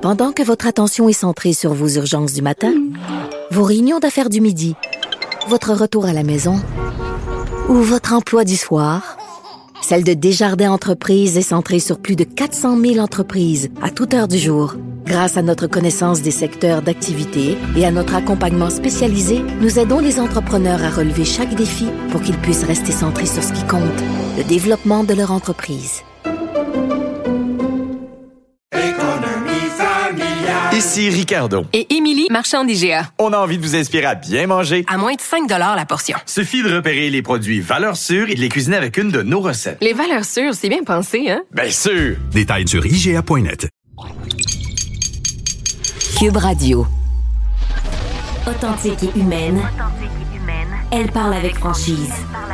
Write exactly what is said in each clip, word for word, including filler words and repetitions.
Pendant que votre attention est centrée sur vos urgences du matin, vos réunions d'affaires du midi, votre retour à la maison ou votre emploi du soir, celle de Desjardins Entreprises est centrée sur plus de quatre cent mille entreprises à toute heure du jour. Grâce à notre connaissance des secteurs d'activité et à notre accompagnement spécialisé, nous aidons les entrepreneurs à relever chaque défi pour qu'ils puissent rester centrés sur ce qui compte, le développement de leur entreprise. Ici Ricardo. Et Émilie, marchand d'I G A. On a envie de vous inspirer à bien manger. À moins de cinq dollars la portion. Suffit de repérer les produits valeurs sûres et de les cuisiner avec une de nos recettes. Les valeurs sûres, c'est bien pensé, hein? Bien sûr! Détails sur I G A point net. Cube Radio. Authentique et humaine. Elle parle avec franchise.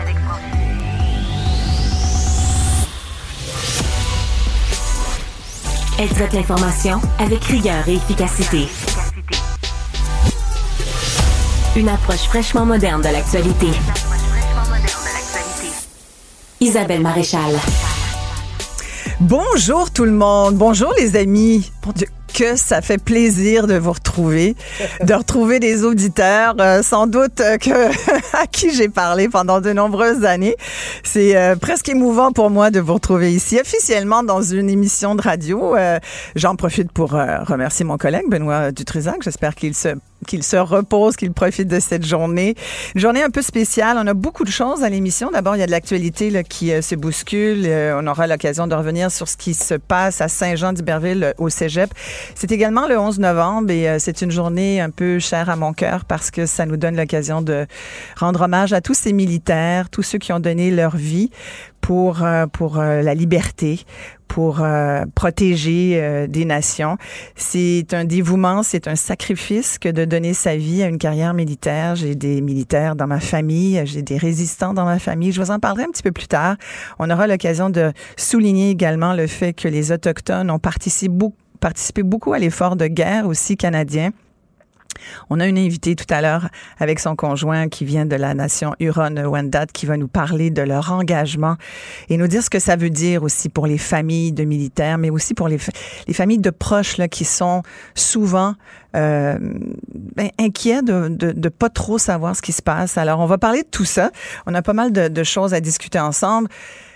Elle traite l'information avec rigueur et efficacité. Une approche fraîchement moderne de l'actualité. Isabelle Maréchal. Bonjour tout le monde. Bonjour les amis. Mon Dieu, que ça fait plaisir de vous retrouver, de retrouver des auditeurs, euh, sans doute euh, que à qui j'ai parlé pendant de nombreuses années. C'est euh, presque émouvant pour moi de vous retrouver ici, officiellement dans une émission de radio. Euh, j'en profite pour euh, remercier mon collègue Benoît Dutrisac. J'espère qu'il se qu'il se repose, qu'il profite de cette journée. Une journée un peu spéciale. On a beaucoup de choses à l'émission. D'abord, il y a de l'actualité là, qui euh, se bouscule. Euh, on aura l'occasion de revenir sur ce qui se passe à Saint-Jean-d'Iberville euh, au Cégep. C'est également le onze novembre et euh, c'est une journée un peu chère à mon cœur parce que ça nous donne l'occasion de rendre hommage à tous ces militaires, tous ceux qui ont donné leur vie pour euh, pour euh, la liberté, pour euh, protéger euh, des nations. C'est un dévouement, c'est un sacrifice que de donner sa vie à une carrière militaire. J'ai des militaires dans ma famille, j'ai des résistants dans ma famille. Je vous en parlerai un petit peu plus tard. On aura l'occasion de souligner également le fait que les Autochtones ont participé beaucoup, participé beaucoup à l'effort de guerre aussi canadien. On a une invitée tout à l'heure avec son conjoint qui vient de la nation Huron-Wendat qui va nous parler de leur engagement et nous dire ce que ça veut dire aussi pour les familles de militaires, mais aussi pour les, fa- les familles de proches là, qui sont souvent euh, ben, inquiets de, de, de pas trop savoir ce qui se passe. Alors, on va parler de tout ça. On a pas mal de, de choses à discuter ensemble.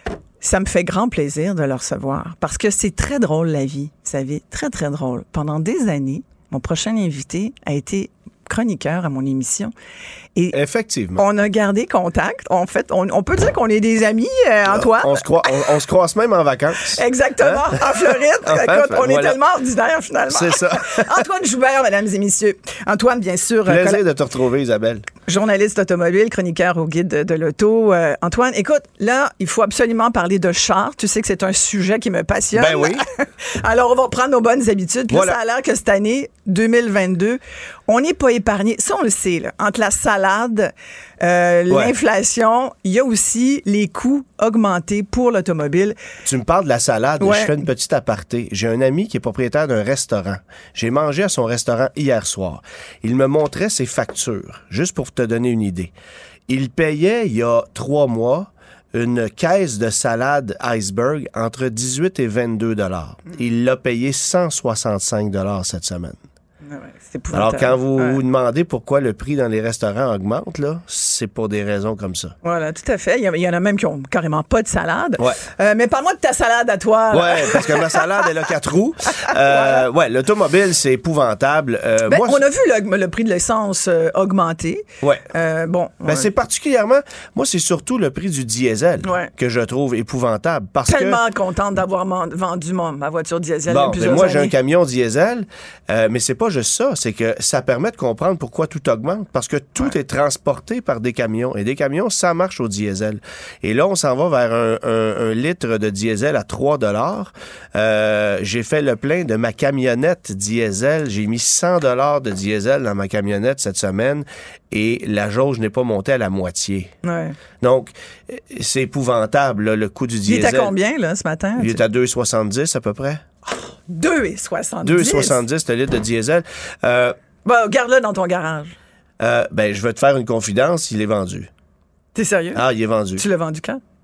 Ça me fait grand plaisir de le recevoir parce que c'est très drôle la vie, vous savez, très, très drôle. Pendant des années, mon prochain invité a été chroniqueur à mon émission. Et effectivement. On a gardé contact. En fait, on, on peut dire qu'on est des amis, euh, Antoine. On, on, se croise, on, on se croise même en vacances. Exactement, hein? En Floride. Enfin, Écoute, on voilà. est tellement ordinaire, finalement. C'est ça. Antoine Joubert, mesdames et messieurs. Antoine, bien sûr. Plaisir coll- de te retrouver, Isabelle. Journaliste automobile, chroniqueur au guide de, de l'auto. Euh, Antoine, écoute, là, il faut absolument parler de chars. Tu sais que c'est un sujet qui me passionne. Ben oui. Alors, on va prendre nos bonnes habitudes. Puis voilà. là, ça a l'air que cette année, deux mille vingt-deux, on n'est pas épargné. Ça, on le sait, là. Entre la salade, euh, ouais. l'inflation, il y a aussi les coûts augmentés pour l'automobile. Tu me parles de la salade. Ouais. Je fais une petite aparté. J'ai un ami qui est propriétaire d'un restaurant. J'ai mangé à son restaurant hier soir. Il me montrait ses factures, juste pour te donner une idée. Il payait, il y a trois mois, une caisse de salade iceberg entre dix-huit et vingt-deux dollars. Il l'a payé cent soixante-cinq dollars cette semaine. Ouais, c'est Alors, quand vous ouais. vous demandez pourquoi le prix dans les restaurants augmente, là, c'est pour des raisons comme ça. Voilà, tout à fait. Il y, a, il y en a même qui ont carrément pas de salade. Ouais. Euh, mais parle-moi de ta salade à toi. Oui, parce que ma salade, elle a quatre roues. Euh, voilà. Ouais, l'automobile, c'est épouvantable. Euh, ben, moi, on a vu le, le prix de l'essence euh, augmenter. Ouais. Euh, bon. Ben, ouais. c'est particulièrement... Moi, c'est surtout le prix du diesel ouais. que je trouve épouvantable. Parce Tellement que... contente d'avoir man- vendu mon, ma voiture diesel bon, il y a plusieurs ben moi, années. j'ai un camion diesel, euh, mais c'est pas juste ça. C'est que ça permet de comprendre pourquoi tout augmente, parce que tout ouais. est transporté par des camions, et des camions, ça marche au diesel. Et là, on s'en va vers un, un, un litre de diesel à trois dollars. Euh, j'ai fait le plein de ma camionnette diesel. J'ai mis cent dollars de diesel dans ma camionnette cette semaine, et la jauge n'est pas montée à la moitié. Ouais. Donc, c'est épouvantable, là, le coût du diesel. Il est à combien, là, ce matin? Il est à deux virgule soixante-dix à peu près. Oh, deux virgule soixante-dix? deux virgule soixante-dix le litre de diesel. Euh, Bon, garde-le dans ton garage. Euh, ben, je vais te faire une confidence, il est vendu. T'es sérieux? Ah, il est vendu. Tu l'as vendu quand?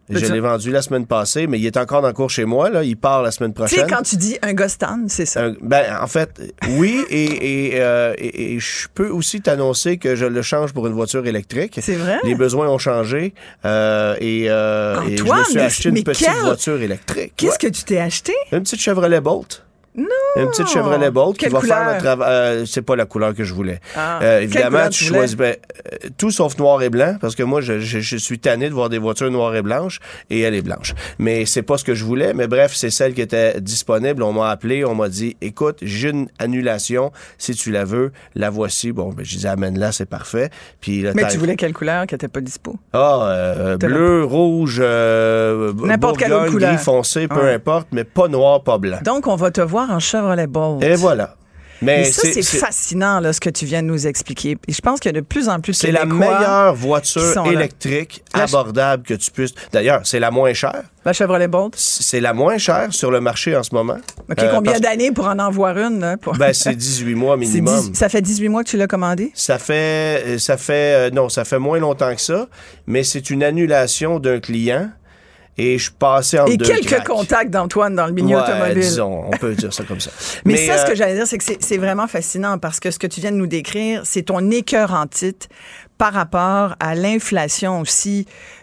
Je l'ai vendu la semaine passée, mais il est encore dans le cours chez moi. Là. Il part la semaine prochaine. Tu sais, quand tu dis un Gostan, c'est ça? Un, ben, en fait, oui, et, et, euh, et, et je peux aussi t'annoncer que je le change pour une voiture électrique. C'est vrai? Les besoins ont changé euh, et, euh, Antoine, et je me suis acheté mais une petite quelle... voiture électrique. Qu'est-ce ouais. que tu t'es acheté? Une petite Chevrolet Bolt. Non! Une petite Chevrolet Bolt qui Quelle va couleur? faire le travail. Euh, c'est pas la couleur que je voulais. Ah, euh, évidemment, tu tu choisis ben, euh, tout sauf noir et blanc, parce que moi, je, je, je suis tanné de voir des voitures noires et blanches, et elle est blanche. Mais c'est pas ce que je voulais. Mais bref, c'est celle qui était disponible. On m'a appelé, on m'a dit, écoute, j'ai une annulation. Si tu la veux, la voici. Bon, ben, je disais, amène-la, c'est parfait. Puis, mais tu voulais quelle couleur qui n'était pas dispo? Ah, euh, bleu, rouge, euh, n'importe quelle autre couleur. Gris foncé, peu ouais. importe, mais pas noir, pas blanc. Donc, on va te voir en Chevrolet Bolt. Et voilà. Mais, Mais ça, c'est, c'est, c'est fascinant, là, ce que tu viens de nous expliquer. Et je pense qu'il y a de plus en plus de C'est la meilleure voiture électrique la abordable que tu puisses... D'ailleurs, c'est la moins chère. La Chevrolet Bolt? C'est la moins chère sur le marché en ce moment. OK, euh, combien parce... d'années pour en avoir une? Là, pour... Ben, c'est dix-huit mois minimum. dix... Ça fait dix-huit mois que tu l'as commandé? Ça fait... ça fait euh, non, ça fait moins longtemps que ça, mais c'est une annulation d'un client. Et je passais en Et deux quelques cracks. contacts d'Antoine dans le milieu ouais, automobile. Disons, on peut dire ça comme ça. Mais, Mais ça, euh... ce que j'allais dire, c'est que c'est, c'est vraiment fascinant parce que ce que tu viens de nous décrire, c'est ton écœur en titre par rapport à l'inflation aussi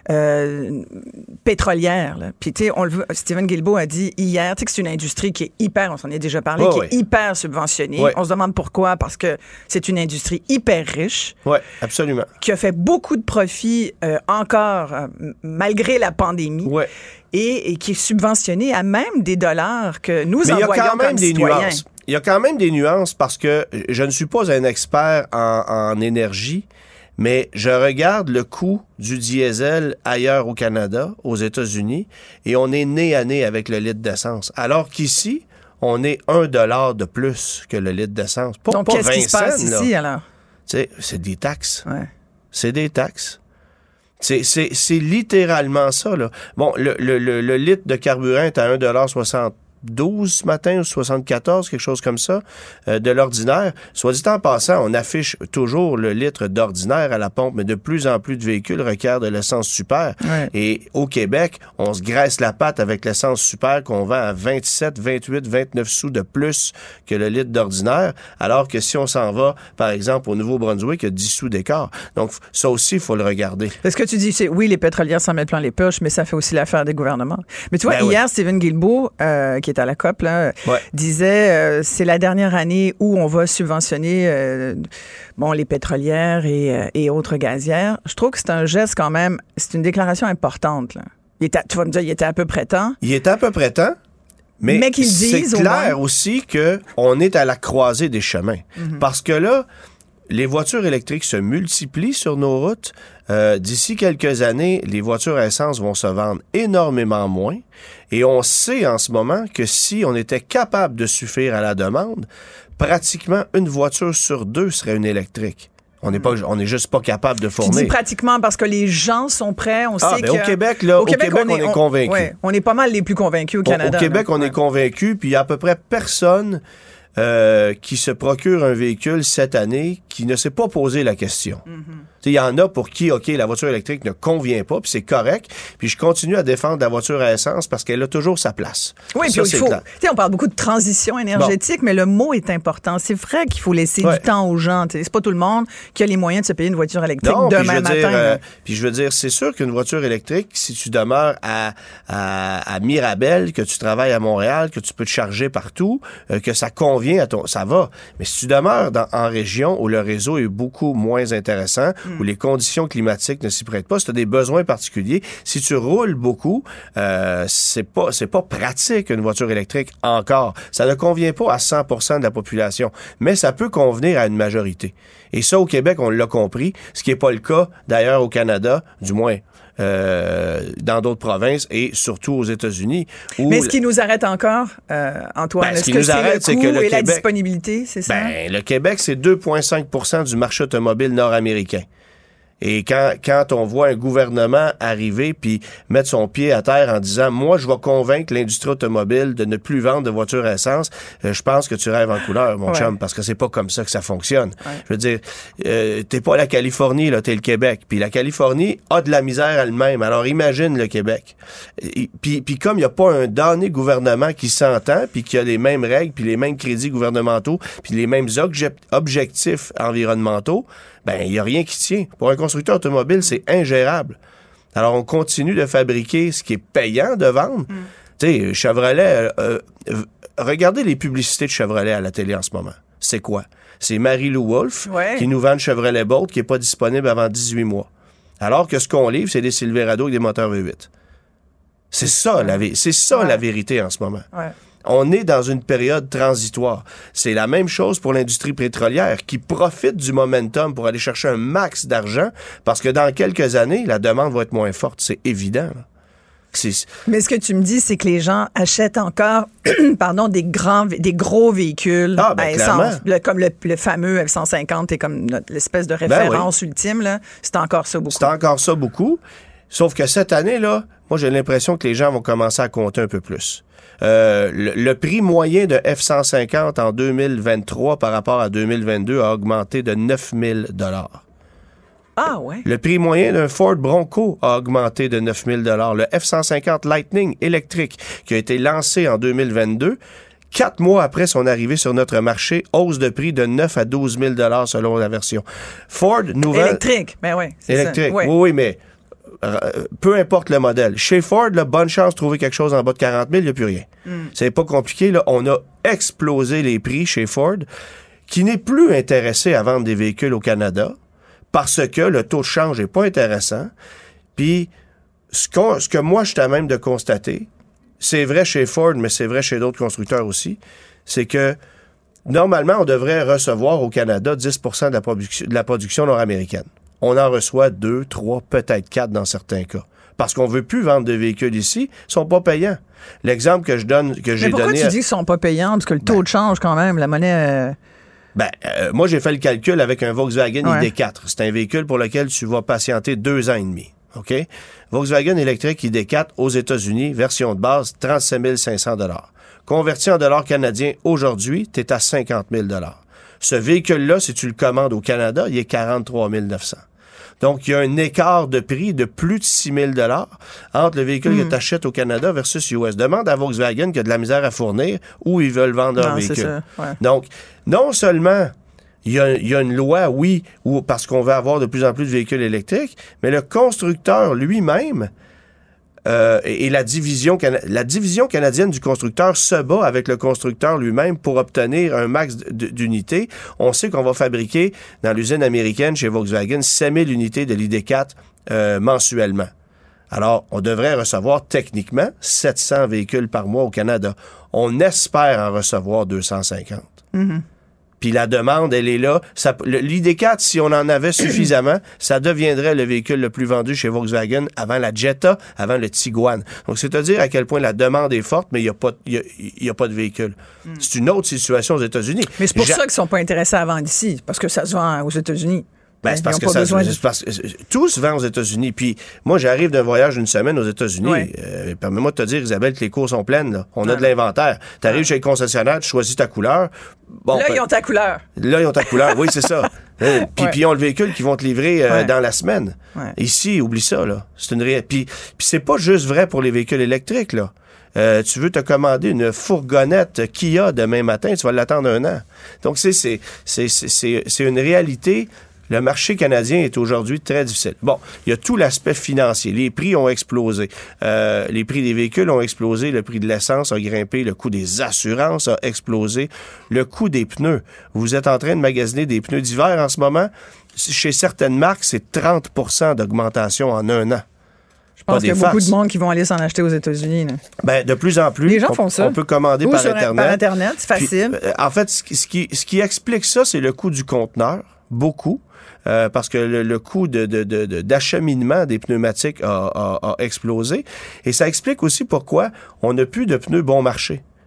euh, pétrolière. Là. Puis, tu sais, on le Stephen Guilbeault a dit hier, tu sais que c'est une industrie qui est hyper, on s'en est déjà parlé, oh, qui oui. est hyper subventionnée. Oui. On se demande pourquoi, parce que c'est une industrie hyper riche. Oui, absolument. Qui a fait beaucoup de profits euh, encore, euh, malgré la pandémie. Oui. Et, et qui est subventionnée à même des dollars que nous Mais envoyons il y a quand même comme des citoyens. nuances. Il y a quand même des nuances parce que je ne suis pas un expert en, en énergie, mais je regarde le coût du diesel ailleurs au Canada, aux États-Unis, et on est nez à nez avec le litre d'essence. Alors qu'ici, on est un dollar de plus que le litre d'essence. Pas, Donc, pas qu'est-ce vingt qui se passe cents, ici, là. alors? Tu sais, c'est des taxes. Ouais. C'est des taxes. C'est, c'est, c'est littéralement ça, là. Bon, le, le, le, le litre de carburant est à un dollar soixante-douze ce matin ou soixante-quatorze, quelque chose comme ça, euh, de l'ordinaire. Soit dit en passant, on affiche toujours le litre d'ordinaire à la pompe, mais de plus en plus de véhicules requièrent de l'essence super. Ouais. Et au Québec, on se graisse la patte avec l'essence super qu'on vend à vingt-sept, vingt-huit, vingt-neuf sous de plus que le litre d'ordinaire, alors que si on s'en va, par exemple, au Nouveau-Brunswick, il y a dix sous d'écart. Donc, ça aussi, il faut le regarder. Ce que tu dis, c'est oui, les pétrolières s'en mettent plein les poches, mais ça fait aussi l'affaire des gouvernements. Mais tu vois, ben hier, oui. Stephen Guilbeault, euh, qui est à la C O P, là, ouais. disait euh, c'est la dernière année où on va subventionner euh, bon, les pétrolières et, euh, et autres gazières. Je trouve que c'est un geste quand même, c'est une déclaration importante. Là. Il était, tu vas me dire, il était à peu près temps. Il était à peu près temps. Mais, mais qu'ils disent, c'est clair aussi qu'on est à la croisée des chemins. Mm-hmm. Parce que là, les voitures électriques se multiplient sur nos routes. Euh, d'ici quelques années, les voitures à essence vont se vendre énormément moins. Et on sait en ce moment que si on était capable de suffire à la demande, pratiquement une voiture sur deux serait une électrique. On n'est pas, on est juste pas capable de fournir. Tu dis pratiquement parce que les gens sont prêts. On ah, sait ben que au Québec, là, au, au Québec, Québec, on est, on est convaincus. Ouais, on est pas mal les plus convaincus au Canada. Au, au Québec, là. on ouais. est convaincus, puis il y a à peu près personne euh, qui se procure un véhicule cette année qui ne s'est pas posé la question. Mm-hmm. Il y en a pour qui, OK, la voiture électrique ne convient pas, puis c'est correct. Puis je continue à défendre la voiture à essence parce qu'elle a toujours sa place. Oui, puis il faut... On parle beaucoup de transition énergétique, bon. Mais le mot est important. C'est vrai qu'il faut laisser ouais. du temps aux gens. T'sais. C'est pas tout le monde qui a les moyens de se payer une voiture électrique non, demain matin. Dire, euh, puis je veux dire, c'est sûr qu'une voiture électrique, si tu demeures à, à, à Mirabel, que tu travailles à Montréal, que tu peux te charger partout, euh, que ça convient à ton... Ça va. Mais si tu demeures dans, en région où le réseau est beaucoup moins intéressant, mm. où les conditions climatiques ne s'y prêtent pas, si tu as des besoins particuliers, si tu roules beaucoup, euh, c'est pas c'est pas pratique une voiture électrique encore. Ça ne convient pas à cent pour cent de la population, mais ça peut convenir à une majorité. Et ça, au Québec, on l'a compris, ce qui n'est pas le cas d'ailleurs au Canada, du moins euh, dans d'autres provinces et surtout aux États-Unis. Où mais ce qui nous arrête encore, euh, Antoine, ben, est-ce ce qui que nous c'est arrête, le c'est coût que le et Québec, la disponibilité, c'est ça? Ben, le Québec, c'est deux virgule cinq pour cent du marché automobile nord-américain. Et quand, quand on voit un gouvernement arriver puis mettre son pied à terre en disant « Moi, je vais convaincre l'industrie automobile de ne plus vendre de voitures à essence euh, », je pense que tu rêves en couleur, mon ouais. chum, parce que c'est pas comme ça que ça fonctionne. Ouais. Je veux dire, euh, t'es pas la Californie, là, t'es le Québec. Puis la Californie a de la misère elle-même. Alors imagine le Québec. Et, puis, puis comme il n'y a pas un damné gouvernement qui s'entend puis qui a les mêmes règles puis les mêmes crédits gouvernementaux puis les mêmes obje- objectifs environnementaux, ben, il n'y a rien qui tient. Pour un constructeur automobile, c'est ingérable. Alors, on continue de fabriquer ce qui est payant de vendre. Mm. Tu sais, Chevrolet, euh, euh, regardez les publicités de Chevrolet à la télé en ce moment. C'est quoi? C'est Marie-Lou Wolfe ouais. qui nous vend le Chevrolet Bolt qui n'est pas disponible avant dix-huit mois. Alors que ce qu'on livre, c'est des Silverado avec des moteurs V huit. C'est ça, la, c'est ça ouais. la vérité en ce moment. Ouais. On est dans une période transitoire. C'est la même chose pour l'industrie pétrolière qui profite du momentum pour aller chercher un max d'argent parce que dans quelques années, la demande va être moins forte. C'est évident. C'est... Mais ce que tu me dis, c'est que les gens achètent encore pardon, des grands, des gros véhicules ah, ben, à essence. Le, comme le, le fameux F cent cinquante est comme notre, l'espèce de référence ben oui. ultime. Là. C'est encore ça beaucoup. C'est encore ça beaucoup. Sauf que cette année, là, moi, j'ai l'impression que les gens vont commencer à compter un peu plus. Euh, le, le prix moyen de F cent cinquante en deux mille vingt-trois par rapport à deux mille vingt-deux a augmenté de neuf mille dollars. Ah ouais? Le prix moyen d'un Ford Bronco a augmenté de neuf mille dollars. Le F cent cinquante Lightning électrique qui a été lancé en deux mille vingt-deux, quatre mois après son arrivée sur notre marché, hausse de prix de neuf à douze mille dollars selon la version. Ford, nouvelle... Électrique, ben oui. Électrique, oui, oui, mais... peu importe le modèle. Chez Ford, là, bonne chance de trouver quelque chose en bas de quarante mille, il n'y a plus rien. Mm. C'est pas compliqué. Là. On a explosé les prix chez Ford, qui n'est plus intéressé à vendre des véhicules au Canada parce que le taux de change n'est pas intéressant. Puis, ce, qu'on, ce que moi, je suis à même de constater, c'est vrai chez Ford, mais c'est vrai chez d'autres constructeurs aussi, c'est que normalement, on devrait recevoir au Canada dix pour cent de la, produ- de la production nord-américaine. On en reçoit deux, trois, peut-être quatre dans certains cas. Parce qu'on veut plus vendre de véhicules ici, ils sont pas payants. L'exemple que je donne, que Mais j'ai pourquoi donné... Pourquoi tu dis qu'ils sont pas payants? Parce que le taux ben, de change, quand même, la monnaie... Euh... Ben, euh, moi, j'ai fait le calcul avec un Volkswagen ouais. I D quatre. C'est un véhicule pour lequel tu vas patienter deux ans et demi. OK? Volkswagen électrique I D quatre aux États-Unis, version de base, trente-sept mille cinq cents dollars. Converti en dollars canadiens aujourd'hui, tu es à cinquante mille dollars. Ce véhicule-là, si tu le commandes au Canada, il est quarante-trois mille neuf cents. Donc, il y a un écart de prix de plus de six mille dollars entre le véhicule mmh. que tu achètes au Canada versus U S. Demande à Volkswagen qui a de la misère à fournir où ils veulent vendre leur non, véhicule. C'est ça. Ouais. Donc, non seulement il y, a, il y a une loi, oui, où, parce qu'on veut avoir de plus en plus de véhicules électriques, mais le constructeur lui-même Euh, et la division, la division canadienne du constructeur se bat avec le constructeur lui-même pour obtenir un max d'unités. On sait qu'on va fabriquer dans l'usine américaine chez Volkswagen sept mille unités de l'I D quatre euh, mensuellement. Alors, on devrait recevoir techniquement sept cents véhicules par mois au Canada. On espère en recevoir deux cent cinquante. Mm-hmm. Puis la demande, elle est là. Ça, le, l'I D quatre, si on en avait suffisamment, ça deviendrait le véhicule le plus vendu chez Volkswagen avant la Jetta, avant le Tiguan. Donc, c'est à dire à quel point la demande est forte, mais il n'y a, a, a pas de véhicule. Mm. C'est une autre situation aux États-Unis. Mais c'est pour J'a... ça qu'ils ne sont pas intéressés à vendre ici, parce que ça se vend aux États-Unis. Ben, c'est parce que ça, de... c'est parce que tout se vend aux États-Unis. Puis moi, j'arrive d'un voyage d'une semaine aux États-Unis. Ouais. Euh, permets-moi de te dire, Isabelle, que les cours sont pleines. Là. On ouais. a de l'inventaire. Tu arrives ouais. chez le concessionnaire, tu choisis ta couleur. Bon, là, ben, ils ont ta couleur. Là, ils ont ta couleur. Oui, c'est ça. euh, puis, ouais. puis ils ont le véhicule qui vont te livrer euh, ouais. dans la semaine. Ouais. Ici, oublie ça. Là. C'est une ré... Puis, puis c'est pas juste vrai pour les véhicules électriques. Là. Euh, tu veux te commander une fourgonnette Kia demain matin, tu vas l'attendre un an. Donc, c'est, c'est, c'est, c'est, c'est, c'est une réalité. Le marché canadien est aujourd'hui très difficile. Bon, il y a tout l'aspect financier. Les prix ont explosé. Euh, les prix des véhicules ont explosé. Le prix de l'essence a grimpé. Le coût des assurances a explosé. Le coût des pneus. Vous êtes en train de magasiner des pneus d'hiver en ce moment. Chez certaines marques, c'est trente pour cent d'augmentation en un an. Je pense qu'il y a farces. Beaucoup de monde qui vont aller s'en acheter aux États-Unis. Là. Ben, de plus en plus. Les gens on, font ça. On peut commander Ou par sur, Internet. Par Internet, c'est facile. Puis, euh, en fait, ce qui, ce, qui, ce qui explique ça, c'est le coût du conteneur. Beaucoup. Euh, parce que le, le coût de, de, de, de, d'acheminement des pneumatiques a, a, a explosé. Et ça explique aussi pourquoi on n'a plus de pneus bon marché.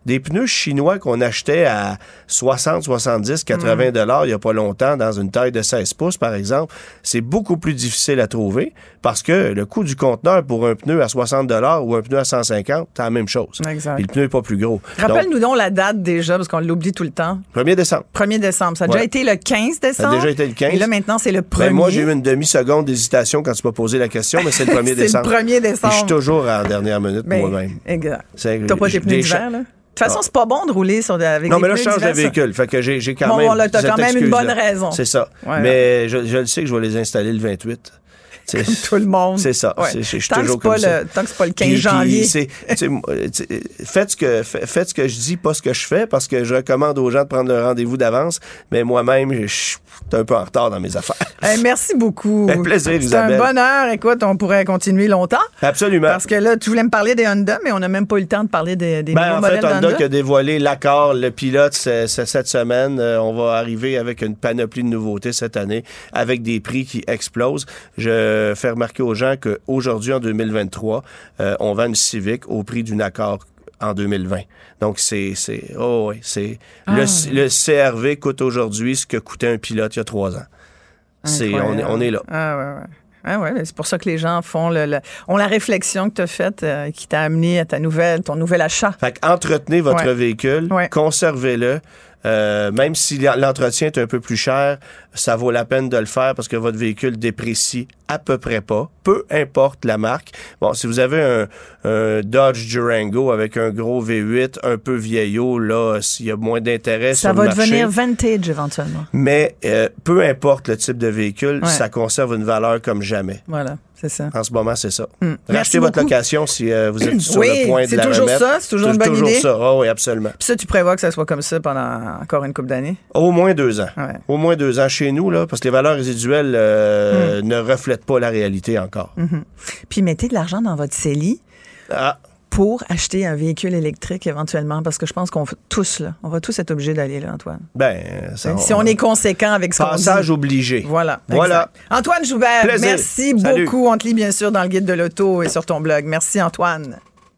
Des pneus chinois qu'on achetait à soixante, soixante-dix, quatre-vingts dollars il y a pas longtemps dans une taille de seize pouces, par exemple, c'est beaucoup plus difficile à trouver parce que le coût du conteneur pour un pneu à soixante dollars ou un pneu à cent cinquante, c'est la même chose. Exact. Puis le pneu n'est pas plus gros. Rappelle-nous donc, donc la date déjà, parce qu'on l'oublie tout le temps. premier décembre. premier décembre. Ça a ouais. déjà été le quinze décembre. Ça a déjà été le quinze. Et là, maintenant, c'est le premier. Ben, moi, j'ai eu une demi-seconde d'hésitation quand tu m'as posé la question, mais c'est le premier décembre. C'est le premier décembre. Et je suis toujours en dernière minute ben, moi-même. Exact. C'est, T'as pas tes pneus d'hiver, là? De toute façon, c'est pas bon de rouler sur, avec non, des mais là, pneus je change de véhicule. Fait que j'ai, j'ai quand bon, même. Bon, là, t'as quand même une bonne raison. C'est ça. Ouais, mais ouais. Je, je le sais que je vais les installer le vingt-huit. Comme tout le monde. C'est ça. Ouais. C'est, je suis tant, toujours que comme ça. Le, tant que c'est pas le quinze puis, janvier. Puis, c'est, faites, ce que, faites ce que je dis, pas ce que je fais, parce que je recommande aux gens de prendre le rendez-vous d'avance, mais moi-même, je suis un peu en retard dans mes affaires. Hey, merci beaucoup. Un plaisir, Isabelle. C'est un bonheur. Écoute, on pourrait continuer longtemps. Absolument. Parce que là, tu voulais me parler des Honda, mais on n'a même pas eu le temps de parler des, des ben, nouveaux en modèles fait, Honda. Honda qui a dévoilé l'accord, le pilote, c'est, c'est cette semaine. Euh, on va arriver avec une panoplie de nouveautés cette année, avec des prix qui explosent. Je fais remarquer aux gens qu'aujourd'hui, en deux mille vingt-trois, euh, on vend une Civic au prix d'une Accord en deux mille vingt. Donc, c'est... c'est oh oui, c'est... Ah, le, oui. le C R V coûte aujourd'hui ce que coûtait un pilote il y a trois ans. C'est, on, est, on est là. Ah ouais, ouais. Ah ouais, c'est pour ça que les gens font le, le ont la réflexion que tu as faite euh, qui t'a amené à ta nouvelle, ton nouvel achat. Fait qu'entretenez votre ouais. véhicule, ouais. conservez-le. Euh, même si l'entretien est un peu plus cher, ça vaut la peine de le faire parce que votre véhicule déprécie à peu près pas, peu importe la marque. Bon, si vous avez un, un Dodge Durango avec un gros V huit un peu vieillot, là, s'il y a moins d'intérêt sur le marché. Ça va devenir vintage éventuellement. Mais euh, peu importe le type de véhicule, ouais. ça conserve une valeur comme jamais. Voilà. C'est ça. En ce moment, c'est ça. Hum. Rachetez votre beaucoup. location si euh, vous êtes sur oui, le point de la remettre. C'est toujours ça, c'est toujours une bonne toujours idée. ça. Oh, oui, absolument. Puis ça, tu prévois que ça soit comme ça pendant encore une couple d'années? Au moins deux ans. Ouais. Au moins deux ans chez nous, là, parce que les valeurs résiduelles euh, hum. ne reflètent pas la réalité encore. Hum. Puis mettez de l'argent dans votre C E L I. Ah. Pour acheter un véhicule électrique éventuellement, parce que je pense qu'on va tous, là, on va tous être obligés d'aller là, Antoine. Ben, ça, si on, on est conséquent avec ce qu'on dit. Passage obligé. Voilà. Voilà. Exact. Antoine Joubert, Plaisir. merci Salut. beaucoup. On te lit bien sûr dans le guide de l'auto et sur ton blog. Merci Antoine.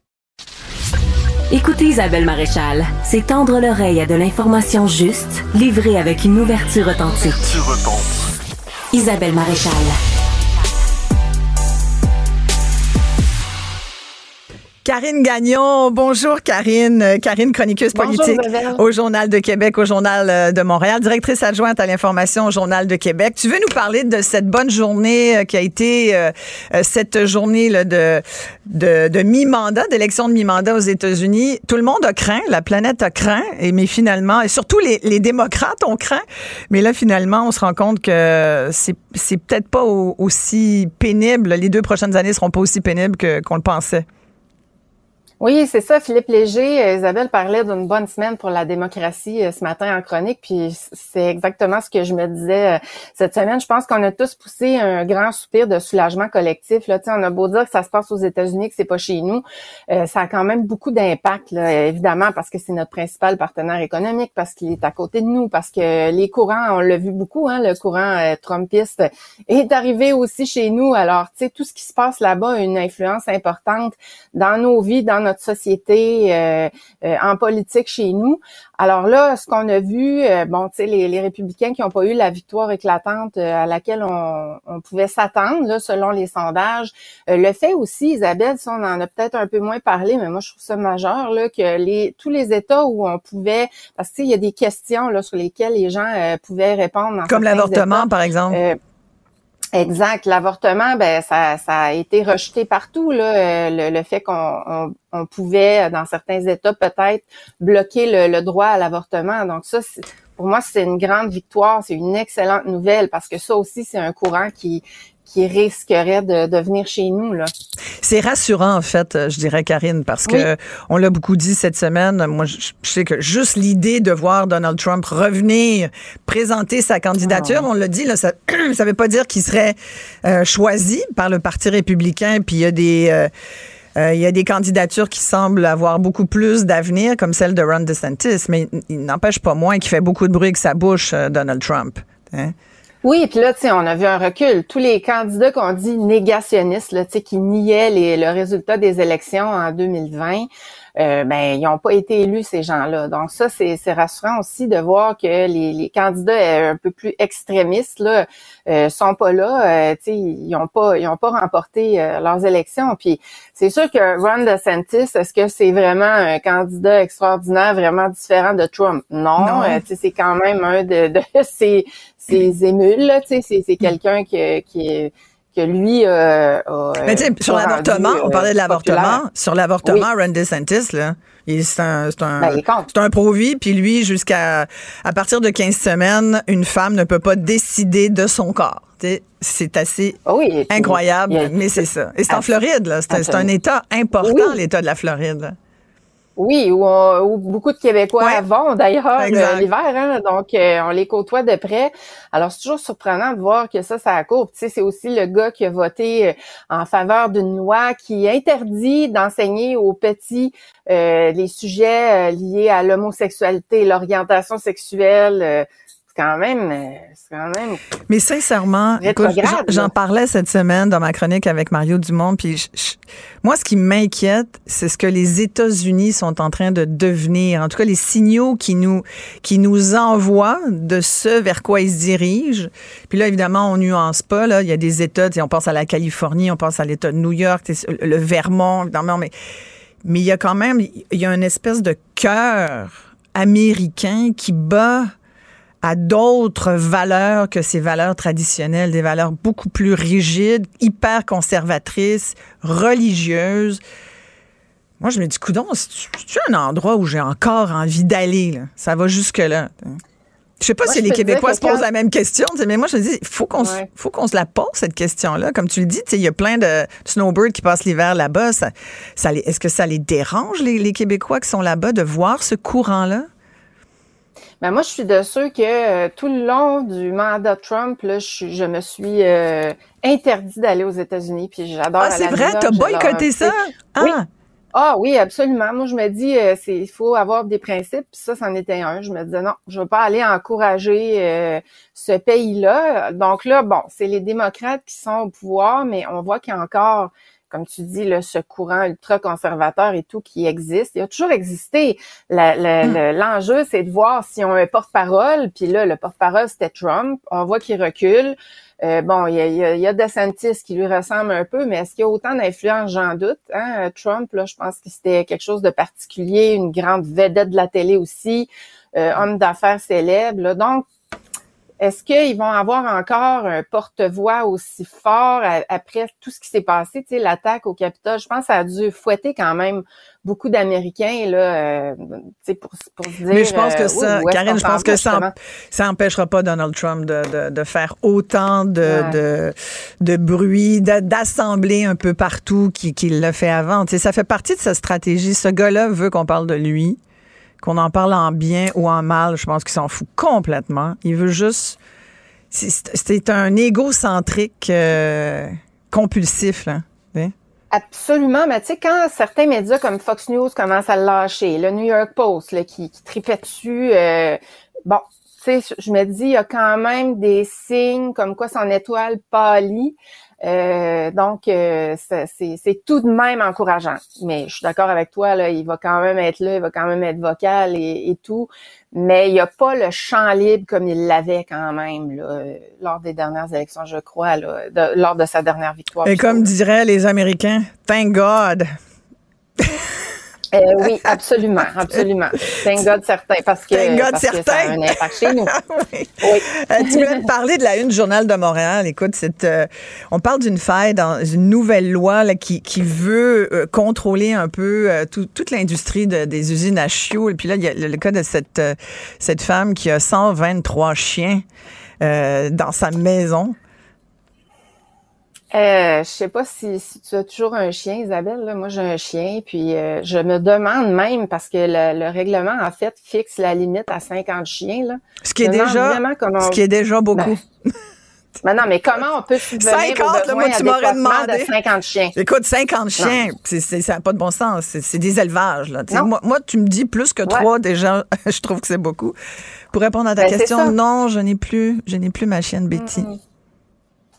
Écoutez Isabelle Maréchal, c'est tendre l'oreille à de l'information juste, livrée avec une ouverture authentique. Isabelle Maréchal. Karine Gagnon, bonjour Karine. Karine, chroniqueuse politique bonjour, au Journal de Québec, au Journal de Montréal, directrice adjointe à l'information au Journal de Québec. Tu veux nous parler de cette bonne journée qui a été euh, cette journée là, de, de, de mi-mandat, d'élection de mi-mandat aux États-Unis. Tout le monde a craint, la planète a craint, et mais finalement, et surtout les, les démocrates ont craint, mais là finalement, on se rend compte que c'est, c'est peut-être pas au, aussi pénible, les deux prochaines années seront pas aussi pénibles que, qu'on le pensait. Oui, c'est ça. Philippe Léger, Isabelle parlait d'une bonne semaine pour la démocratie ce matin en chronique, puis c'est exactement ce que je me disais cette semaine. Je pense qu'on a tous poussé un grand soupir de soulagement collectif. Là, tu sais, on a beau dire que ça se passe aux États-Unis, que c'est pas chez nous, euh, ça a quand même beaucoup d'impact, là, évidemment, parce que c'est notre principal partenaire économique, parce qu'il est à côté de nous, parce que les courants, on l'a vu beaucoup, hein, le courant euh, trumpiste est arrivé aussi chez nous. Alors, tu sais, tout ce qui se passe là-bas a une influence importante dans nos vies, dans notre notre société, euh, euh, en politique chez nous. Alors là, ce qu'on a vu, euh, bon, tu sais, les, les républicains qui n'ont pas eu la victoire éclatante euh, à laquelle on, on pouvait s'attendre, là, selon les sondages. Euh, le fait aussi, Isabelle, ça, on en a peut-être un peu moins parlé, mais moi, je trouve ça majeur, là, que les tous les États où on pouvait, parce que tu sais, il y a des questions là sur lesquelles les gens euh, pouvaient répondre. Dans Comme l'avortement, États. par exemple. Euh, Exact. L'avortement, ben ça, ça a été rejeté partout. Là, le, le fait qu'on on, on pouvait, dans certains États, peut-être bloquer le, le droit à l'avortement. Donc ça, c'est, pour moi, c'est une grande victoire. C'est une excellente nouvelle parce que ça aussi, c'est un courant qui qui risquerait de, de venir chez nous, là. C'est rassurant, en fait, je dirais, Karine, parce que oui. on l'a beaucoup dit cette semaine. Moi, je, je sais que juste l'idée de voir Donald Trump revenir présenter sa candidature, oh. on l'a dit, là, ça ne veut pas dire qu'il serait euh, choisi par le Parti républicain, puis il y a des... Euh, Euh, il y a des candidatures qui semblent avoir beaucoup plus d'avenir, comme celle de Ron DeSantis, mais il n'empêche pas moins qu'il fait beaucoup de bruit avec sa bouche, euh, Donald Trump. Hein? Oui, puis là, tu sais, on a vu un recul. Tous les candidats qu'on dit négationnistes, là, tu sais, qui niaient les, le résultat des élections en deux mille vingt, euh, ben ils n'ont pas été élus, ces gens-là. Donc ça, c'est, c'est rassurant aussi de voir que les, les candidats un peu plus extrémistes là euh, sont pas là. Euh, tu sais, ils n'ont pas ils ont pas remporté euh, leurs élections. Puis c'est sûr que Ron DeSantis, est-ce que c'est vraiment un candidat extraordinaire, vraiment différent de Trump? Non, non. Euh, tu sais, c'est quand même un de, de ses, ses émules. Là, tu sais, c'est, c'est quelqu'un qui, qui est que lui euh, a, mais tu sais, sur l'avortement, rendu, on parlait de l'avortement. Populaire. Sur l'avortement, oui. Ron DeSantis, là, il, c'est un, c'est un, ben, c'est un pro-vie, puis lui, jusqu'à à partir de quinze semaines, une femme ne peut pas décider de son corps. T'sais, c'est assez oui, incroyable, a, mais c'est ça. Et c'est en Floride, là. C'est, c'est un État important, oui. l'État de la Floride, là. Oui, où, on, où beaucoup de Québécois ouais. vont d'ailleurs euh, l'hiver, hein, donc euh, on les côtoie de près. Alors c'est toujours surprenant de voir que ça, ça court. Tu sais, c'est aussi le gars qui a voté euh, en faveur d'une loi qui interdit d'enseigner aux petits euh, les sujets euh, liés à l'homosexualité, l'orientation sexuelle. Euh, C'est quand même, c'est quand même. Mais sincèrement, écoute, j'en parlais cette semaine dans ma chronique avec Mario Dumont, puis je, je, moi, ce qui m'inquiète, c'est ce que les États-Unis sont en train de devenir. En tout cas, les signaux qui nous, qui nous envoient de ce vers quoi ils se dirigent. Puis là, évidemment, on nuance pas. Là, il y a des États, on pense à la Californie, on pense à l'État de New York, le Vermont, évidemment, mais mais il y a quand même, il y a une espèce de cœur américain qui bat à d'autres valeurs que ces valeurs traditionnelles, des valeurs beaucoup plus rigides, hyper conservatrices, religieuses. Moi, je me dis, coudonc, c'est-tu un endroit où j'ai encore envie d'aller, là? Ça va jusque-là. Je sais pas moi, si les Québécois se posent quand... la même question, mais moi, je me dis, il faut qu'on, ouais. faut qu'on se la pose, cette question-là. Comme tu le dis, il y a plein de snowbirds qui passent l'hiver là-bas. Ça, ça les, est-ce que ça les dérange, les, les Québécois qui sont là-bas, de voir ce courant-là? Ben moi, je suis de ceux que euh, tout le long du mandat Trump, là, je, je me suis euh, interdit d'aller aux États-Unis, puis j'adore. Ah, c'est vrai, t'as boycotté ça? Ah. Oui. Ah oui, absolument. Moi, je me dis, euh, c'est, il faut avoir des principes, puis ça, c'en était un. Je me disais non, je veux pas aller encourager euh, ce pays-là. Donc là, bon, c'est les démocrates qui sont au pouvoir, mais on voit qu'il y a encore, comme tu dis, là, ce courant ultra-conservateur et tout qui existe. Il a toujours existé. La, la, mmh. le, l'enjeu, c'est de voir si on a un porte-parole. Puis là, le porte-parole, c'était Trump. On voit qu'il recule. Euh, bon, il y a, il y a, il y a DeSantis qui lui ressemble un peu, mais est-ce qu'il y a autant d'influence? J'en doute. Hein? Trump, là, je pense que c'était quelque chose de particulier, une grande vedette de la télé aussi, euh, homme d'affaires célèbre. Là. Donc, est-ce qu'ils vont avoir encore un porte-voix aussi fort après tout ce qui s'est passé, tu sais, l'attaque au Capitole? Je pense que ça a dû fouetter quand même beaucoup d'Américains, là, euh, tu sais, pour, pour se dire... Mais je pense que euh, ça, oui, Karine, je pense que ça, ça empêchera pas Donald Trump de, de, de faire autant de, ouais. de, de bruit, de, d'assembler un peu partout qu'il, qu'il l'a fait avant. Tu sais, ça fait partie de sa stratégie. Ce gars-là veut qu'on parle de lui. Qu'on en parle en bien ou en mal, je pense qu'il s'en fout complètement. Il veut juste... C'est, c'est un égocentrique euh, compulsif, là. Hein? Absolument, mais tu sais, quand certains médias comme Fox News commencent à le lâcher, le New York Post, là, qui, qui tripait dessus, euh, bon, tu sais, je me dis, il y a quand même des signes comme quoi son étoile pâlit. Euh, donc, euh, c'est, c'est, c'est tout de même encourageant. Mais je suis d'accord avec toi, là, il va quand même être là, il va quand même être vocal et, et tout. Mais il n'y a pas le champ libre comme il l'avait quand même là, lors des dernières élections, je crois, là, de, lors de sa dernière victoire. Et comme diraient les Américains, thank God. Euh, oui, absolument, absolument. Thank God certain, parce que, Thank God parce certain. que ça a un impact chez nous. oui. oui. Euh, tu voulais me parler de la une du Journal de Montréal. Écoute, c'est, euh, on parle d'une faille dans une nouvelle loi là, qui, qui veut euh, contrôler un peu euh, tout, toute l'industrie de, des usines à chiots. Et puis là, il y a le, le cas de cette, euh, cette femme qui a cent vingt-trois chiens euh, dans sa maison. Euh, je sais pas si, si tu as toujours un chien, Isabelle. Là. Moi, j'ai un chien, puis euh, je me demande même, parce que le, le règlement, en fait, fixe la limite à cinquante chiens. Là. Ce qui est déjà, on... ce qui est déjà beaucoup. Ben, mais non, mais comment on peut subvenir cinquante, aux besoins là, tu m'aurais demandé. de cinquante chiens? Écoute, cinquante chiens, c'est, c'est, ça n'a pas de bon sens. C'est, c'est des élevages. Là. Moi, moi, tu me dis plus que trois, ouais. déjà, je trouve que c'est beaucoup. Pour répondre à ta ben, question, non, je n'ai plus, je n'ai plus ma chienne Betty. Mm-hmm.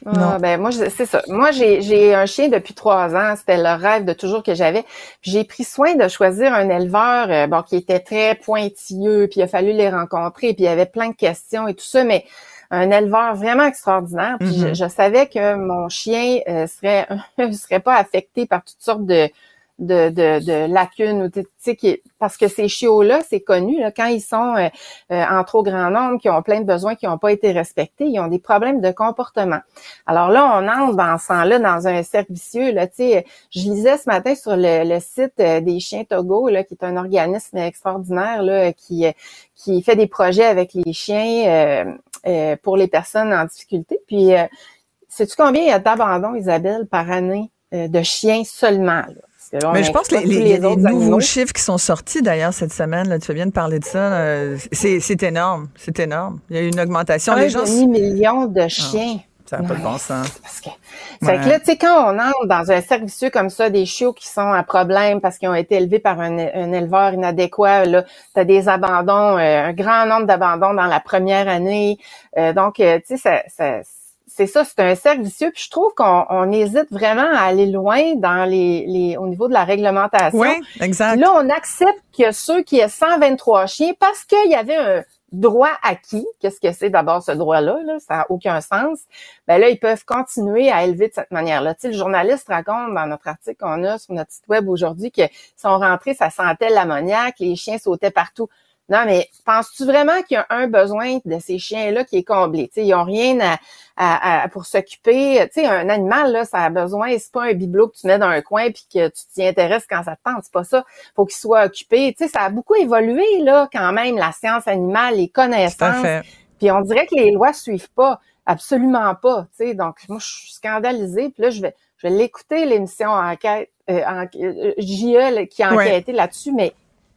Ah, ben moi c'est ça. Moi j'ai j'ai un chien depuis trois ans. C'était le rêve de toujours que j'avais. J'ai pris soin de choisir un éleveur euh, bon qui était très pointilleux. Puis il a fallu les rencontrer. Puis il y avait plein de questions et tout ça. Mais un éleveur vraiment extraordinaire. Puis mm-hmm. je, je savais que mon chien euh, serait serait pas affecté par toutes sortes de de de, de lacunes ou tu sais qui parce que ces chiots-là, c'est connu là, quand ils sont euh, euh, en trop grand nombre, qui ont plein de besoins qui n'ont pas été respectés, ils ont des problèmes de comportement. Alors là, on entre dans ce sens-là dans un cercle vicieux là, tu sais, je lisais ce matin sur le, le site des Chiens Togo là, qui est un organisme extraordinaire là qui qui fait des projets avec les chiens euh, euh, pour les personnes en difficulté. Puis euh, sais-tu combien il y a d'abandons, Isabelle, par année euh, de chiens seulement là? Là, mais je pense que les, les, les, les nouveaux chiffres qui sont sortis d'ailleurs cette semaine, là, tu fais bien de parler de ça, euh, c'est, c'est énorme, c'est énorme. Il y a eu une augmentation. Un les gens demi-million de chiens. Ah, ça n'a pas de bon sens. Parce que, ouais. Fait que là, tu sais, quand on entre dans un cercle vicieux comme ça, des chiots qui sont à problème parce qu'ils ont été élevés par un, un éleveur inadéquat, là, t'as des abandons, euh, un grand nombre d'abandons dans la première année. Euh, donc, euh, tu sais, ça, ça c'est ça, c'est un cercle vicieux. Puis je trouve qu'on on hésite vraiment à aller loin dans les, les au niveau de la réglementation. Oui, exact. Puis là, on accepte que ceux qui aient cent vingt-trois chiens, parce qu'il y avait un droit acquis, qu'est-ce que c'est d'abord ce droit-là, là, ça n'a aucun sens, ben là, ils peuvent continuer à élever de cette manière-là. Tu sais, le journaliste raconte dans notre article qu'on a sur notre site web aujourd'hui qu'ils sont rentrés, ça sentait l'ammoniaque, les chiens sautaient partout. Non, mais penses-tu vraiment qu'il y a un besoin de ces chiens-là qui est comblé? Tu sais, ils ont rien à, à, à pour s'occuper. Tu sais, un animal, là, ça a besoin, c'est pas un bibelot que tu mets dans un coin puis que tu t'y intéresses quand ça te tente, c'est pas ça. Faut qu'il soit occupé. Tu sais, ça a beaucoup évolué, là, quand même, la science animale, les connaissances. Puis on dirait que les lois suivent pas. Absolument pas. Tu sais, donc, moi, je suis scandalisée. Puis là, je vais, je vais l'écouter, l'émission Enquête, euh, en, euh, J E là, qui a enquêté ouais. là-dessus, mais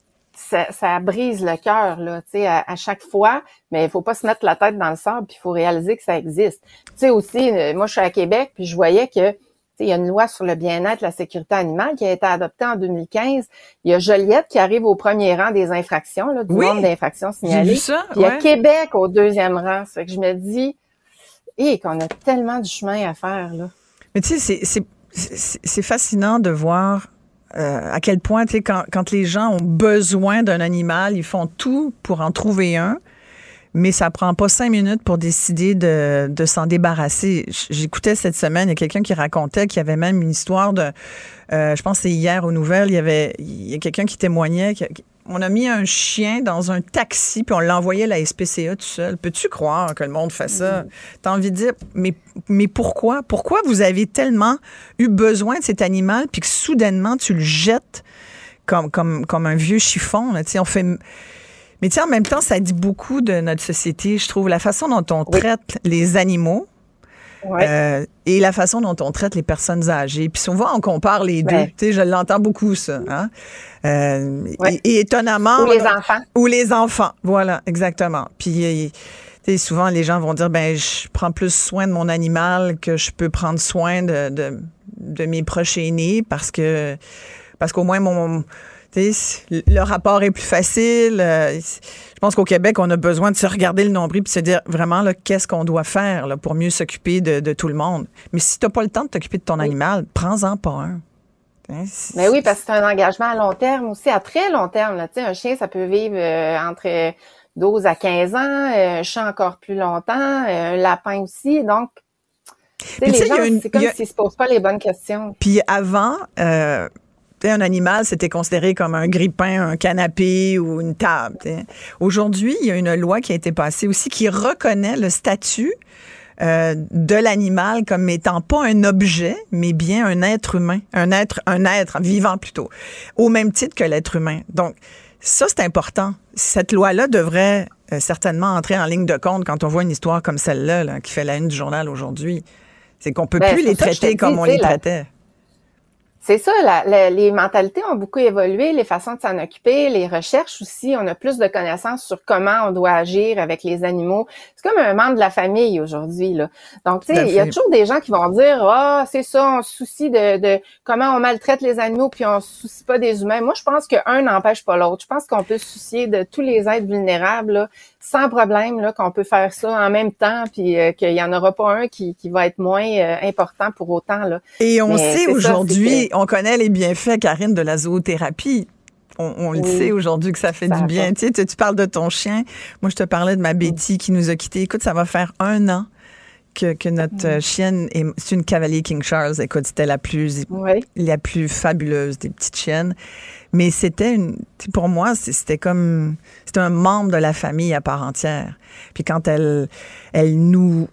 Ça, ça brise le cœur là, tu sais, à, à chaque fois, mais il faut pas se mettre la tête dans le sable, puis il faut réaliser que ça existe. Tu sais aussi, moi je suis à Québec, puis je voyais que tu sais, il y a une loi sur le bien-être, la sécurité animale qui a été adoptée en deux mille quinze. Il y a Joliette qui arrive au premier rang des infractions là, du oui, nombre d'infractions signalées. J'ai vu ça, puis ouais. Il y a Québec au deuxième rang, ça fait que je me dis hé, qu'on a tellement du chemin à faire là. Mais tu sais, c'est c'est c'est, c'est fascinant de voir Euh, à quel point, tu sais, quand, quand les gens ont besoin d'un animal, ils font tout pour en trouver un, mais ça prend pas cinq minutes pour décider de, de s'en débarrasser. J'écoutais cette semaine, il y a quelqu'un qui racontait qu'il y avait même une histoire de, euh, je pense que c'est hier aux nouvelles, il y avait, il y a quelqu'un qui témoignait, qui, on a mis un chien dans un taxi puis on l'a envoyé à la S P C A tout seul. Peux-tu croire que le monde fait ça? Mmh. T'as envie de dire, mais, mais pourquoi? Pourquoi vous avez tellement eu besoin de cet animal puis que soudainement tu le jettes comme, comme, comme un vieux chiffon? Là, on fait... Mais en même temps, ça dit beaucoup de notre société, je trouve, la façon dont on oui. traite les animaux. Ouais. Euh, et la façon dont on traite les personnes âgées. Puis souvent, on compare les deux. Ouais. Tu sais, je l'entends beaucoup, ça. Hein? Euh, ouais. et, et étonnamment... Ou les enfants. Ou les enfants, voilà, exactement. Puis, tu sais, souvent, les gens vont dire, ben je prends plus soin de mon animal que je peux prendre soin de, de, de mes proches aînés parce que parce qu'au moins, mon... le rapport est plus facile. Je pense qu'au Québec, on a besoin de se regarder le nombril et de se dire vraiment là, qu'est-ce qu'on doit faire là, pour mieux s'occuper de, de tout le monde. Mais si tu n'as pas le temps de t'occuper de ton oui. animal, prends-en pas un. Hein, mais oui, parce que c'est un engagement à long terme aussi, à très long terme. Là. Un chien, ça peut vivre euh, entre douze à quinze ans, euh, un chat encore plus longtemps, euh, un lapin aussi. Donc, les gens, une, c'est comme a... s'ils ne se posent pas les bonnes questions. Puis avant... Euh, un animal, c'était considéré comme un grille-pain, un canapé ou une table. T'sais. Aujourd'hui, il y a une loi qui a été passée aussi qui reconnaît le statut euh, de l'animal comme étant pas un objet, mais bien un être humain, un être, un être vivant plutôt, au même titre que l'être humain. Donc, ça, c'est important. Cette loi-là devrait euh, certainement entrer en ligne de compte quand on voit une histoire comme celle-là là, qui fait la une du journal aujourd'hui. C'est qu'on peut ben, plus les traiter comme on les la... traitait. C'est ça, la, la, les mentalités ont beaucoup évolué, les façons de s'en occuper, les recherches aussi. On a plus de connaissances sur comment on doit agir avec les animaux. C'est comme un membre de la famille aujourd'hui, là. Donc, tu sais, il y a toujours des gens qui vont dire, ah, oh, c'est ça, on se soucie de, de comment on maltraite les animaux, puis on se soucie pas des humains. Moi, je pense qu'un n'empêche pas l'autre. Je pense qu'on peut se soucier de tous les êtres vulnérables, là, sans problème, là, qu'on peut faire ça en même temps, puis euh, qu'il y en aura pas un qui, qui va être moins euh, important pour autant, là. Et on Mais sait aujourd'hui, que... on connaît les bienfaits, Karine, de la zoothérapie. On, on oui, le sait aujourd'hui que ça fait ça du bien. Tu, sais, tu, tu parles de ton chien. Moi, je te parlais de ma Betty qui nous a quittés. Écoute, ça va faire un an que, que notre mmh. chienne, est, c'est une Cavalier King Charles. Écoute, c'était la plus, oui. la plus fabuleuse des petites chiennes. Mais c'était une, pour moi, c'était comme, c'était un membre de la famille à part entière. Puis quand elle, elle nous,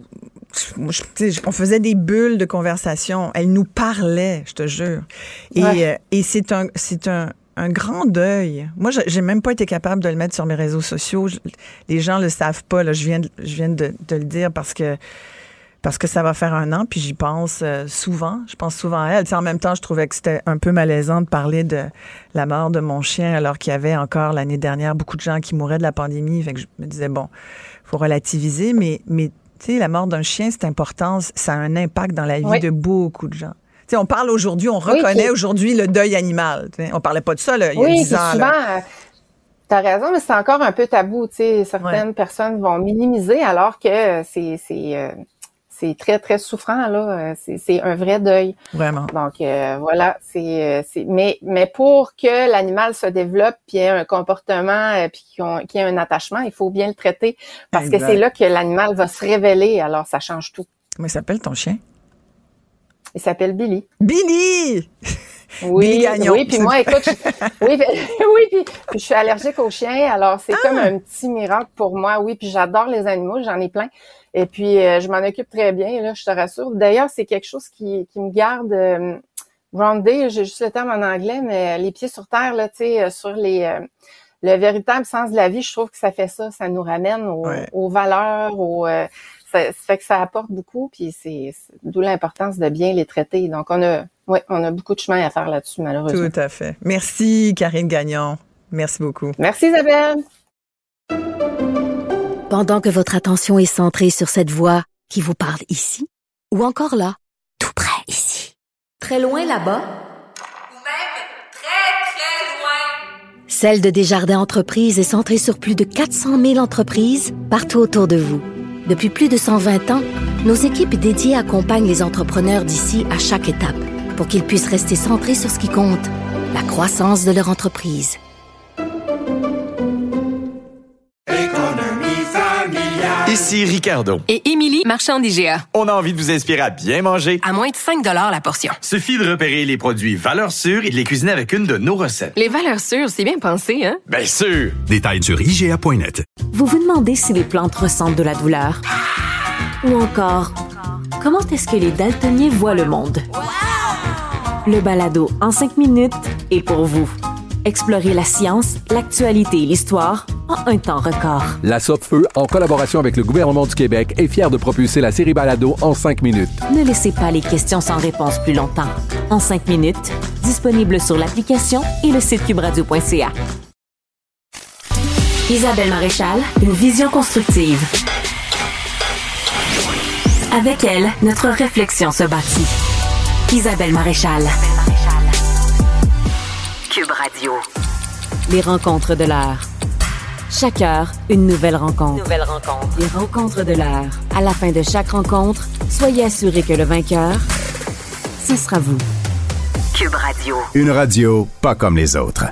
on faisait des bulles de conversation. Elle nous parlait, je te jure. Et, ouais. euh, et c'est un, c'est un, un grand deuil. Moi, j'ai même pas été capable de le mettre sur mes réseaux sociaux. Je, les gens le savent pas. Là, je viens, de, je viens de, de le dire parce que parce que ça va faire un an. Puis j'y pense euh, souvent. Je pense souvent à elle. T'sais, en même temps, je trouvais que c'était un peu malaisant de parler de la mort de mon chien alors qu'il y avait encore l'année dernière beaucoup de gens qui mouraient de la pandémie. Fait que je me disais bon, faut relativiser, mais mais tu sais, la mort d'un chien, c'est important. Ça a un impact dans la vie oui. de beaucoup de gens. Tu sais, on parle aujourd'hui, on reconnaît oui, aujourd'hui le deuil animal. T'sais. On parlait pas de ça là, il y a oui, dix ans. Souvent, euh, t'as raison, mais c'est encore un peu tabou. Tu sais, certaines ouais. personnes vont minimiser alors que c'est c'est euh, c'est très très souffrant là. C'est, c'est un vrai deuil. Vraiment. Donc euh, voilà, c'est c'est mais mais pour que l'animal se développe puis ait un comportement euh, puis qu'il y ait un attachement, il faut bien le traiter parce exact. que c'est là que l'animal va se révéler. Alors ça change tout. Comment il s'appelle ton chien? Il s'appelle Billy. Billy! Oui, Billy Gagnon. Oui, puis moi, écoute, je, oui, oui, puis, puis je suis allergique aux chiens, alors c'est ah. comme un petit miracle pour moi. Oui, puis j'adore les animaux, j'en ai plein. Et puis euh, je m'en occupe très bien, là, je te rassure. D'ailleurs, c'est quelque chose qui, qui me garde euh, grounded, j'ai juste le terme en anglais, mais les pieds sur terre, là, tu sais, sur les euh, le véritable sens de la vie, je trouve que ça fait ça, ça nous ramène aux, ouais. aux valeurs, aux euh, ça, ça fait que ça apporte beaucoup, puis c'est, c'est d'où l'importance de bien les traiter. Donc, on a, ouais, on a beaucoup de chemin à faire là-dessus, malheureusement. Tout à fait. Merci, Karine Gagnon. Merci beaucoup. Merci, Isabelle. Pendant que votre attention est centrée sur cette voix qui vous parle ici, ou encore là, tout près ici, très loin là-bas, ou même très, très loin, Celle de Desjardins Entreprises est centrée sur plus de quatre cent mille entreprises partout autour de vous. Depuis plus de cent vingt ans, nos équipes dédiées accompagnent les entrepreneurs d'ici à chaque étape pour qu'ils puissent rester centrés sur ce qui compte, la croissance de leur entreprise. Ici Ricardo. Et Émilie, marchand d'I G A. On a envie de vous inspirer à bien manger. À moins de cinq dollars la portion. Suffit de repérer les produits valeurs sûres et de les cuisiner avec une de nos recettes. Les valeurs sûres, c'est bien pensé, hein? Bien sûr! Détails sur I G A point net. Vous vous demandez si les plantes ressentent de la douleur? Ou encore, comment est-ce que les daltoniens voient le monde? Le balado en cinq minutes est pour vous. Explorez la science, l'actualité et l'histoire en un temps record. La Sopfeu, en collaboration avec le gouvernement du Québec, est fière de propulser la série Balado en cinq minutes. Ne laissez pas les questions sans réponse plus longtemps. En cinq minutes, disponible sur l'application et le site cube radio point c a. Isabelle Maréchal, une vision constructive. Avec elle, notre réflexion se bâtit. Isabelle Maréchal. Cube Radio. Les rencontres de l'heure. Chaque heure, une nouvelle rencontre. Nouvelle rencontre. Les rencontres de l'heure. À la fin de chaque rencontre, soyez assurés que le vainqueur, ce sera vous. Cube Radio. Une radio pas comme les autres.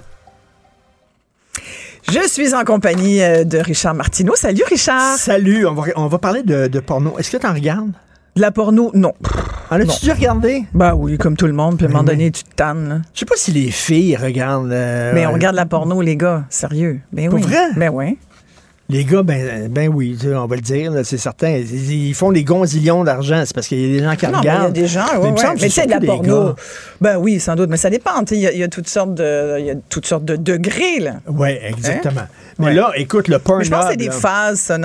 Je suis en compagnie de Richard Martineau. Salut, Richard. Salut. On va, on va parler de, de porno. Est-ce que tu en regardes? De la porno, non. En as-tu dû regarder? Ben oui, comme tout le monde. Puis à un moment donné, tu te tannes. Là. Je sais pas si les filles regardent... Euh, Mais on regarde la porno, les gars. Sérieux. Ben Pour oui. vrai? Ben oui. Les gars, ben, ben oui, on va le dire, là, c'est certain. Ils font des gonzillions d'argent. C'est parce qu'il y a des gens qui non, regardent. Il y a des gens, ouais, mais, ouais. mais tu sais, de la porno. Ben oui, sans doute. Mais ça dépend. Il y, y a toutes sortes de, il y a toutes sortes de degrés, là. Oui, exactement. Hein? Mais ouais. là, écoute, le porno. Je pense que c'est des phases, ça, non?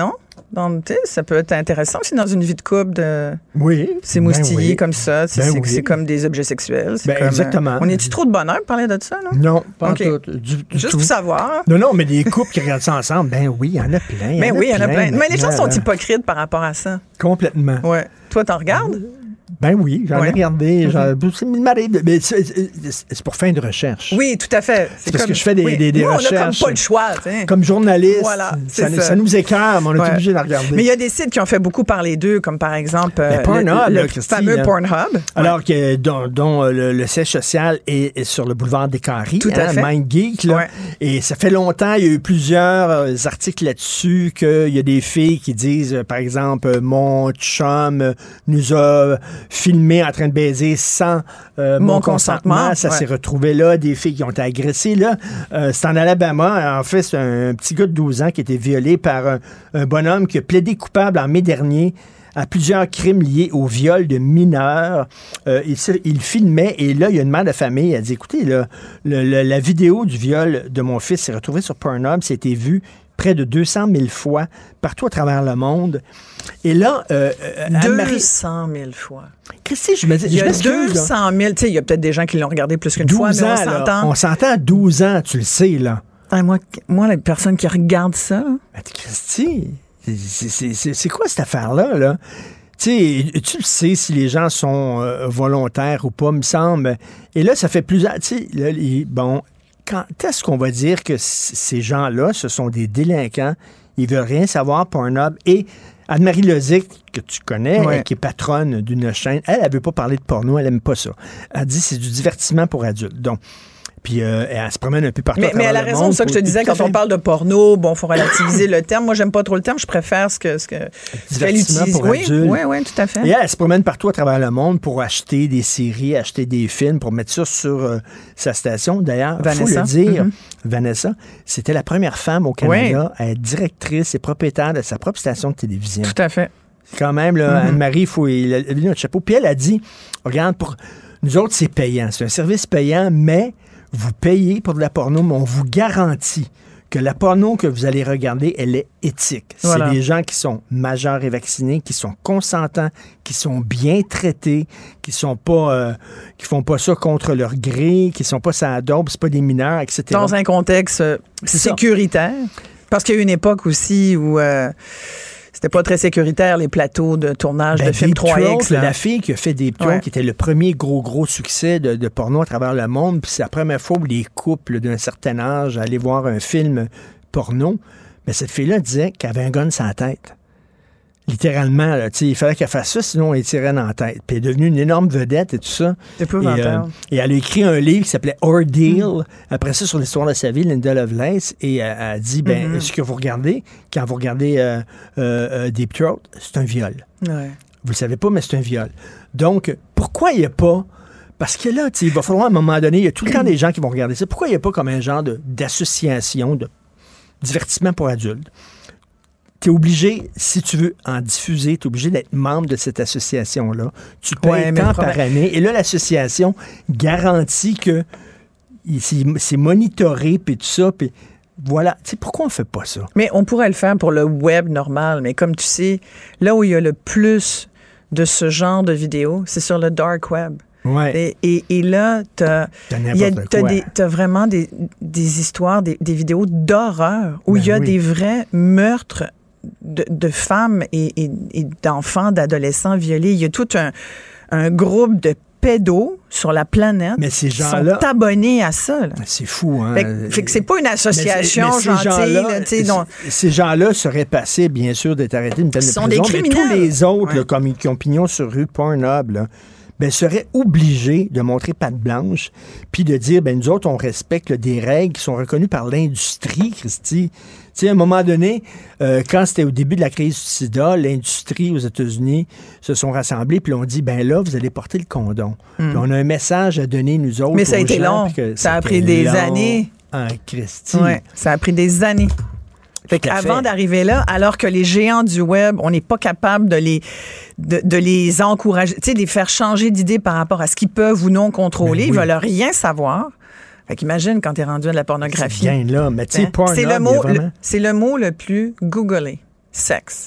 Donc, tu sais, ça peut être intéressant aussi dans une vie de couple de oui, s'émoustiller ben oui. comme ça. C'est, Ben c'est, oui. c'est comme des objets sexuels. C'est Ben, comme, exactement. Euh, on est-tu trop de bonheur pour parler de ça, là? Non, pas OK. en tout. Du, du Juste tout. pour savoir. Non, non, mais des couples qui regardent ça ensemble, ben oui, il y en a plein. Ben oui, il y en a plein. Mais les gens sont maintenant, hypocrites par rapport à ça. Complètement. Ouais. Toi, t'en regardes? Ben oui, j'en Ouais. ai regardé. Genre, Mm-hmm. c'est, il m'arrive, mais c'est, c'est- c'est pour fin de recherche. Oui, tout à fait. C'est parce que je fais des- des- des Nous, recherches. on a comme pas le choix. T'sais. Comme journaliste, Voilà, ça, c'est ça. ça. nous écœure, mais on est Ouais. obligé de la regarder. Mais il y a des sites qui ont fait beaucoup parler d'eux, comme par exemple euh, Ben, Pornhub, le, là, le Christy, fameux là. Pornhub. Alors que dont, dont, euh, le, le siège social est, est sur le boulevard des Carrés, Tout à hein, fait. MindGeek, là. Ouais. Et ça fait longtemps, il y a eu plusieurs euh, articles là-dessus qu'il y a des filles qui disent, euh, par exemple, euh, mon chum euh, nous a filmé en train de baiser sans euh, mon, Mon consentement. consentement, Ça ouais. s'est retrouvé là, des filles qui ont été agressées là. Euh, c'est en Alabama. En fait, c'est un, petit gars de douze ans qui a été violé par un, un bonhomme qui a plaidé coupable en mai dernier à plusieurs crimes liés au viol de mineurs. Euh, il, se- il filmait et là, il y a une mère de famille. Elle dit, écoutez, là, le- le- la vidéo du viol de mon fils s'est retrouvée sur Pornhub. C'était vu près de deux cent mille fois partout à travers le monde. Et là, euh, euh, Anne-Marie... deux cent mille fois. Christy, je me dis, Il y je a m'excuse, là. deux cent mille. Tu sais, il y a peut-être des gens qui l'ont regardé plus qu'une fois, mais douze ans, on là. s'entend. On s'entend à douze ans, tu le sais, là. Ah, moi, moi, la personne qui regarde ça, Ben, Christy, c'est- c'est- c'est c'est quoi cette affaire-là, là? Tu sais, tu le sais si les gens sont euh, volontaires ou pas, me semble. Et là, ça fait plusieurs... Tu sais, là, les- bon, quand est-ce qu'on va dire que c- ces gens-là, ce sont des délinquants, ils veulent rien savoir, Pornhub, et Anne-Marie Lozic, que tu connais, Ouais. elle, qui est patronne d'une chaîne, elle, elle veut pas parler de porno, elle aime pas ça. Elle dit c'est du divertissement pour adultes. Donc, puis euh, elle se promène un peu partout Mais, à mais travers elle a le raison, monde c'est ça que je te pour- disais, tout à quand on fait. parle de porno, bon, il faut relativiser le terme. Moi, j'aime pas trop le terme, je préfère ce que, ce que, ce qu'elle Divertissement utilise. pour Oui, adultes. oui, oui, tout à fait. Et elle, elle se promène partout à travers le monde pour acheter des séries, acheter des films, pour mettre ça sur euh, sa station. D'ailleurs, il faut Vanessa. le dire, Mhm. Vanessa, c'était la première femme au Canada à être directrice et propriétaire de sa propre station de télévision. Tout à fait. Quand même, là, Mhm. Anne-Marie, il faut il a il a mis notre chapeau. Puis elle a dit, regarde, pour nous autres, c'est payant. C'est un service payant, mais vous payez pour de la porno, mais on vous garantit que la porno que vous allez regarder, elle est éthique. Voilà. C'est des gens qui sont majeurs et vaccinés, qui sont consentants, qui sont bien traités, qui sont pas, euh, qui font pas ça contre leur gré, qui sont pas sans dope, c'est pas des mineurs, et cetera. Dans un contexte euh, C'est ça. sécuritaire. Parce qu'il y a eu une époque aussi où euh, c'était pas très sécuritaire, les plateaux de tournage Ben, de films Deep trois X. Throat, là. la fille qui a fait Deep Throat, Ouais. qui était le premier gros, gros succès de, de porno à travers le monde. Puis c'est la première fois où les couples d'un certain âge allaient voir un film porno. Mais cette fille-là disait qu'elle avait un gun sur la tête. Littéralement, là, tu sais, il fallait qu'elle fasse ça, sinon elle tirait dans la tête. Puis elle est devenue une énorme vedette et tout ça. C'est épouvantable. Et, euh, et elle a écrit un livre qui s'appelait Ordeal, après ça, sur l'histoire de sa vie, Linda Lovelace, et elle a dit, ben, Mhm. ce que vous regardez, quand vous regardez euh, euh, euh, Deep Throat, c'est un viol. Ouais. Vous le savez pas, mais c'est un viol. Donc, pourquoi il n'y a pas... Parce que là, tu sais, il va falloir à un moment donné, il y a tout le temps des gens qui vont regarder ça. Pourquoi il n'y a pas comme un genre de- d'association, de divertissement pour adultes? Tu es obligé, si tu veux en diffuser, tu es obligé d'être membre de cette association-là. Tu payes Ouais, mais tant le par problème- année. Et là, l'association garantit que il- c'est c'est monitoré, puis tout ça, puis voilà. Tu sais, pourquoi on ne fait pas ça? Mais on pourrait le faire pour le web normal. Mais comme tu sais, là où il y a le plus de ce genre de vidéos, c'est sur le dark web. Ouais. Et, et, et là, tu as T'as n'importe quoi. vraiment des, des histoires, des, des vidéos d'horreur où Ben il y a oui. des vrais meurtres de, de femmes et, et, et d'enfants, d'adolescents violés. Il y a tout un, un groupe de pédos sur la planète Mais ces qui gens-là- sont abonnés à ça. là. C'est fou, hein? Fait, que- fait que c'est pas une association Mais c'est- mais ces gentille. gens-là- là, tu sais, dont- c- Ces gens-là seraient passés, bien sûr, d'être arrêtés d'une peine Ils de sont prison. des Mais tous criminels. les autres, Ouais. là, comme qui ont pignon sur rue, Pornhub, là, ben, seraient obligés de montrer patte blanche, puis de dire, ben, nous autres, on respecte là, des règles qui sont reconnues par l'industrie, Christy. Tu sais, à un moment donné, euh, quand c'était au début de la crise du sida, l'industrie aux États-Unis se sont rassemblés, puis on dit, ben là, vous allez porter le condom. Puis on a un message à donner, nous autres. Mais ça a aux été gens, long. puis que Ça a c'était pris des long années. en Christy. Ouais, ça a pris des années. Fait Tout à qu'avant fait. d'arriver là, alors que les géants du web, on n'est pas capable de les, de, de les encourager, tu sais, de les faire changer d'idée par rapport à ce qu'ils peuvent ou non contrôler, Ben oui. ils veulent rien savoir. Fait qu'imagine quand t'es rendu à de la pornographie. Bien là, mais tu sais, Hein? Pornhub, C'est il y le a mot, vraiment... le- c'est le mot le plus googlé. Sexe.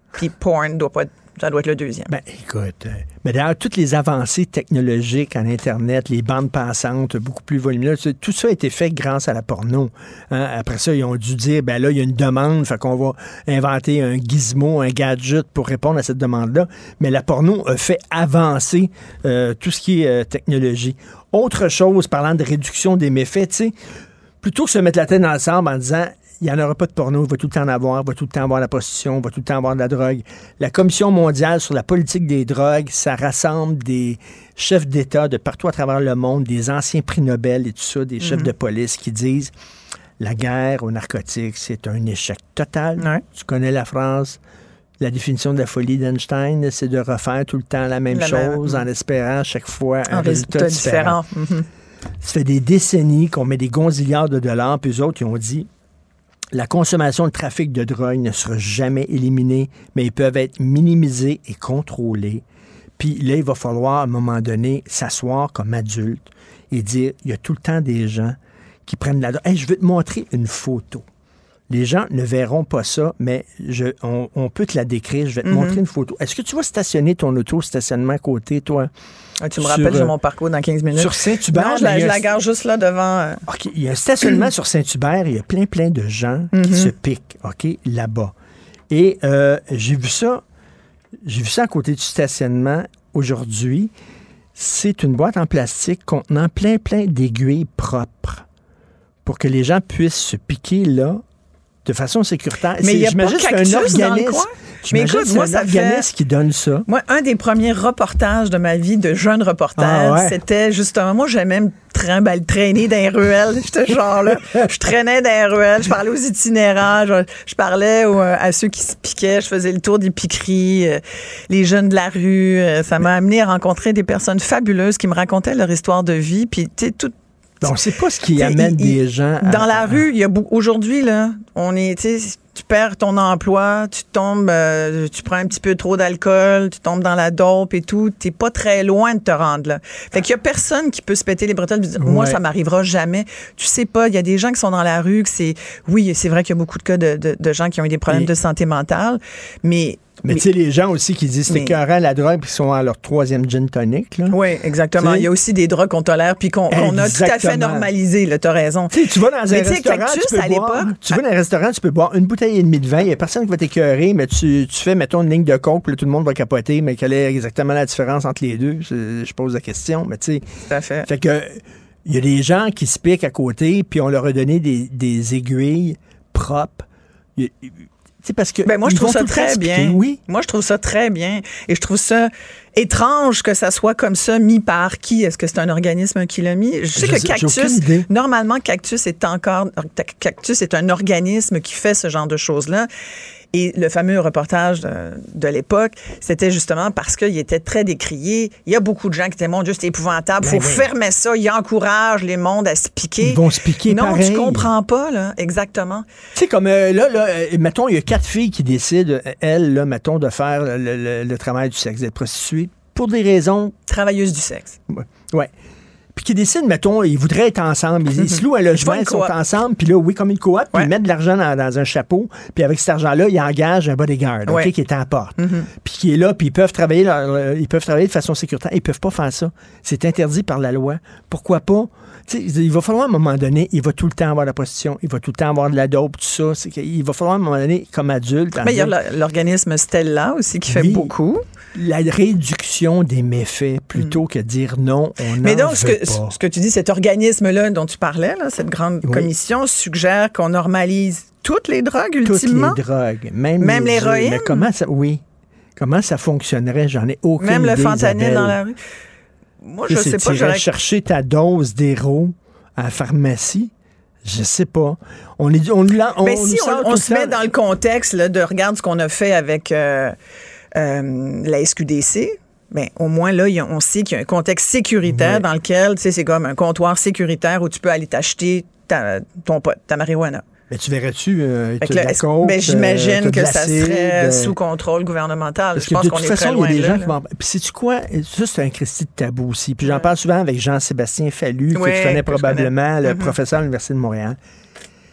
puis porn doit pas être, ça doit être le deuxième. Ben, écoute, euh, mais d'ailleurs, toutes les avancées technologiques en Internet, les bandes passantes beaucoup plus volumineuses, tout ça a été fait grâce à la porno. Hein? Après ça, ils ont dû dire, ben là, il y a une demande, fait qu'on va inventer un gizmo, un gadget pour répondre à cette demande-là. Mais la porno a fait avancer euh, tout ce qui est euh, technologie. Autre chose, parlant de réduction des méfaits, tu sais, plutôt que se mettre la tête dans le sable en disant il n'y en aura pas de porno, il va tout le temps en avoir, il va tout le temps avoir la prostitution, il va tout le temps avoir de la drogue. La Commission mondiale sur la politique des drogues, ça rassemble des chefs d'État de partout à travers le monde, des anciens prix Nobel et tout ça, des chefs mm-hmm. de police qui disent la guerre aux narcotiques, c'est un échec total. Ouais. Tu connais la phrase, la définition de la folie d'Einstein, c'est de refaire tout le temps la même la chose même. en espérant chaque fois un, un résultat, résultat différent. différent. Mm-hmm. Ça fait des décennies qu'on met des gonzillards de dollars, puis eux autres, ils ont dit la consommation, le trafic de drogue ne sera jamais éliminé, mais ils peuvent être minimisés et contrôlés. Puis là, il va falloir, à un moment donné, s'asseoir comme adulte et dire, il y a tout le temps des gens qui prennent la drogue. Hey, je vais te montrer une photo. Les gens ne verront pas ça, mais je, on, on peut te la décrire. Je vais te mm-hmm. montrer une photo. Est-ce que tu vas stationner ton auto au stationnement à côté, toi? Ah, tu me sur, rappelles, j'ai mon parcours dans quinze minutes. Sur Saint-Hubert? Non, je la, je la garde juste là devant. Euh... OK. Il y a un stationnement sur Saint-Hubert. Il y a plein, plein de gens mm-hmm. qui se piquent, OK, là-bas. Et euh, j'ai vu ça, j'ai vu ça à côté du stationnement aujourd'hui. C'est une boîte en plastique contenant plein, plein d'aiguilles propres pour que les gens puissent se piquer là de façon sécuritaire. Mais il y a pas Cactus un organisme, dans le coin? Mais écoute, moi, un ça organisme fait... qui donne ça. Moi, un des premiers reportages de ma vie de jeune reporter, ah ouais. c'était justement... Moi, j'aimais me trimballer, traîner dans les ruelles. J'étais genre là, je traînais dans les ruelles, je parlais aux itinérants, je, je parlais aux, à ceux qui se piquaient, je faisais le tour des piqueries, euh, les jeunes de la rue. Euh, ça m'a amené à rencontrer des personnes fabuleuses qui me racontaient leur histoire de vie. Puis, tu sais, tout... On ne sait pas ce qui amène il, des gens à... Dans la rue, il y a beaucoup... Aujourd'hui, là, on est... Tu perds ton emploi, tu tombes... Euh, tu prends un petit peu trop d'alcool, tu tombes dans la dope et tout. T'es pas très loin de te rendre, là. Fait qu'il y a personne qui peut se péter les bretelles et dire, moi, ouais. ça m'arrivera jamais. Tu sais pas, il y a des gens qui sont dans la rue, que c'est... Oui, c'est vrai qu'il y a beaucoup de cas de, de, de gens qui ont eu des problèmes et... de santé mentale, mais... Mais, mais tu sais, les gens aussi qui disent c'est écœurant la drogue puis qui sont à leur troisième gin tonic. Là. Oui, exactement. T'sais? Il y a aussi des drogues qu'on tolère puis qu'on on a tout à fait normalisé. Tu as raison. T'sais, tu vas dans un mais restaurant, Cactus, tu peux à boire, tu vas dans un restaurant, tu peux boire une bouteille et demie de vin. Il n'y a personne qui va t'écœurer, mais tu, tu fais, mettons, une ligne de coke, puis là, tout le monde va capoter. Mais quelle est exactement la différence entre les deux? Je, je pose la question, mais tu sais. Tout à fait. Fait que il y a des gens qui se piquent à côté, puis on leur a donné des, des aiguilles propres. Il, C'est parce que ben moi, je trouve ça très bien. Oui. Moi, je trouve ça très bien. Et je trouve ça étrange que ça soit comme ça, mis par qui? Est-ce que c'est un organisme qui l'a mis? Je sais je que sais, Cactus, normalement, Cactus est encore, Cactus est un organisme qui fait ce genre de choses-là. Et le fameux reportage de, de l'époque, c'était justement parce qu'il était très décrié. Il y a beaucoup de gens qui disaient, mon Dieu, c'est épouvantable, il faut ben oui. fermer ça. Il encourage les mondes à se piquer. Ils vont se piquer non, pareil. Non, tu comprends pas, là, exactement. Tu sais, comme euh, là, là euh, mettons, il y a quatre filles qui décident, elles, là, mettons, de faire le, le, le travail du sexe, d'être prostituées, pour des raisons... Travailleuses du sexe. Oui. Ouais. Puis qui décident, mettons, ils voudraient être ensemble. Ils, ils se louent un logement, ils sont ensemble. Puis là, oui, comme une coop, puis ouais. ils mettent de l'argent dans, dans un chapeau. Puis avec cet argent-là, ils engagent un bodyguard, ouais. okay, qui est à la porte. Mm-hmm. Puis qui est là, puis ils peuvent travailler leur, ils peuvent travailler de façon sécuritaire. Ils peuvent pas faire ça. C'est interdit par la loi. Pourquoi pas? T'sais, il va falloir à un moment donné, il va tout le temps avoir de la prostitution, il va tout le temps avoir de la dope, tout ça. C'est il va falloir à un moment donné, comme adulte... Mais il y a l'organisme Stella aussi qui fait oui, beaucoup. La réduction des méfaits, plutôt mm. que dire non, on n'en Mais donc, veut ce que, pas. ce que tu dis, cet organisme-là dont tu parlais, là, cette grande oui. commission, suggère qu'on normalise toutes les drogues, ultimement? Toutes les drogues, même, même les l'héroïne? Mais comment ça... Oui. Comment ça fonctionnerait? J'en ai aucune même idée, Même le fentanyl Isabelle. dans la rue? Moi, je sais pas. Tu irais chercher ta dose d'héros à la pharmacie. Je sais pas. On est, on, on, Mais on si on, on se met dans le contexte là, de regarde ce qu'on a fait avec euh, euh, la S Q D C, ben, au moins là, y a, on sait qu'il y a un contexte sécuritaire oui. dans lequel, tu sais, c'est comme un comptoir sécuritaire où tu peux aller t'acheter ta, ton pot, ta marijuana. Mais tu verrais-tu euh, que là, coke, ben, j'imagine euh, que ça serait euh, sous contrôle gouvernemental. Parce Je pense qu'on est façon, très loin il y a des là, gens là. Qui Puis sais-tu quoi? Ça, c'est un Christy de tabou aussi. Puis j'en ouais. parle souvent avec Jean-Sébastien Fallu, oui, que tu connais probablement, connais. le mm-hmm. professeur à l'Université de Montréal.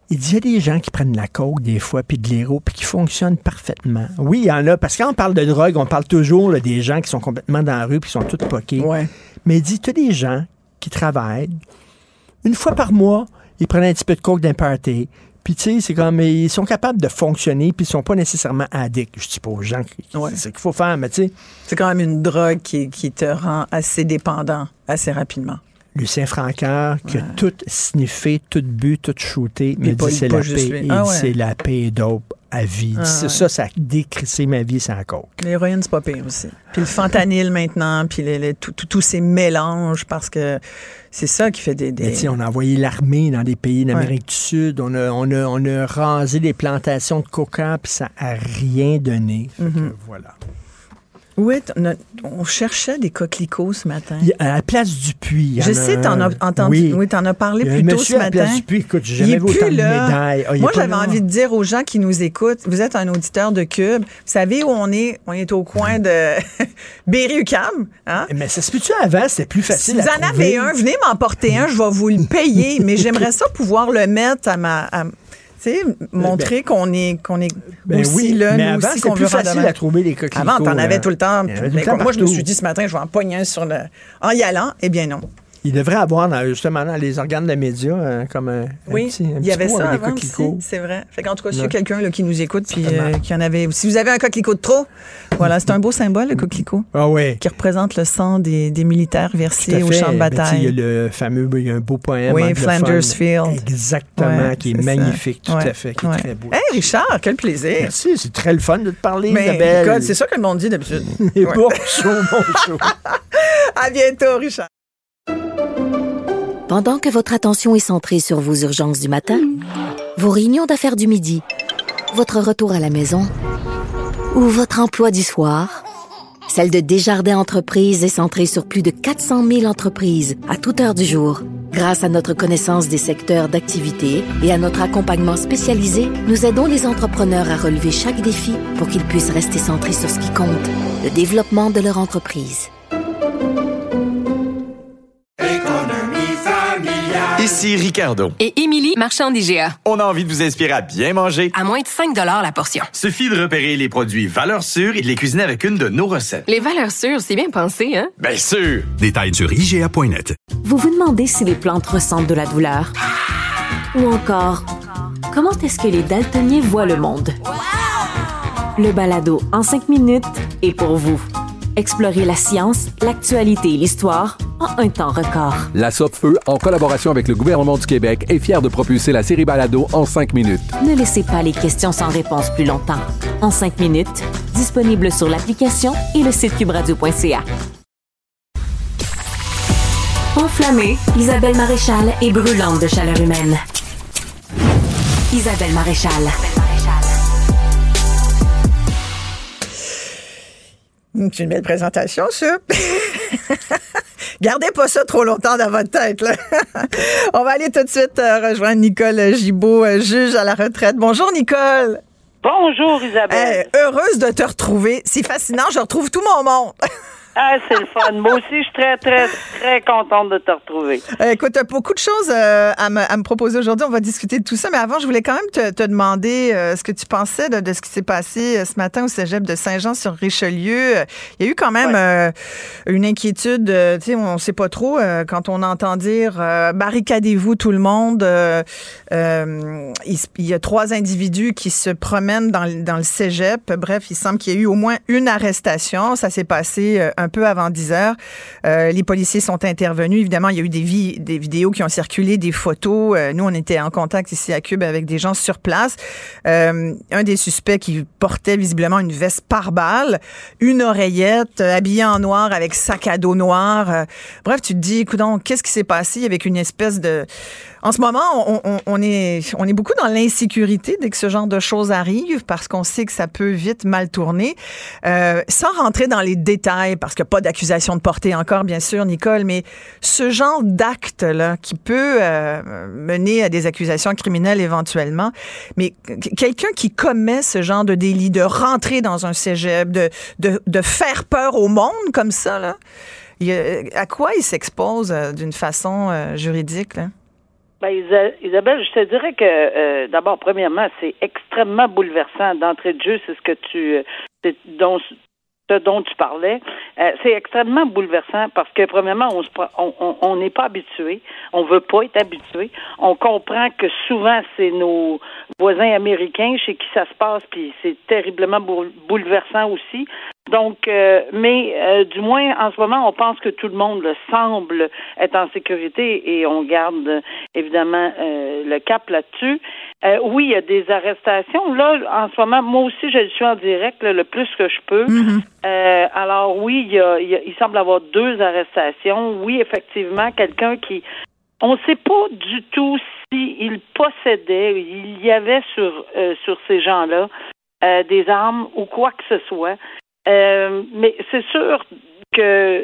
Il dit, il y a des gens qui prennent de la coke des fois, puis de l'héro, puis qui fonctionnent parfaitement. Oui, il y en a, parce que quand on parle de drogue, on parle toujours là, des gens qui sont complètement dans la rue, puis qui sont tous poqués. Ouais. Mais il dit, tu as des gens qui travaillent, une fois par mois, ils prennent un petit peu de coke d'un party, puis tu sais, c'est comme, ils sont capables de fonctionner, puis ils sont pas nécessairement addicts. Je dis pas aux gens, qui, ouais. c'est ce qu'il faut faire, mais tu sais. C'est quand même une drogue qui, qui te rend assez dépendant assez rapidement. Lucien Francaire, qui ouais. a tout sniffé, tout bu, tout shooté, me pas, dit c'est la paix. Ah, ouais. C'est la paix dope à vie. Ah, c'est ouais. Ça, ça a décrissé ma vie sans coke. L'héroïne, c'est pas pire aussi. Puis le fentanyl maintenant, puis les, les, tous ces mélanges, parce que c'est ça qui fait des... des... Mais on a envoyé l'armée dans des pays d'Amérique ouais. du Sud, on a, on, a, on a rasé les plantations de coca, puis ça a rien donné. Fait mm-hmm. que, voilà. Oui, on, a, on cherchait des coquelicots ce matin. Il, à la place du puits. Je sais, t'en as entendu, oui, oui t'en as parlé plus tôt ce matin. À la place du puits, écoute, j'ai jamais vu autant de médailles. Oh, moi, j'avais là. envie de dire aux gens qui nous écoutent, vous êtes un auditeur de Cube, vous savez où on est? On est au coin de Berry-UQAM. Hein? Mais ça se peut-tu avant, c'était plus facile si à vous en avez un, venez m'en porter un, je vais vous le payer, mais j'aimerais ça pouvoir le mettre à ma... À, tu sais, montrer ben, qu'on est, qu'on est ben aussi oui, là, mais nous avant, aussi, c'est qu'on plus veut facile à trouver les coquelicots. Avant, t'en avais tout le temps. Tout mais le temps moi, je me suis dit ce matin, je vais en pogner un sur le... En y allant, eh bien non. Il devrait avoir dans, justement dans les organes de médias euh, comme un, oui, un petit, un il y avait ça avec avant des aussi, c'est vrai. Fait qu'en tout cas, s'il y a quelqu'un là, qui nous écoute puis euh, qui en avait... Si vous avez un coquelicot de trop, voilà, c'est un beau symbole, le coquelicot. Ah oui. Qui représente le sang des, des militaires versés au champ de bataille. Il y a le fameux, il y a un beau poème oui, Flanders Field. Exactement, ouais, qui est, est magnifique, tout ouais, à fait, qui ouais. est très beau. Hey Richard, quel plaisir. Merci, c'est très le fun de te parler, mais, Isabelle. Écoute, c'est ça que le monde dit d'habitude. Et ouais. Bon show, bon show. À bientôt, Richard. Pendant que votre attention est centrée sur vos urgences du matin, vos réunions d'affaires du midi, votre retour à la maison ou votre emploi du soir, celle de Desjardins Entreprises est centrée sur plus de quatre cent mille entreprises à toute heure du jour. Grâce à notre connaissance des secteurs d'activité et à notre accompagnement spécialisé, nous aidons les entrepreneurs à relever chaque défi pour qu'ils puissent rester centrés sur ce qui compte, le développement de leur entreprise. Ici Ricardo. Et Émilie, marchand d'I G A. On a envie de vous inspirer à bien manger. À moins de cinq dollars la portion. Suffit de repérer les produits valeurs sûres et de les cuisiner avec une de nos recettes. Les valeurs sûres, c'est bien pensé, hein? Bien sûr! Détails sur I G A point net. Vous vous demandez si les plantes ressentent de la douleur? Ou encore, comment est-ce que les daltoniens voient le monde? Le balado en cinq minutes est pour vous. Explorez la science, l'actualité et l'histoire en un temps record. La Sopfeu, en collaboration avec le gouvernement du Québec, est fière de propulser la série Balado en cinq minutes. Ne laissez pas les questions sans réponse plus longtemps. En cinq minutes, disponible sur l'application et le site cube radio point c a. Enflammée, Isabelle Maréchal est brûlante de chaleur humaine. Isabelle Maréchal. C'est une belle présentation, ça. Gardez pas ça trop longtemps dans votre tête, là. On va aller tout de suite euh, rejoindre Nicole Gibault, euh, juge à la retraite. Bonjour, Nicole. Bonjour, Isabelle. Hey, heureuse de te retrouver. C'est fascinant, je retrouve tout mon monde. Ah, c'est le fun. Moi aussi, je suis très, très, très contente de te retrouver. Euh, écoute, tu as beaucoup de choses euh, à, me, à me proposer aujourd'hui. On va discuter de tout ça. Mais avant, je voulais quand même te, te demander euh, ce que tu pensais de, de ce qui s'est passé euh, ce matin au cégep de Saint-Jean-sur-Richelieu. Il y a eu quand même ouais. euh, une inquiétude. Euh, tu sais, on ne sait pas trop euh, quand on entend dire euh, « barricadez-vous tout le monde euh, ». Euh, il, il y a trois individus qui se promènent dans, dans le cégep. Bref, il semble qu'il y a eu au moins une arrestation. Ça s'est passé euh, un un peu avant dix heures. Euh, les policiers sont intervenus. Évidemment, il y a eu des, vi- des vidéos qui ont circulé, des photos. Euh, nous, on était en contact ici à Cube avec des gens sur place. Euh, un des suspects qui portait visiblement une veste pare-balles, une oreillette, euh, habillé en noir avec sac à dos noir. Euh, bref, tu te dis, écoute donc, qu'est-ce qui s'est passé avec une espèce de... En ce moment, on, on, on, est, on est beaucoup dans l'insécurité dès que ce genre de choses arrive parce qu'on sait que ça peut vite mal tourner. Euh, sans rentrer dans les détails, parce qu'il n'y a pas d'accusation de portée encore, bien sûr, Nicole, mais ce genre d'acte-là qui peut euh, mener à des accusations criminelles éventuellement, mais quelqu'un qui commet ce genre de délit, de rentrer dans un cégep, de, de, de faire peur au monde comme ça, là, il, à quoi il s'expose euh, d'une façon euh, juridique, là? Ben, Isa- Isabelle, je te dirais que, euh, d'abord, premièrement, c'est extrêmement bouleversant d'entrée de jeu, c'est ce que tu, c'est dont, ce dont tu parlais. Euh, c'est extrêmement bouleversant parce que, premièrement, on se, on, on, on n'est pas habitué, on veut pas être habitué. On comprend que souvent, c'est nos voisins américains chez qui ça se passe, puis c'est terriblement bouleversant aussi. Donc, euh, mais euh, du moins, en ce moment, on pense que tout le monde là, semble être en sécurité et on garde euh, évidemment euh, le cap là-dessus. Euh, oui, il y a des arrestations. Là, en ce moment, moi aussi, je le suis en direct là, le plus que je peux. Mm-hmm. Euh, alors oui, il, y a, il, y a, il semble avoir deux arrestations. Oui, effectivement, quelqu'un qui... On ne sait pas du tout s'il possédait, il y avait sur, euh, sur ces gens-là euh, des armes ou quoi que ce soit. Euh, mais c'est sûr que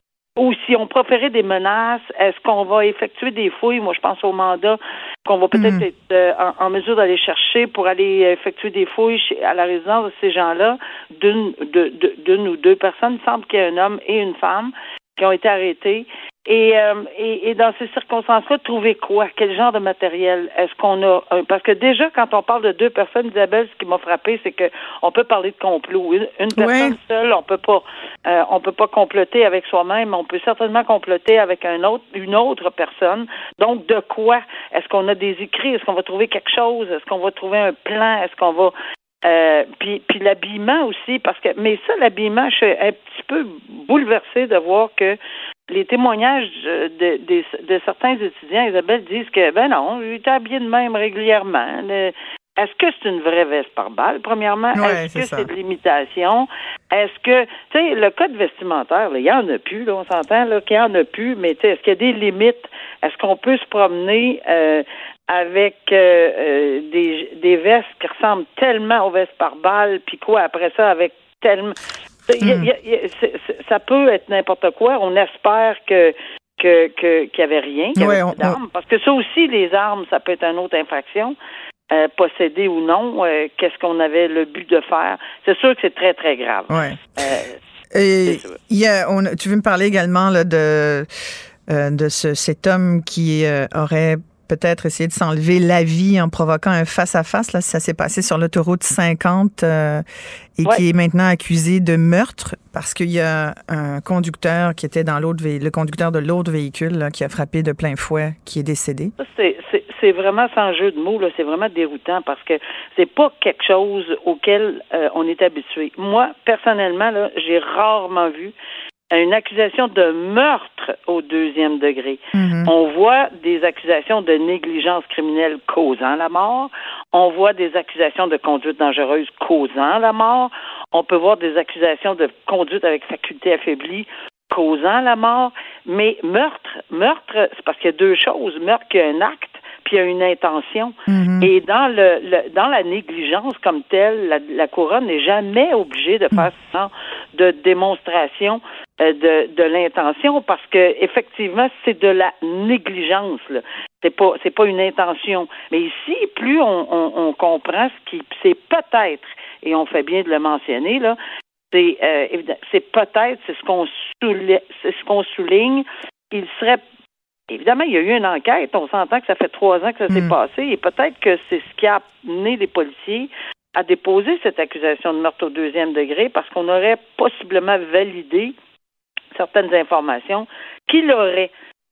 ou si on proférait des menaces, est-ce qu'on va effectuer des fouilles? Moi, je pense au mandat qu'on va peut-être mmh. être euh, en, en mesure d'aller chercher pour aller effectuer des fouilles chez, à la résidence de ces gens-là, d'une, de, de, d'une ou deux personnes. Il semble qu'il y a un homme et une femme qui ont été arrêtés. Et, euh, et, et dans ces circonstances-là, trouver quoi? Quel genre de matériel? Est-ce qu'on a... Parce que déjà, quand on parle de deux personnes, Isabelle, ce qui m'a frappé, c'est que on peut parler de complot. Une, une personne ouais. seule, on peut pas euh, on peut pas comploter avec soi-même. On peut certainement comploter avec un autre, une autre personne. Donc, de quoi? Est-ce qu'on a des écrits? Est-ce qu'on va trouver quelque chose? Est-ce qu'on va trouver un plan? Est-ce qu'on va... Euh, puis, puis l'habillement aussi, parce que... Mais ça, l'habillement, je suis un petit peu bouleversée de voir que les témoignages de, de, de, de certains étudiants, Isabelle, disent que, ben non, il était habillé de même régulièrement. Le, est-ce que c'est une vraie veste par balle, premièrement? Ouais, est-ce c'est que ça. C'est de l'imitation? Est-ce que, tu sais, le code vestimentaire, il y en a plus, là, on s'entend, là, qu'il y en a plus, mais tu sais, est-ce qu'il y a des limites? Est-ce qu'on peut se promener euh, avec euh, euh, des, des vestes qui ressemblent tellement aux vestes par balle, puis quoi, après ça, avec tellement... Il y a, il y a, il y a, c'est, c'est, ça peut être n'importe quoi. On espère que que, que qu'il y avait rien, qu'il y avait ouais, pas d'armes, on... parce que ça aussi, les armes, ça peut être une autre infraction, euh, posséder ou non. Euh, qu'est-ce qu'on avait le but de faire? C'est sûr que c'est très très grave. Ouais. Euh, Et il y a, on, tu veux me parler également là, de euh, de ce, cet homme qui euh, aurait peut-être essayer de s'enlever la vie en provoquant un face-à-face. Là, ça s'est passé sur l'autoroute cinquante euh, et ouais. qui est maintenant accusé de meurtre parce qu'il y a un conducteur qui était dans l'autre vé- le conducteur de l'autre véhicule là, qui a frappé de plein fouet, qui est décédé. C'est, c'est, c'est vraiment sans jeu de mots, là, c'est vraiment déroutant parce que c'est pas quelque chose auquel euh, on est habitué. Moi, personnellement, là, j'ai rarement vu une accusation de meurtre au deuxième degré. Mm-hmm. On voit des accusations de négligence criminelle causant la mort. On voit des accusations de conduite dangereuse causant la mort. On peut voir des accusations de conduite avec faculté affaiblie causant la mort. Mais meurtre, meurtre, c'est parce qu'il y a deux choses. Meurtre, il y a un acte, puis il y a une intention. Mm-hmm. Et dans le, le dans la négligence comme telle, la, la couronne n'est jamais obligée de faire ce genre de démonstration de, de l'intention parce que effectivement c'est de la négligence là. C'est pas c'est pas une intention. Mais ici, plus on, on, on comprend ce qui c'est peut-être et on fait bien de le mentionner là. C'est euh, c'est peut-être c'est ce qu'on souligne, c'est ce qu'on souligne. Il serait évidemment il y a eu une enquête. On s'entend que ça fait trois ans que ça s'est mmh. passé et peut-être que c'est ce qui a amené les policiers à déposer cette accusation de meurtre au deuxième degré parce qu'on aurait possiblement validé certaines informations qu'il aurait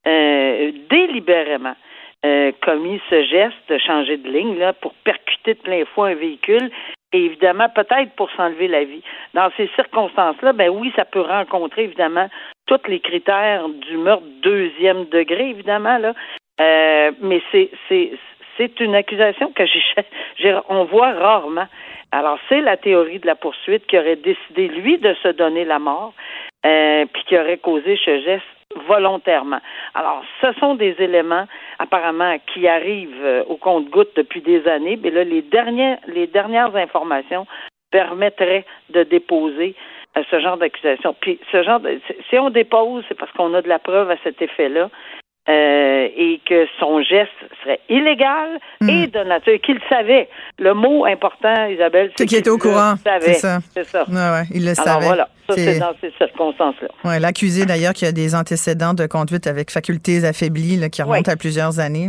euh, délibérément euh, commis ce geste de changer de ligne là, pour percuter de plein fouet un véhicule et évidemment peut-être pour s'enlever la vie. Dans ces circonstances-là, ben oui, ça peut rencontrer évidemment tous les critères du meurtre deuxième degré, évidemment, là. Euh, mais c'est, c'est, c'est une accusation que j'ai, j'ai, on voit rarement. Alors, c'est la théorie de la poursuite qui aurait décidé, lui, de se donner la mort. Euh, puis qui aurait causé ce geste volontairement. Alors, ce sont des éléments, apparemment, qui arrivent euh, au compte-gouttes depuis des années, mais là, les dernières, les dernières informations permettraient de déposer euh, ce genre d'accusation. Puis, ce genre de, si on dépose, c'est parce qu'on a de la preuve à cet effet-là. Euh, et que son geste serait illégal mmh. et de nature, qu'il savait. Le mot important, Isabelle, c'est, c'est qu'il était au courant. C'est ça. C'est ça. Ouais, ouais, il le Alors, savait. Voilà, ça, c'est... c'est dans ces circonstances-là. Ouais, l'accusé, d'ailleurs, qui a des antécédents de conduite avec facultés affaiblies là, qui remontent ouais. à plusieurs années.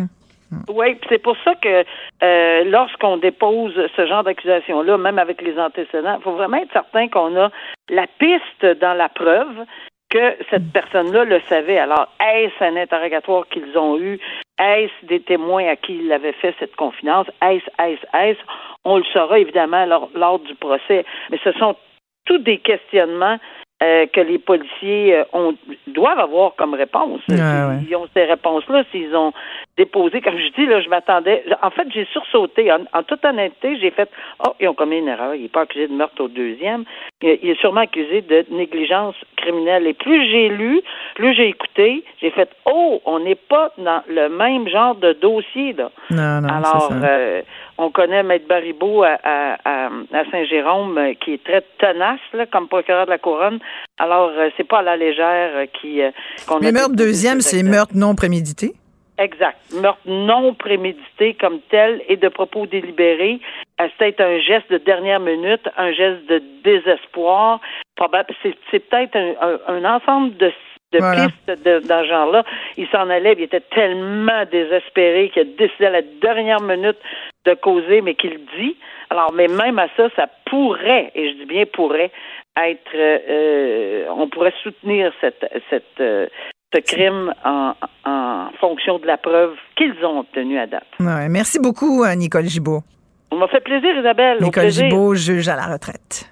Oui, c'est pour ça que euh, lorsqu'on dépose ce genre d'accusation-là, même avec les antécédents, il faut vraiment être certain qu'on a la piste dans la preuve que cette personne-là le savait. Alors, est-ce un interrogatoire qu'ils ont eu? Est-ce des témoins à qui il avait fait cette confidence? Est-ce, est-ce, est-ce? On le saura évidemment lors, lors du procès. Mais ce sont tous des questionnements euh, que les policiers euh, ont, doivent avoir comme réponse. Ah, ouais. Ils ont ces réponses-là, s'ils ont déposé, comme je dis, là, je m'attendais. En fait, j'ai sursauté. En, en toute honnêteté, j'ai fait oh, ils ont commis une erreur. Il n'est pas accusé de meurtre au deuxième. Il, il est sûrement accusé de négligence criminelle. Et plus j'ai lu, plus j'ai écouté, j'ai fait oh, on n'est pas dans le même genre de dossier, là. Non, non, Alors, c'est ça. euh, on connaît Maître Baribeau à, à, à, à Saint-Jérôme, euh, qui est très tenace, là, comme procureur de la Couronne. Alors, euh, c'est pas à la légère euh, qui, euh, qu'on Mais a meurtre déposé deuxième, cet c'est acte. meurtre non prémédité? Exact. Meurtre non prémédité comme tel et de propos délibérés. Euh, c'est peut-être un geste de dernière minute, un geste de désespoir. Probable, c'est, c'est peut-être un, un, un ensemble de, de Voilà. pistes de, dans ce genre-là. Il s'en allait, il était tellement désespéré qu'il a décidé à la dernière minute de causer, mais qu'il dit. Alors, mais même à ça, ça pourrait, et je dis bien pourrait, être, euh, on pourrait soutenir cette, cette, euh, ce crime en, en fonction de la preuve qu'ils ont obtenue à date. Ouais, merci beaucoup, euh, Nicole Gibault. On m'a fait plaisir, Isabelle. Au Nicole plaisir. Gibault, juge à la retraite.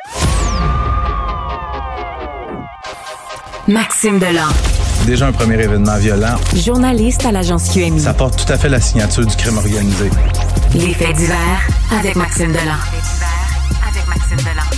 Maxime Delan, Déjà un premier événement violent. journaliste à l'agence Q M I. Ça porte tout à fait la signature du crime organisé. Les faits divers avec Maxime Delan. Avec Maxime Delan.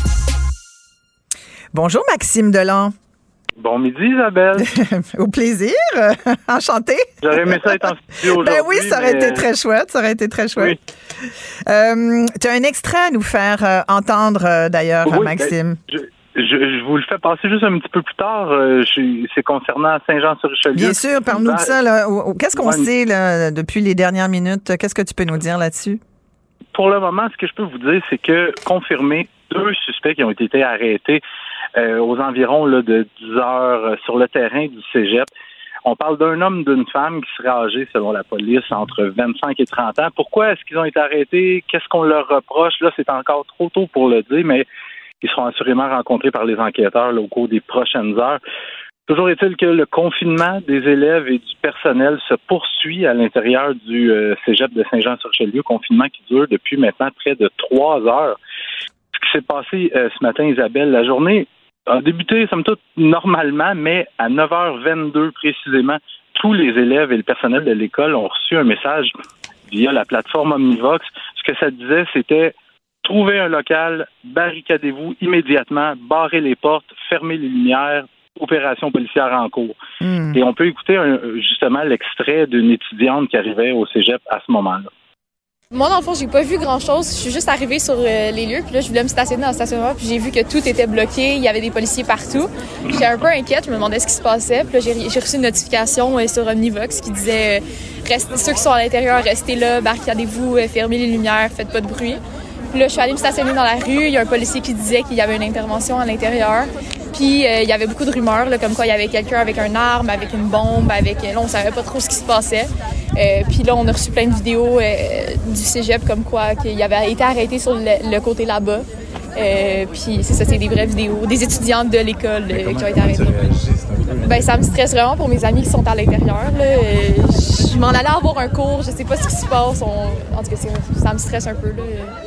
Bonjour, Maxime Delan. Bon midi, Isabelle. Au plaisir. Enchanté. J'aurais aimé ça être en studio aujourd'hui. Ben oui, ça aurait mais... été très chouette. Ça aurait été très chouette. Oui. Euh, tu as un extrait à nous faire euh, entendre, euh, d'ailleurs, Oui, Maxime. ben, je, je, je vous le fais passer juste un petit peu plus tard. Euh, je, c'est concernant Saint-Jean-sur-Richelieu. Bien sûr, parle-nous de ça. Là. Qu'est-ce qu'on Ouais. sait là, depuis les dernières minutes? Qu'est-ce que tu peux nous dire là-dessus? Pour le moment, ce que je peux vous dire, c'est que confirmer deux suspects qui ont été arrêtés euh, aux environs là, de dix heures euh, sur le terrain du cégep. On parle d'un homme, d'une femme qui serait âgé, selon la police, entre vingt-cinq et trente ans. Pourquoi est-ce qu'ils ont été arrêtés? Qu'est-ce qu'on leur reproche? Là, c'est encore trop tôt pour le dire, mais ils seront assurément rencontrés par les enquêteurs là, au cours des prochaines heures. Toujours est-il que le confinement des élèves et du personnel se poursuit à l'intérieur du euh, cégep de Saint-Jean-sur-Richelieu, confinement qui dure depuis maintenant près de trois heures. Ce qui s'est passé euh, ce matin, Isabelle, la journée a débuté, somme toute, normalement, mais à neuf heures vingt-deux précisément, tous les élèves et le personnel de l'école ont reçu un message via la plateforme Omnivox. Ce que ça disait, c'était trouvez un local, barricadez-vous immédiatement, barrez les portes, fermez les lumières, opération policière en cours. Mm. Et on peut écouter un, justement l'extrait d'une étudiante qui arrivait au cégep à ce moment-là. Moi, dans le fond, j'ai pas vu grand-chose. Je suis juste arrivée sur euh, les lieux, puis là, je voulais me stationner dans le stationnement, puis j'ai vu que tout était bloqué. Il y avait des policiers partout. J'étais un peu inquiète, je me demandais ce qui se passait. Puis là, j'ai, j'ai reçu une notification euh, sur Omnivox qui disait euh, restez, ceux qui sont à l'intérieur, restez là, barricadez-vous, euh, fermez les lumières, faites pas de bruit. Puis là, je suis allée me stationner dans la rue. Il y a un policier qui disait qu'il y avait une intervention à l'intérieur. Puis euh, il y avait beaucoup de rumeurs, là, comme quoi il y avait quelqu'un avec une arme, avec une bombe, avec. Là, on savait pas trop ce qui se passait. Euh, puis là, on a reçu plein de vidéos euh, du cégep, comme quoi qu'il avait été arrêté sur le, le côté là-bas. Euh, puis c'est ça, c'est des vraies vidéos, des étudiantes de l'école euh, qui ont été arrêtées. Ben, ça me stresse vraiment pour mes amis qui sont à l'intérieur. Là. Euh, je m'en allais avoir un cours, je sais pas ce qui se passe. On... En tout cas, c'est... ça me stresse un peu. Là.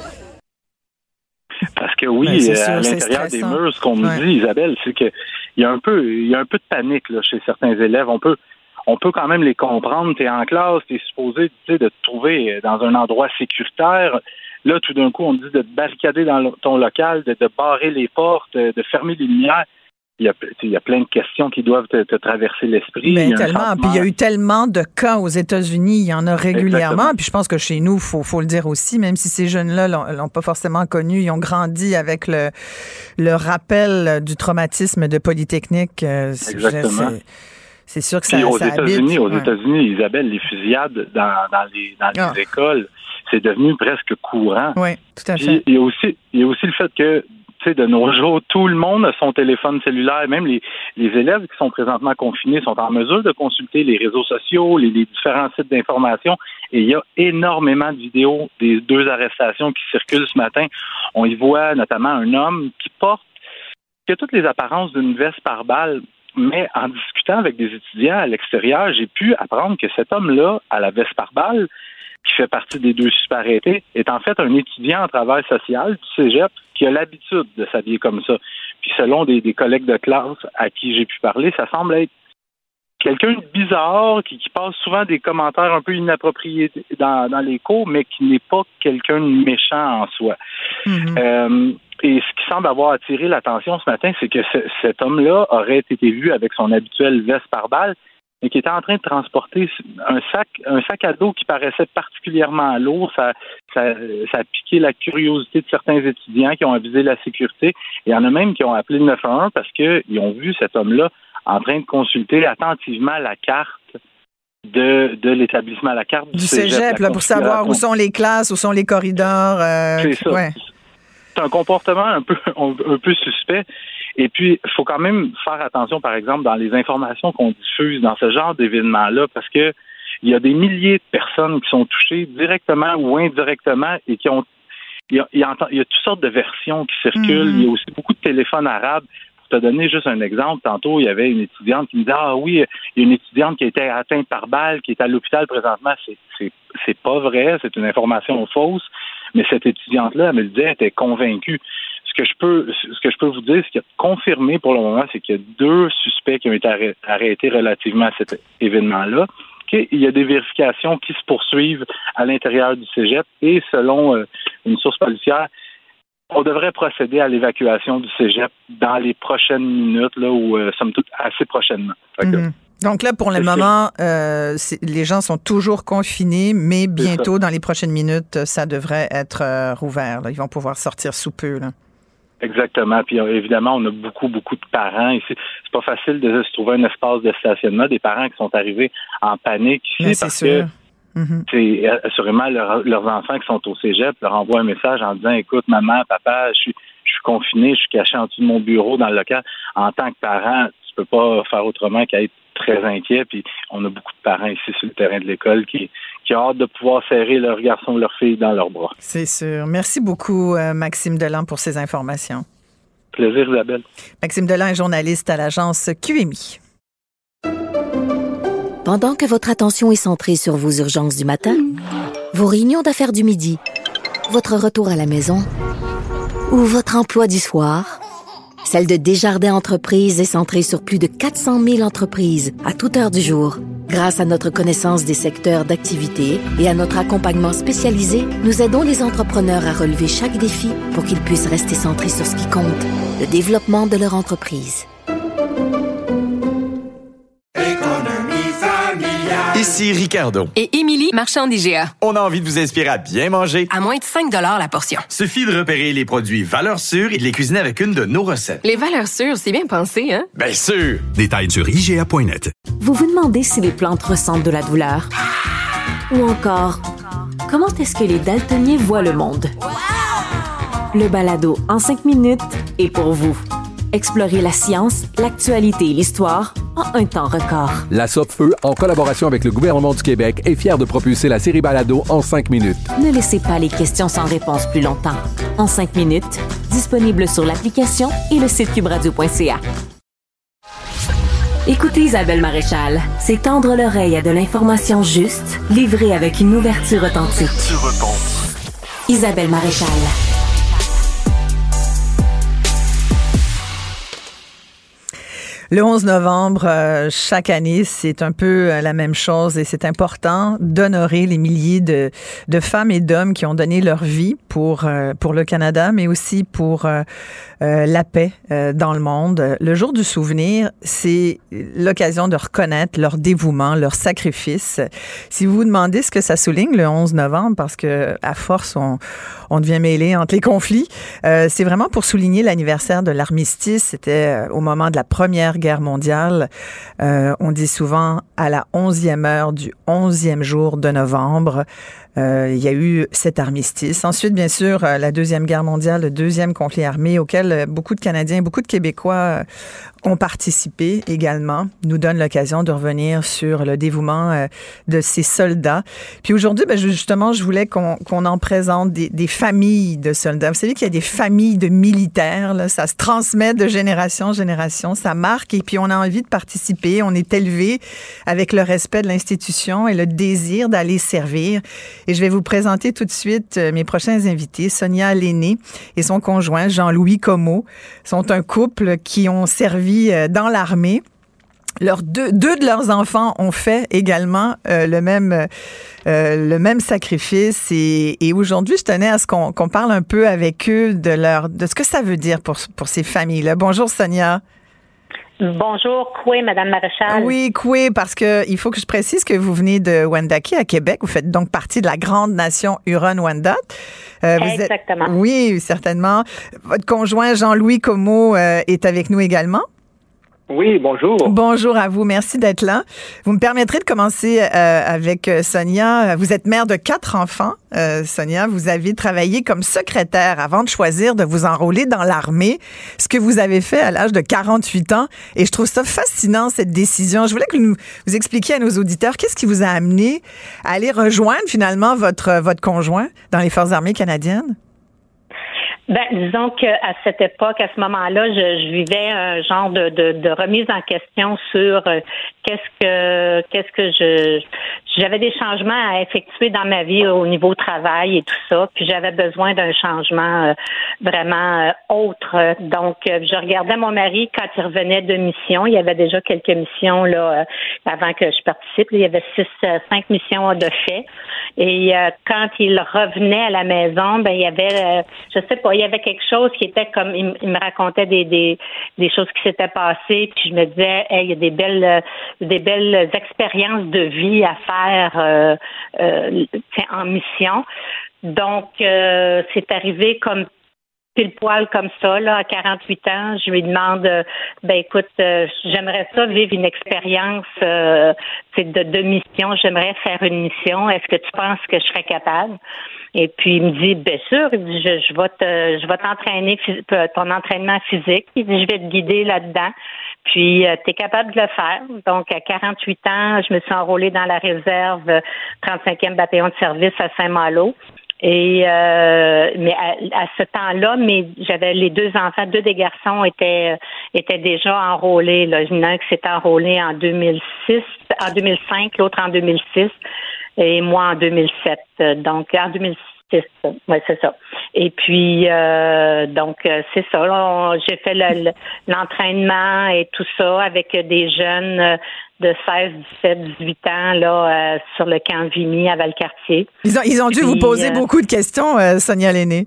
Parce que oui, Ben, c'est sûr, à c'est l'intérieur des stressant. murs, ce qu'on nous Ouais. dit, Isabelle, c'est que il y a un peu, il y a un peu de panique là, chez certains élèves. On peut, on peut quand même les comprendre. T'es en classe, t'es supposé, tu sais, de te trouver dans un endroit sécuritaire. Là, tout d'un coup, on te dit de te barricader dans le- ton local, de, de barrer les portes, de, de fermer les lumières. Il y a, il y a plein de questions qui doivent te, te traverser l'esprit. Ben, Il y a un tellement. sentiment- Puis il y a eu tellement de cas aux États-Unis, il y en a régulièrement. Exactement. Puis je pense que chez nous, faut, faut le dire aussi, même si ces jeunes-là l'ont, l'ont pas forcément connu, ils ont grandi avec le, le rappel du traumatisme de Polytechnique. Euh, c'est- Exactement. c'est, c'est sûr que ça, Puis aux ça habite. États-Unis, aux Ouais. États-Unis, Isabelle, les fusillades dans, dans les, dans les Ah. écoles, c'est devenu presque courant. Oui, tout à Puis fait. il y a aussi, il y a aussi le fait que Tu sais, de nos jours, tout le monde a son téléphone cellulaire. Même les, les élèves qui sont présentement confinés sont en mesure de consulter les réseaux sociaux, les, les différents sites d'information. Et il y a énormément de vidéos des deux arrestations qui circulent ce matin. On y voit notamment un homme qui porte, qui a toutes les apparences d'une veste par balle. Mais en discutant avec des étudiants à l'extérieur, j'ai pu apprendre que cet homme-là, à la veste par balle, qui fait partie des deux suspects arrêtés, est en fait un étudiant en travail social du cégep qui a l'habitude de s'habiller comme ça. Puis selon des, des collègues de classe à qui j'ai pu parler, ça semble être quelqu'un de bizarre qui, qui passe souvent des commentaires un peu inappropriés dans, dans les cours, mais qui n'est pas quelqu'un de méchant en soi. Mm-hmm. Euh, et ce qui semble avoir attiré l'attention ce matin, c'est que ce, cet homme-là aurait été vu avec son habituelle veste par balle, mais qui était en train de transporter un sac, un sac à dos qui paraissait particulièrement lourd. Ça, ça, ça a piqué la curiosité de certains étudiants qui ont avisé la sécurité. Et il y en a même qui ont appelé le neuf un un parce qu'ils ont vu cet homme-là en train de consulter attentivement la carte de, de l'établissement, la carte du, du cégep, cégep, là, pour savoir où sont les classes, où sont les corridors. Euh, c'est ça. Ouais. C'est un comportement un peu, un peu suspect. Et puis, il faut quand même faire attention, par exemple, dans les informations qu'on diffuse dans ce genre d'événements-là, parce que il y a des milliers de personnes qui sont touchées directement ou indirectement et qui ont... Il y a, il y a, il y a toutes sortes de versions qui circulent. Mm-hmm. Il y a aussi beaucoup de téléphones arabes. Pour te donner juste un exemple, tantôt, il y avait une étudiante qui me disait « Ah oui, il y a une étudiante qui a été atteinte par balle, qui est à l'hôpital présentement. » C'est, c'est, c'est pas vrai, c'est une information fausse. Mais cette étudiante-là, elle me le disait, elle était convaincue. Ce que je peux, ce que je peux vous dire, ce qui est confirmé pour le moment, c'est qu'il y a deux suspects qui ont été arrêtés relativement à cet événement-là. Okay? Il y a des vérifications qui se poursuivent à l'intérieur du cégep et selon euh, une source policière, on devrait procéder à l'évacuation du cégep dans les prochaines minutes, là, ou euh, somme toute assez prochainement. Mm-hmm. Donc là, pour le moment, euh, les gens sont toujours confinés, mais bientôt, dans les prochaines minutes, ça devrait être euh, rouvert. Là. Ils vont pouvoir sortir sous peu. Là. Exactement. Puis évidemment, on a beaucoup, beaucoup de parents ici. C'est pas facile de se trouver un espace de stationnement. Des parents qui sont arrivés en panique ici mais parce c'est que mm-hmm. c'est assurément leur, leurs enfants qui sont au cégep leur envoient un message en disant « Écoute, maman, papa, je suis, je suis confiné, je suis caché en dessous de mon bureau dans le local. » En tant que parent, tu peux pas faire autrement qu'être très inquiet. Puis on a beaucoup de parents ici sur le terrain de l'école qui qui ont hâte de pouvoir serrer leur garçon ou leur fille dans leurs bras. C'est sûr. Merci beaucoup, euh, Maxime Delan, pour ces informations. Plaisir, Isabelle. Maxime Delan est journaliste à l'agence Q M I. Pendant que votre attention est centrée sur vos urgences du matin, vos réunions d'affaires du midi, votre retour à la maison ou votre emploi du soir, celle de Desjardins Entreprises est centrée sur plus de quatre cent mille entreprises à toute heure du jour. Grâce à notre connaissance des secteurs d'activité et à notre accompagnement spécialisé, nous aidons les entrepreneurs à relever chaque défi pour qu'ils puissent rester centrés sur ce qui compte, le développement de leur entreprise. Ici Ricardo. Et Émilie, marchand d'I G A. On a envie de vous inspirer à bien manger. À moins de cinq dollars la portion. Suffit de repérer les produits valeurs sûres et de les cuisiner avec une de nos recettes. Les valeurs sûres, c'est bien pensé, hein? Bien sûr! Détails sur I G A point net. Vous vous demandez si les plantes ressentent de la douleur? Ou encore, comment est-ce que les daltoniens voient le monde? Le balado en cinq minutes est pour vous. Explorez la science, l'actualité et l'histoire en un temps record. La Sopfeu, en collaboration avec le gouvernement du Québec, est fière de propulser la série Balado en cinq minutes. Ne laissez pas les questions sans réponse plus longtemps. En cinq minutes, disponible sur l'application et le site cube radio point c a. Écoutez Isabelle Maréchal, c'est tendre l'oreille à de l'information juste, livrée avec une ouverture authentique. Isabelle Maréchal. Le onze novembre, euh, chaque année, c'est un peu euh, la même chose et c'est important d'honorer les milliers de, de femmes et d'hommes qui ont donné leur vie pour, euh, pour le Canada, mais aussi pour euh, euh, la paix euh, dans le monde. Le jour du souvenir, c'est l'occasion de reconnaître leur dévouement, leur sacrifice. Si vous vous demandez ce que ça souligne le onze novembre, parce que à force, on, on devient mêlé entre les conflits, euh, c'est vraiment pour souligner l'anniversaire de l'armistice. C'était euh, au moment de la Première Guerre mondiale. Euh, on dit souvent à la onzième heure du onzième jour de novembre. Euh, il y a eu cet armistice. Ensuite, bien sûr, euh, la Deuxième Guerre mondiale, le deuxième conflit armé auquel euh, beaucoup de Canadiens, beaucoup de Québécois euh, ont participé également, nous donne l'occasion de revenir sur le dévouement euh, de ces soldats. Puis aujourd'hui, ben, justement, je voulais qu'on, qu'on en présente des, des familles de soldats. Vous savez qu'il y a des familles de militaires, là, ça se transmet de génération en génération, ça marque, et puis on a envie de participer, on est élevé avec le respect de l'institution et le désir d'aller servir. Et je vais vous présenter tout de suite mes prochains invités. Sonia Lenné et son conjoint Jean-Louis Comeau sont un couple qui ont servi dans l'armée. Leurs deux, deux de leurs enfants ont fait également euh, le même euh, le même sacrifice. Et, et aujourd'hui, je tenais à ce qu'on, qu'on parle un peu avec eux de leur de ce que ça veut dire pour pour ces familles-là. Bonjour Sonia. Bonjour, Coué, Madame Maréchal. Oui, Coué, parce que il faut que je précise que vous venez de Wendake à Québec. Vous faites donc partie de la grande nation Huron-Wendat. Euh, vous Exactement. Êtes, oui, certainement. Votre conjoint Jean-Louis Comeau euh, est avec nous également. Oui, bonjour. Bonjour à vous, merci d'être là. Vous me permettrez de commencer euh, avec Sonia. Vous êtes mère de quatre enfants, euh, Sonia. Vous avez travaillé comme secrétaire avant de choisir de vous enrôler dans l'armée, ce que vous avez fait à l'âge de quarante-huit ans. Et je trouve ça fascinant, cette décision. Je voulais que vous, vous expliquiez à nos auditeurs qu'est-ce qui vous a amené à aller rejoindre finalement votre, votre conjoint dans les Forces armées canadiennes? Ben, disons qu'à cette époque, à ce moment-là, je, je vivais un genre de, de, de remise en question sur euh, qu'est-ce que qu'est-ce que je j'avais des changements à effectuer dans ma vie au niveau travail et tout ça, puis j'avais besoin d'un changement euh, vraiment euh, autre. Donc, euh, je regardais mon mari quand il revenait de mission. Il y avait déjà quelques missions là euh, avant que je participe. Il y avait six, euh, cinq missions de fait. Et euh, quand il revenait à la maison, ben il y avait, euh, je sais pas, il y avait quelque chose qui était comme, il, il me racontait des, des des choses qui s'étaient passées, puis je me disais, hey, il y a des belles euh, des belles expériences de vie à faire euh, euh, en mission. Donc euh, c'est arrivé comme pile poil comme ça, là, à quarante-huit ans, je lui demande, euh, ben écoute, euh, j'aimerais ça vivre une expérience euh, de, de mission, j'aimerais faire une mission, est-ce que tu penses que je serais capable? Et puis il me dit, bien sûr, il dit, je, je vais te, je vais t'entraîner, ton entraînement physique, il dit, je vais te guider là-dedans. Puis, euh, tu es capable de le faire. Donc, à quarante-huit ans, je me suis enrôlée dans la réserve trente-cinquième bataillon de service à Saint-Malo. Et euh, mais à, à ce temps-là, mais j'avais les deux enfants, deux des garçons étaient étaient déjà enrôlés. Là. Il y en a un qui s'est enrôlé en deux mille six, en deux mille cinq, l'autre en deux mille six, et moi en deux mille sept. Donc en deux mille six, oui, c'est ça. Et puis euh, donc c'est ça. Là, on, j'ai fait le, le, l'entraînement et tout ça avec des jeunes de seize, dix-sept, dix-huit ans là euh, sur le camp Vimy à Valcartier. Ils ont, ils ont dû Puis, vous poser euh, beaucoup de questions, euh, Sonia Lenné.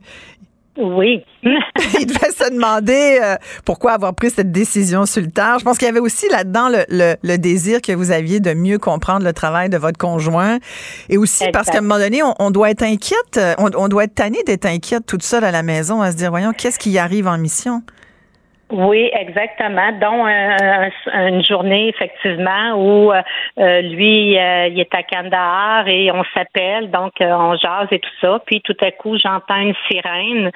Oui. Ils devaient se demander euh, pourquoi avoir pris cette décision sur le tard. Je pense qu'il y avait aussi là-dedans le, le, le désir que vous aviez de mieux comprendre le travail de votre conjoint. Et aussi exact. Parce qu'à un moment donné, on, on doit être inquiète, on, on doit être tanné d'être inquiète toute seule à la maison, à se dire, voyons, qu'est-ce qui arrive en mission? Oui, exactement. Donc, un, un, une journée, effectivement, où euh, lui, euh, il est à Kandahar et on s'appelle, donc euh, on jase et tout ça. Puis tout à coup, j'entends une sirène.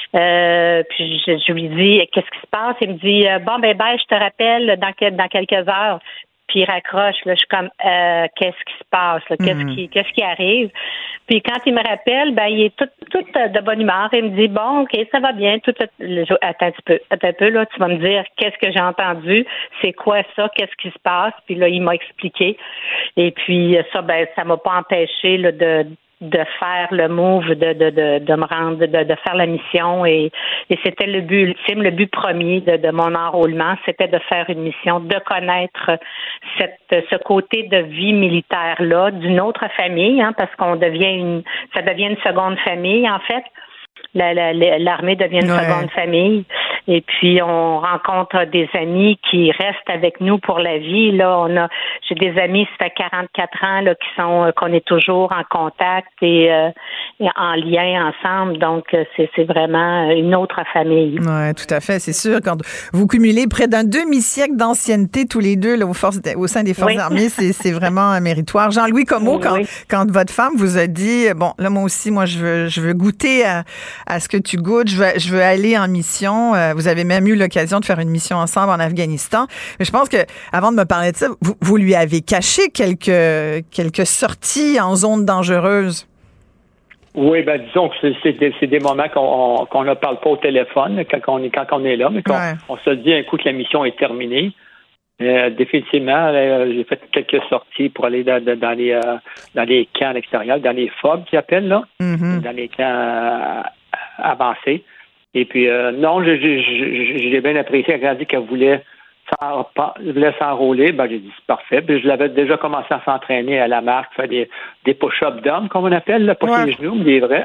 Euh, puis je, je lui dis, qu'est-ce qui se passe? Il me dit, bon, ben, ben, je te rappelle dans, que, dans quelques heures. Puis il raccroche, là, je suis comme, euh, qu'est-ce qui se passe, là? Qu'est-ce mm-hmm. qui, qu'est-ce qui arrive? Puis quand il me rappelle, ben, il est tout, tout de bonne humeur. Il me dit, bon, OK, ça va bien. Tout, attends un petit peu, attends un peu, là, tu vas me dire qu'est-ce que j'ai entendu, c'est quoi ça, qu'est-ce qui se passe? Puis là, il m'a expliqué. Et puis ça, ben, ça m'a pas empêché, là, de, de faire le move, de, de, de, de me rendre, de, de faire la mission. Et, et c'était le but ultime, le but premier de, de mon enrôlement, c'était de faire une mission, de connaître cette, ce côté de vie militaire-là d'une autre famille, hein, parce qu'on devient une, ça devient une seconde famille, en fait. la, la, la, l'armée devient une Ouais. seconde famille. Et puis, on rencontre des amis qui restent avec nous pour la vie. Là, on a, j'ai des amis, ça fait quarante-quatre ans, là, qui sont, euh, qu'on est toujours en contact et, euh, et en lien ensemble. Donc, euh, c'est, c'est vraiment une autre famille. Oui, tout à fait, c'est sûr. Quand vous cumulez près d'un demi-siècle d'ancienneté tous les deux là, aux forces, au sein des Forces Oui. armées, c'est, c'est vraiment méritoire. Jean-Louis Comeau, quand, Oui. quand votre femme vous a dit, bon, là, moi aussi, moi, je veux, je veux goûter à, à ce que tu goûtes, je veux, je veux aller en mission. Euh, vous avez même eu l'occasion de faire une mission ensemble en Afghanistan. Mais je pense que, avant de me parler de ça, vous, vous lui avez caché quelques, quelques sorties en zone dangereuse. Oui, ben disons que c'est, c'est, des, c'est des moments qu'on qu'on ne parle pas au téléphone quand on est quand on est là, mais qu'on Ouais. on se dit un coup que la mission est terminée. Euh, définitivement, euh, j'ai fait quelques sorties pour aller dans, dans, dans les euh, dans les camps à l'extérieur, dans les F O B qu'ils appellent là, Mm-hmm. dans les camps euh, avancés. Et puis euh, non, j'ai, j'ai, j'ai, j'ai bien apprécié quand elle a dit qu'elle voulait s'en, voulait s'enrôler. Ben j'ai dit c'est parfait. Puis je l'avais déjà commencé à s'entraîner à la marque, faire des, des push-ups d'hommes, comme on appelle, là, pas Ouais. sur les genoux, mais des vrais.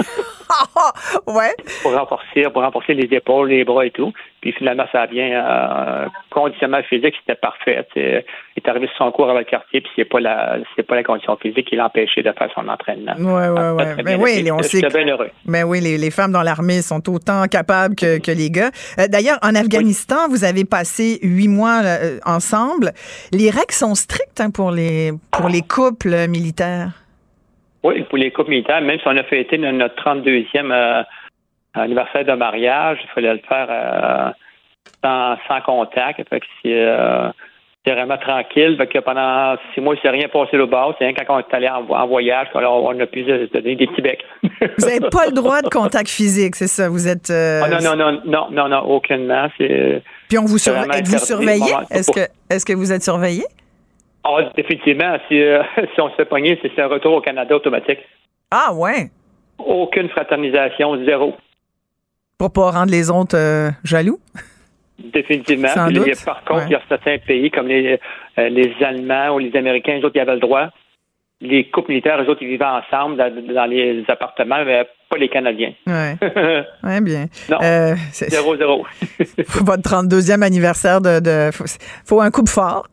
Ouais. pour renforcer, pour renforcer les épaules, les bras et tout. Puis finalement, ça a bien euh, conditionnement physique, c'était parfait. T'sais. Il est arrivé sur son cours avec le quartier, puis c'est pas la c'est pas la condition physique qui l'a empêché de faire son entraînement. Ouais, ouais, Ah, ouais. très Mais bien oui, été. on sait J'étais que- bien heureux. Mais oui, les, les femmes dans l'armée sont autant capables que, que les gars. Euh, d'ailleurs, en Afghanistan, vous avez passé huit mois euh, ensemble. Les règles sont strictes hein, pour les pour les couples militaires. Oui, pour les couples militaires, même si on a fêté notre trente-deuxième euh, anniversaire de mariage, il fallait le faire euh, sans, sans contact. Fait que c'est, euh, c'est vraiment tranquille. Fait que pendant six mois, il s'est rien passé au bas. C'est rien quand on est allé en, en voyage qu'on a, on a pu se donner des petits becs. Vous n'avez pas le droit de contact physique, c'est ça? Vous êtes... euh, Ah, non, non, non, non, non, non, aucunement. C'est, Puis on vous c'est surveille. vraiment Êtes-vous interdit. surveillé? Moment- Est-ce que, est-ce que vous êtes surveillé? Ah, définitivement, si, euh, si on se fait pogner, c'est, c'est un retour au Canada automatique. Ah ouais? Aucune fraternisation, zéro. Pour pas rendre les autres euh, jaloux? Définitivement. Sans Puis, doute. il y a- par contre, Ouais. il y a certains pays comme les, euh, les Allemands ou les Américains, eux autres, ils avaient le droit. Les couples militaires, eux autres, ils vivaient ensemble dans, dans les appartements, mais pas les Canadiens. Ouais. Ouais, bien. Non. Euh, c'est- Zéro, zéro. Votre trente-deuxième anniversaire de... de faut, faut un couple fort.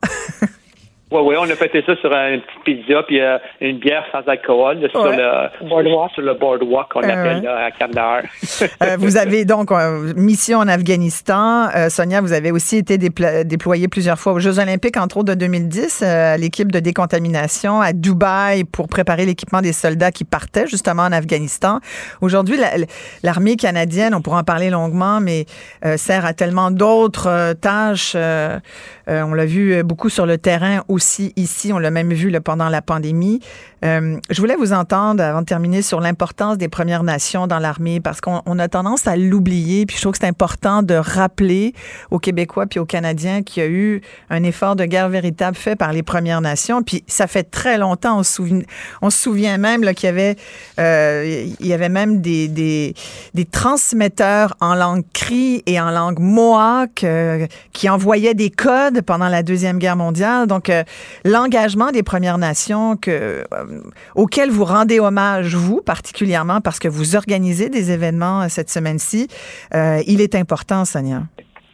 Oui, oui, on a fêté ça sur une petite pizza puis euh, une bière sans alcool là, sur, Ouais. le, boardwalk. sur le boardwalk qu'on Ouais, appelle ouais. là, à Kandahar. Euh, vous avez donc euh, mission en Afghanistan. Euh, Sonia, vous avez aussi été dépla- déployée plusieurs fois aux Jeux olympiques, entre autres de deux mille dix, euh, à l'équipe de décontamination à Dubaï pour préparer l'équipement des soldats qui partaient justement en Afghanistan. Aujourd'hui, la- l'armée canadienne, on pourra en parler longuement, mais euh, sert à tellement d'autres euh, tâches. Euh, euh, on l'a vu euh, beaucoup sur le terrain aussi ici. On l'a même vu là, pendant la pandémie. Euh, je voulais vous entendre, avant de terminer, sur l'importance des Premières Nations dans l'armée, parce qu'on on a tendance à l'oublier, puis je trouve que c'est important de rappeler aux Québécois puis aux Canadiens qu'il y a eu un effort de guerre véritable fait par les Premières Nations, puis ça fait très longtemps, on se souvient, on se souvient même là, qu'il y avait, euh, il y avait même des, des, des transmetteurs en langue cri et en langue mohawk euh, qui envoyaient des codes pendant la Deuxième Guerre mondiale. Donc, euh, l'engagement des Premières Nations que, euh, auquel vous rendez hommage, vous, particulièrement, parce que vous organisez des événements euh, cette semaine-ci, euh, il est important, Sonia.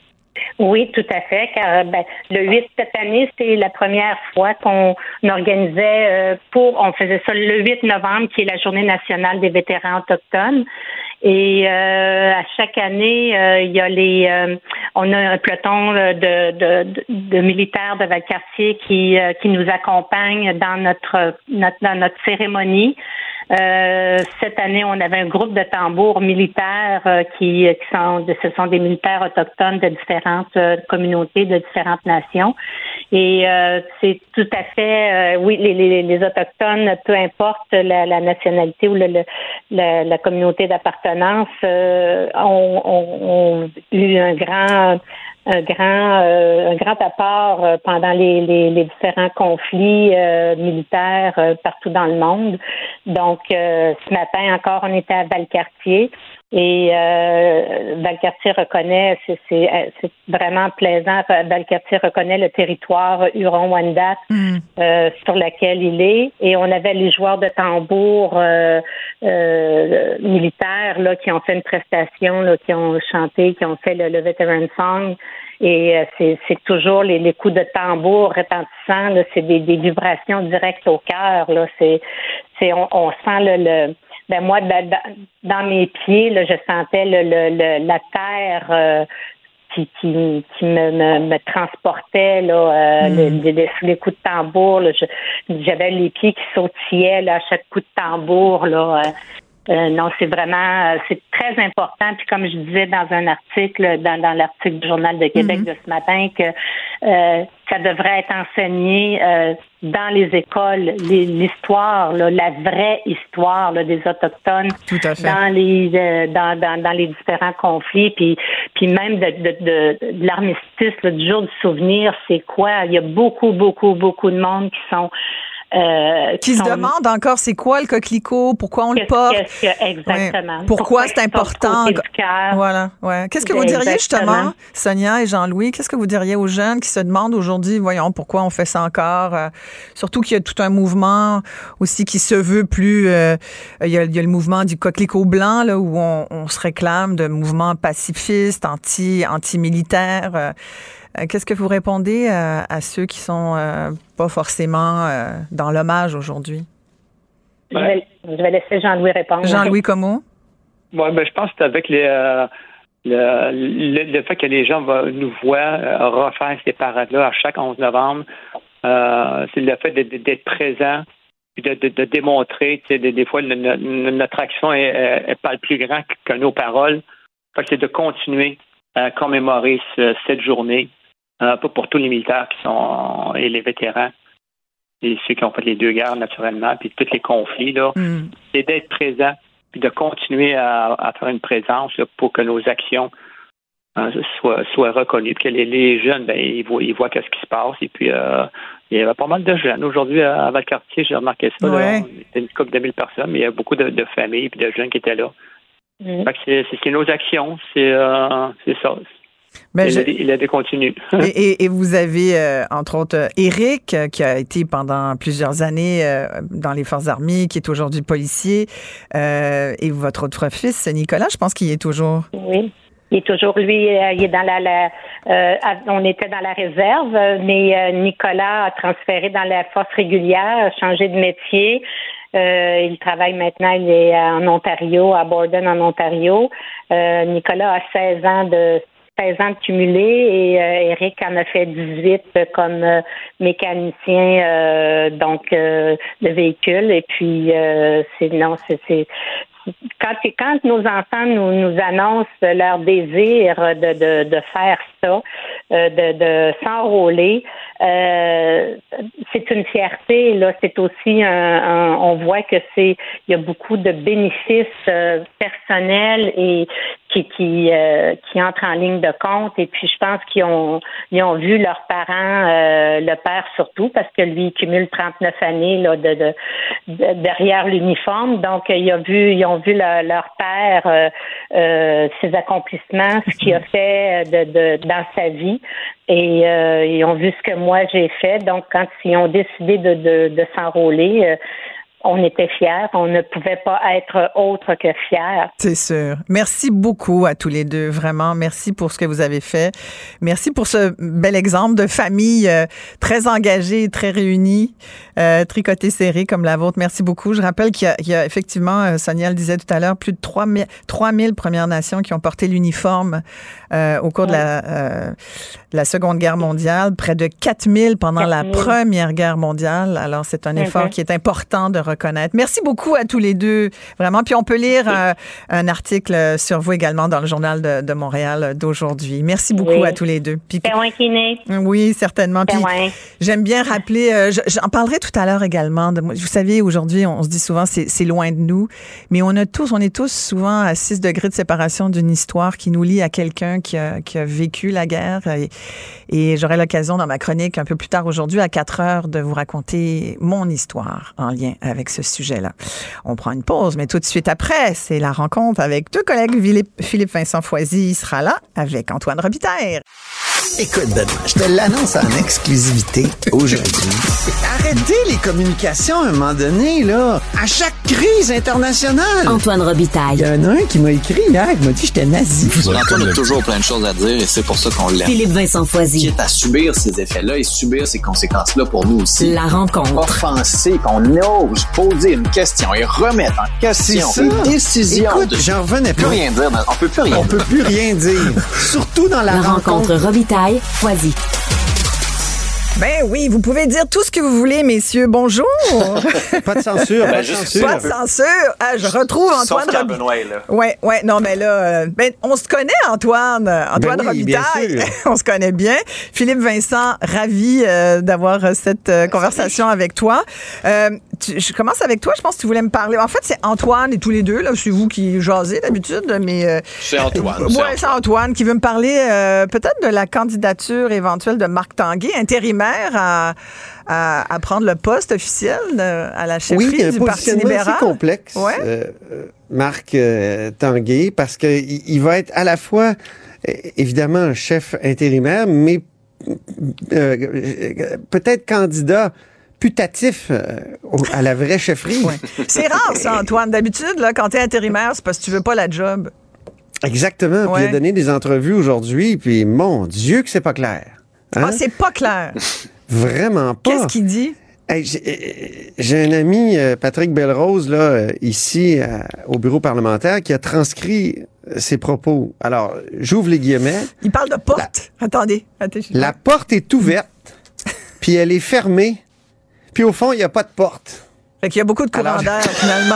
Oui, tout à fait, car ben, le huit cette année, c'est la première fois qu'on organisait euh, pour, on faisait ça le huit novembre, qui est la Journée nationale des vétérans autochtones. Et euh, à chaque année, euh, il y a les, euh, on a un peloton de, de, de, de militaires de Valcartier qui, euh, qui nous accompagnent dans notre, notre dans notre cérémonie. Euh, cette année, on avait un groupe de tambours militaires euh, qui, qui sont, de, ce sont des militaires autochtones de différentes euh, communautés, de différentes nations. Et euh, c'est tout à fait, euh, oui, les, les, les autochtones, peu importe la, la nationalité ou le, le, la, la communauté d'appartenance, euh, ont, ont, ont eu un grand un grand euh, un grand apport euh, pendant les, les, les différents conflits euh, militaires euh, partout dans le monde. Donc, euh, ce matin encore, on était à Valcartier. Et euh, Valcartier reconnaît, c'est, c'est, c'est vraiment plaisant, Valcartier reconnaît le territoire Huron-Wendat mm. euh, sur lequel il est. Et on avait les joueurs de tambour euh, euh, militaires là, qui ont fait une prestation, là, qui ont chanté, qui ont fait le, le Veteran Song. Et euh, c'est, c'est toujours les, les coups de tambour retentissants, là, c'est des, des vibrations directes au cœur. Là, c'est, c'est on, on sent le, le ben moi dans, dans mes pieds, là, je sentais le, le, le la terre euh, qui qui qui me me, me transportait là, euh, mm. les, les, les coups de tambour. Là, je, j'avais les pieds qui sautillaient là, à chaque coup de tambour là. Euh, Euh, non, c'est vraiment, euh, c'est très important. Puis comme je disais dans un article, dans, dans l'article du Journal de Québec mm-hmm. de ce matin, que euh, ça devrait être enseigné euh, dans les écoles, les, l'histoire, là, la vraie histoire là, des Autochtones Tout à fait. dans les euh, dans, dans dans les différents conflits, puis puis même de de, de, de l'armistice, là, du jour du souvenir, c'est quoi? Il y a beaucoup, beaucoup, beaucoup de monde qui sont Euh, qui, qui se sont... demande encore c'est quoi le coquelicot, pourquoi on qu'est-ce, le porte, qu'est-ce que, exactement. Ouais. Pourquoi, pourquoi c'est important. Voilà, ouais. Qu'est-ce que vous diriez justement, Sonia et Jean-Louis, qu'est-ce que vous diriez aux jeunes qui se demandent aujourd'hui, voyons, pourquoi on fait ça encore, euh, surtout qu'il y a tout un mouvement aussi qui se veut plus, euh, il, y a, il y a le mouvement du coquelicot blanc là où on, on se réclame de mouvements pacifistes, anti anti-militaires. Euh, Qu'est-ce que vous répondez à, à ceux qui sont euh, pas forcément euh, dans l'hommage aujourd'hui? Je vais, je vais laisser Jean-Louis répondre. Jean-Louis Comeau? Oui, ben, je pense que c'est avec les, euh, le, le, le fait que les gens va, nous voient euh, refaire ces parades-là à chaque onze novembre. Euh, c'est le fait de, de, d'être présent et de, de, de démontrer. Des, des fois, le, le, notre action est, est pas le plus grand que nos paroles. Fait que c'est de continuer à commémorer ce, cette journée. Un peu pour tous les militaires qui sont et les vétérans et ceux qui ont fait les deux guerres naturellement, puis tous les conflits là, mm. c'est d'être présent puis de continuer à, à faire une présence là, pour que nos actions hein, soient, soient reconnues, puis que les, les jeunes ben ils voient ils voient qu'est-ce qui se passe et puis euh, il y a pas mal de jeunes aujourd'hui à Valcartier, j'ai remarqué ça. Ouais. Là, c'était une couple de mille personnes, mais il y a beaucoup de, de familles et de jeunes qui étaient là. Mm. Fait que c'est, c'est, c'est nos actions, c'est euh, c'est ça. Ben, il, je... a, il a des continues. et, et, et vous avez, euh, entre autres, Éric, euh, qui a été pendant plusieurs années euh, dans les Forces armées, qui est aujourd'hui policier, euh, et votre autre fils, Nicolas, je pense qu'il y est toujours. Oui, il est toujours, lui, euh, il est dans la... la euh, on était dans la réserve, mais euh, Nicolas a transféré dans la force régulière, a changé de métier. Euh, il travaille maintenant, il est en Ontario, à Borden, en Ontario. Euh, Nicolas a seize ans de... seize ans de cumulé et euh, Éric en a fait dix-huit comme euh, mécanicien euh, donc euh, de véhicule et puis euh, c'est non c'est, c'est quand quand nos enfants nous nous annoncent leur désir de de, de faire ça euh, de de s'enrôler euh, c'est une fierté là, c'est aussi un, un on voit que c'est il y a beaucoup de bénéfices euh, personnels et qui qui euh, qui entrent en ligne de compte et puis je pense qu'ils ont ils ont vu leurs parents euh, le père surtout parce que lui il cumule trente-neuf années là de, de, de derrière l'uniforme donc il a vu ils ont vu le, leur père euh, euh, ses accomplissements ce qu'il a fait de, de dans sa vie et euh, ils ont vu ce que moi j'ai fait donc quand ils ont décidé de de, de s'enrôler euh, on était fiers. On ne pouvait pas être autre que fiers. C'est sûr. Merci beaucoup à tous les deux. Vraiment, merci pour ce que vous avez fait. Merci pour ce bel exemple de famille euh, très engagée, très réunie, euh, tricotée serrée comme la vôtre. Merci beaucoup. Je rappelle qu'il y a, il y a effectivement, euh, Sonia le disait tout à l'heure, plus de trois mille Premières Nations qui ont porté l'uniforme euh, au cours ouais. de la, euh, la Seconde Guerre mondiale, près de quatre mille pendant quatre mille la Première Guerre mondiale. Alors, c'est un effort okay. qui est important de reconnaître. Merci beaucoup à tous les deux, vraiment. Puis on peut lire euh, un article sur vous également dans le Journal de, de Montréal d'aujourd'hui. Merci beaucoup oui. à tous les deux. Puis, c'est oui, certainement. Puis j'aime bien rappeler, euh, j'en parlerai tout à l'heure également. De, vous savez, aujourd'hui, on se dit souvent c'est, c'est loin de nous, mais on a tous, on est tous souvent à six degrés de séparation d'une histoire qui nous lie à quelqu'un qui a, qui a vécu la guerre. Et, et j'aurai l'occasion dans ma chronique un peu plus tard aujourd'hui à quatre heures de vous raconter mon histoire en lien avec avec ce sujet-là. On prend une pause, mais tout de suite après, c'est la rencontre avec deux collègues. Philippe Vincent Foisy sera là avec Antoine Robitaille. Écoute, Benoît, je te l'annonce en exclusivité aujourd'hui. Arrêtez les communications à un moment donné, là. À chaque crise internationale. Antoine Robitaille. Il y en a un qui m'a écrit hier, qui m'a dit que j'étais nazi. Antoine a toujours plein de choses à dire et c'est pour ça qu'on l'aime. Philippe Vincent Foisy. Quitte à subir ces effets-là et subir ces conséquences-là pour nous aussi. La rencontre. Offenser, qu'on ose poser une question et remettre en question des décisions. Écoute, de... j'en revenais pas. On peut plus rien dire. On peut plus rien On dire. peut plus rien dire. Surtout dans la, la rencontre. rencontre Robitaille Foisy. Ben oui, vous pouvez dire tout ce que vous voulez, messieurs. Bonjour. Pas de censure. Ben, pas de juste censure. Pas de censure. Ah, je retrouve Antoine Sauf quand Robitaille. Benoît est là. Ouais, ouais, non, mais là, euh, ben, on se connaît, Antoine. Antoine Ben oui, bien Robitaille. sûr. On se connaît bien. Philippe Vincent, ravi euh, d'avoir euh, cette euh, conversation avec toi. Euh, tu, je commence avec toi. Je pense que tu voulais me parler. En fait, c'est Antoine et tous les deux. Là, c'est vous qui jasez d'habitude, mais. Euh, C'est Antoine. Oui, c'est Antoine qui veut me parler euh, peut-être de la candidature éventuelle de Marc Tanguay, intérimaire à, à, à prendre le poste officiel de, à la chefferie oui, du un Parti positionnement libéral. assez complexe, Ouais. euh, euh, Marc euh, Tanguay, parce qu'il il va être à la fois, euh, évidemment, un chef intérimaire, mais euh, peut-être candidat putatif euh, au, à la vraie chefferie. Ouais. C'est rare, ça, Antoine. D'habitude, là, quand tu es intérimaire, c'est parce que tu veux pas la job. Exactement. Ouais. Puis il a donné des entrevues aujourd'hui, puis mon Dieu que c'est pas clair. Hein? Ah, c'est pas clair. Vraiment pas. Qu'est-ce qu'il dit? Hey, j'ai, j'ai un ami, euh, Patrick Belrose, là, euh, ici, euh, au bureau parlementaire, qui a transcrit euh, ses propos. Alors, j'ouvre les guillemets. Il parle de porte. La... Attendez. Attendez. La porte est ouverte, puis elle est fermée, puis au fond, il n'y a pas de porte. Fait qu'il y a beaucoup de courant Alors... d'air, finalement.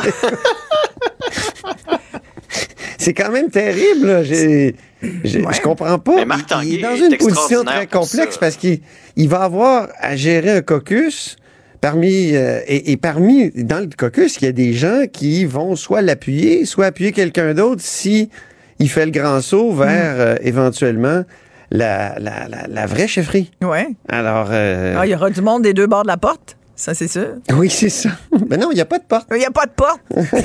C'est quand même terrible, là. J'ai, j'ai, Ouais. Je comprends pas. Mais Marc il, il est dans Tanguay une est position très extraordinaire pour complexe ça. parce qu'il il va avoir à gérer un caucus. Parmi euh, et, et parmi dans le caucus, il y a des gens qui vont soit l'appuyer, soit appuyer quelqu'un d'autre si il fait le grand saut vers euh, éventuellement la, la, la, la vraie chefferie. Ouais. Alors, euh, Ah, il y aura du monde des deux bords de la porte. Ça, c'est sûr. oui, c'est ça. Mais non, il n'y a pas de porte. Il n'y a pas de porte.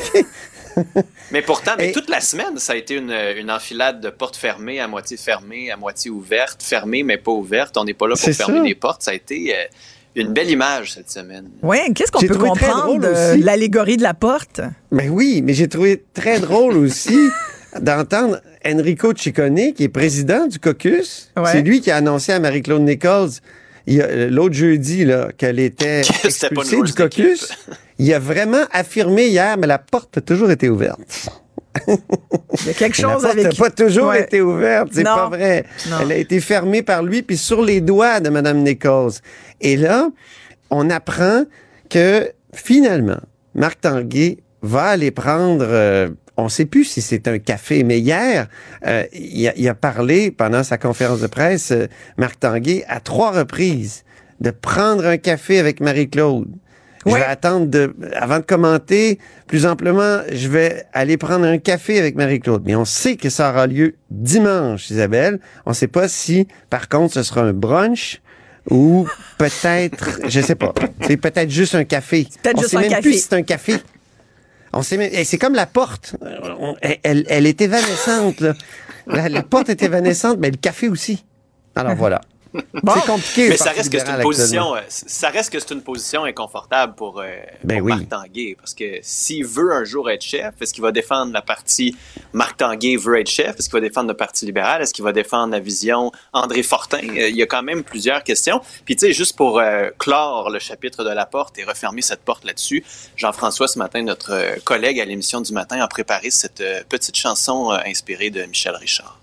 Mais pourtant, mais Et- toute la semaine, ça a été une, une enfilade de portes fermées, à moitié fermées, à moitié ouvertes, fermées mais pas ouvertes. On n'est pas là pour C'est fermer ça. les portes. Ça a été euh, une belle image cette semaine. Oui, qu'est-ce qu'on J'ai peut trouvé très comprendre drôle de aussi. l'allégorie de la porte? Mais oui, mais j'ai trouvé très drôle aussi d'entendre Enrico Ciccone, qui est président du caucus. Ouais. C'est lui qui a annoncé à Marie-Claude Nichols il y a- l'autre jeudi là, qu'elle était Que c'était pas une expulsée joueuse du caucus. Il a vraiment affirmé hier, mais la porte a toujours été ouverte. Il y a quelque La chose porte avec... n'a pas toujours Ouais. été ouverte, c'est Non. pas vrai. Non. Elle a été fermée par lui, puis sur les doigts de Mme Nichols. Et là, on apprend que finalement, Marc Tanguay va aller prendre... euh, on ne sait plus si c'est un café, mais hier, euh, il, a, il a parlé pendant sa conférence de presse, euh, Marc Tanguay, à trois reprises, de prendre un café avec Marie-Claude. Je Ouais. vais attendre de, avant de commenter plus amplement, je vais aller prendre un café avec Marie-Claude. Mais on sait que ça aura lieu dimanche, Isabelle. On ne sait pas si, par contre, ce sera un brunch ou peut-être, je sais pas, c'est peut-être juste un café. peut-être on juste sait un même café. plus si c'est un café. On sait même, et c'est comme la porte. On- elle, elle, elle est évanescente, là. La, la porte est évanescente, mais le café aussi. Alors voilà. C'est compliqué. Mais le ça Parti reste que c'est une libéral position, actuellement. euh, ça reste que c'est une position inconfortable pour, euh, Ben pour oui. Marc Tanguay, parce que s'il veut un jour être chef, est-ce qu'il va défendre la partie Marc Tanguay veut être chef, est-ce qu'il va défendre le Parti libéral, est-ce qu'il va défendre la vision André Fortin? Euh, il y a quand même plusieurs questions. Puis tu sais, juste pour euh, clore le chapitre de la porte et refermer cette porte là-dessus, Jean-François ce matin, notre euh, collègue à l'émission du matin, a préparé cette euh, petite chanson euh, inspirée de Michel Richard.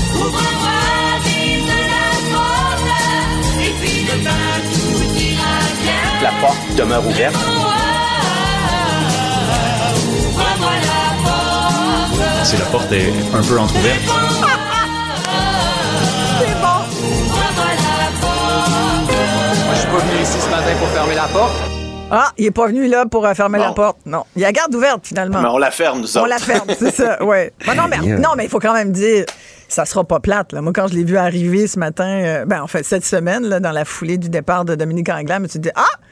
La porte demeure ouverte. Si la porte est un peu entrouverte. C'est bon. Moi, je suis pas venu ici ce matin pour fermer la porte. Ah, il est pas venu là pour euh, fermer la Bon. porte. Non. Il la garde ouverte, finalement. Mais on la ferme, nous On autres. la ferme, c'est ça, ouais. Mais non, mais non, mais il faut quand même dire, ça sera pas plate. Là. Moi, quand je l'ai vu arriver ce matin, euh, ben en fait cette semaine, là, dans la foulée du départ de Dominique Anglade, je me suis dit, ah,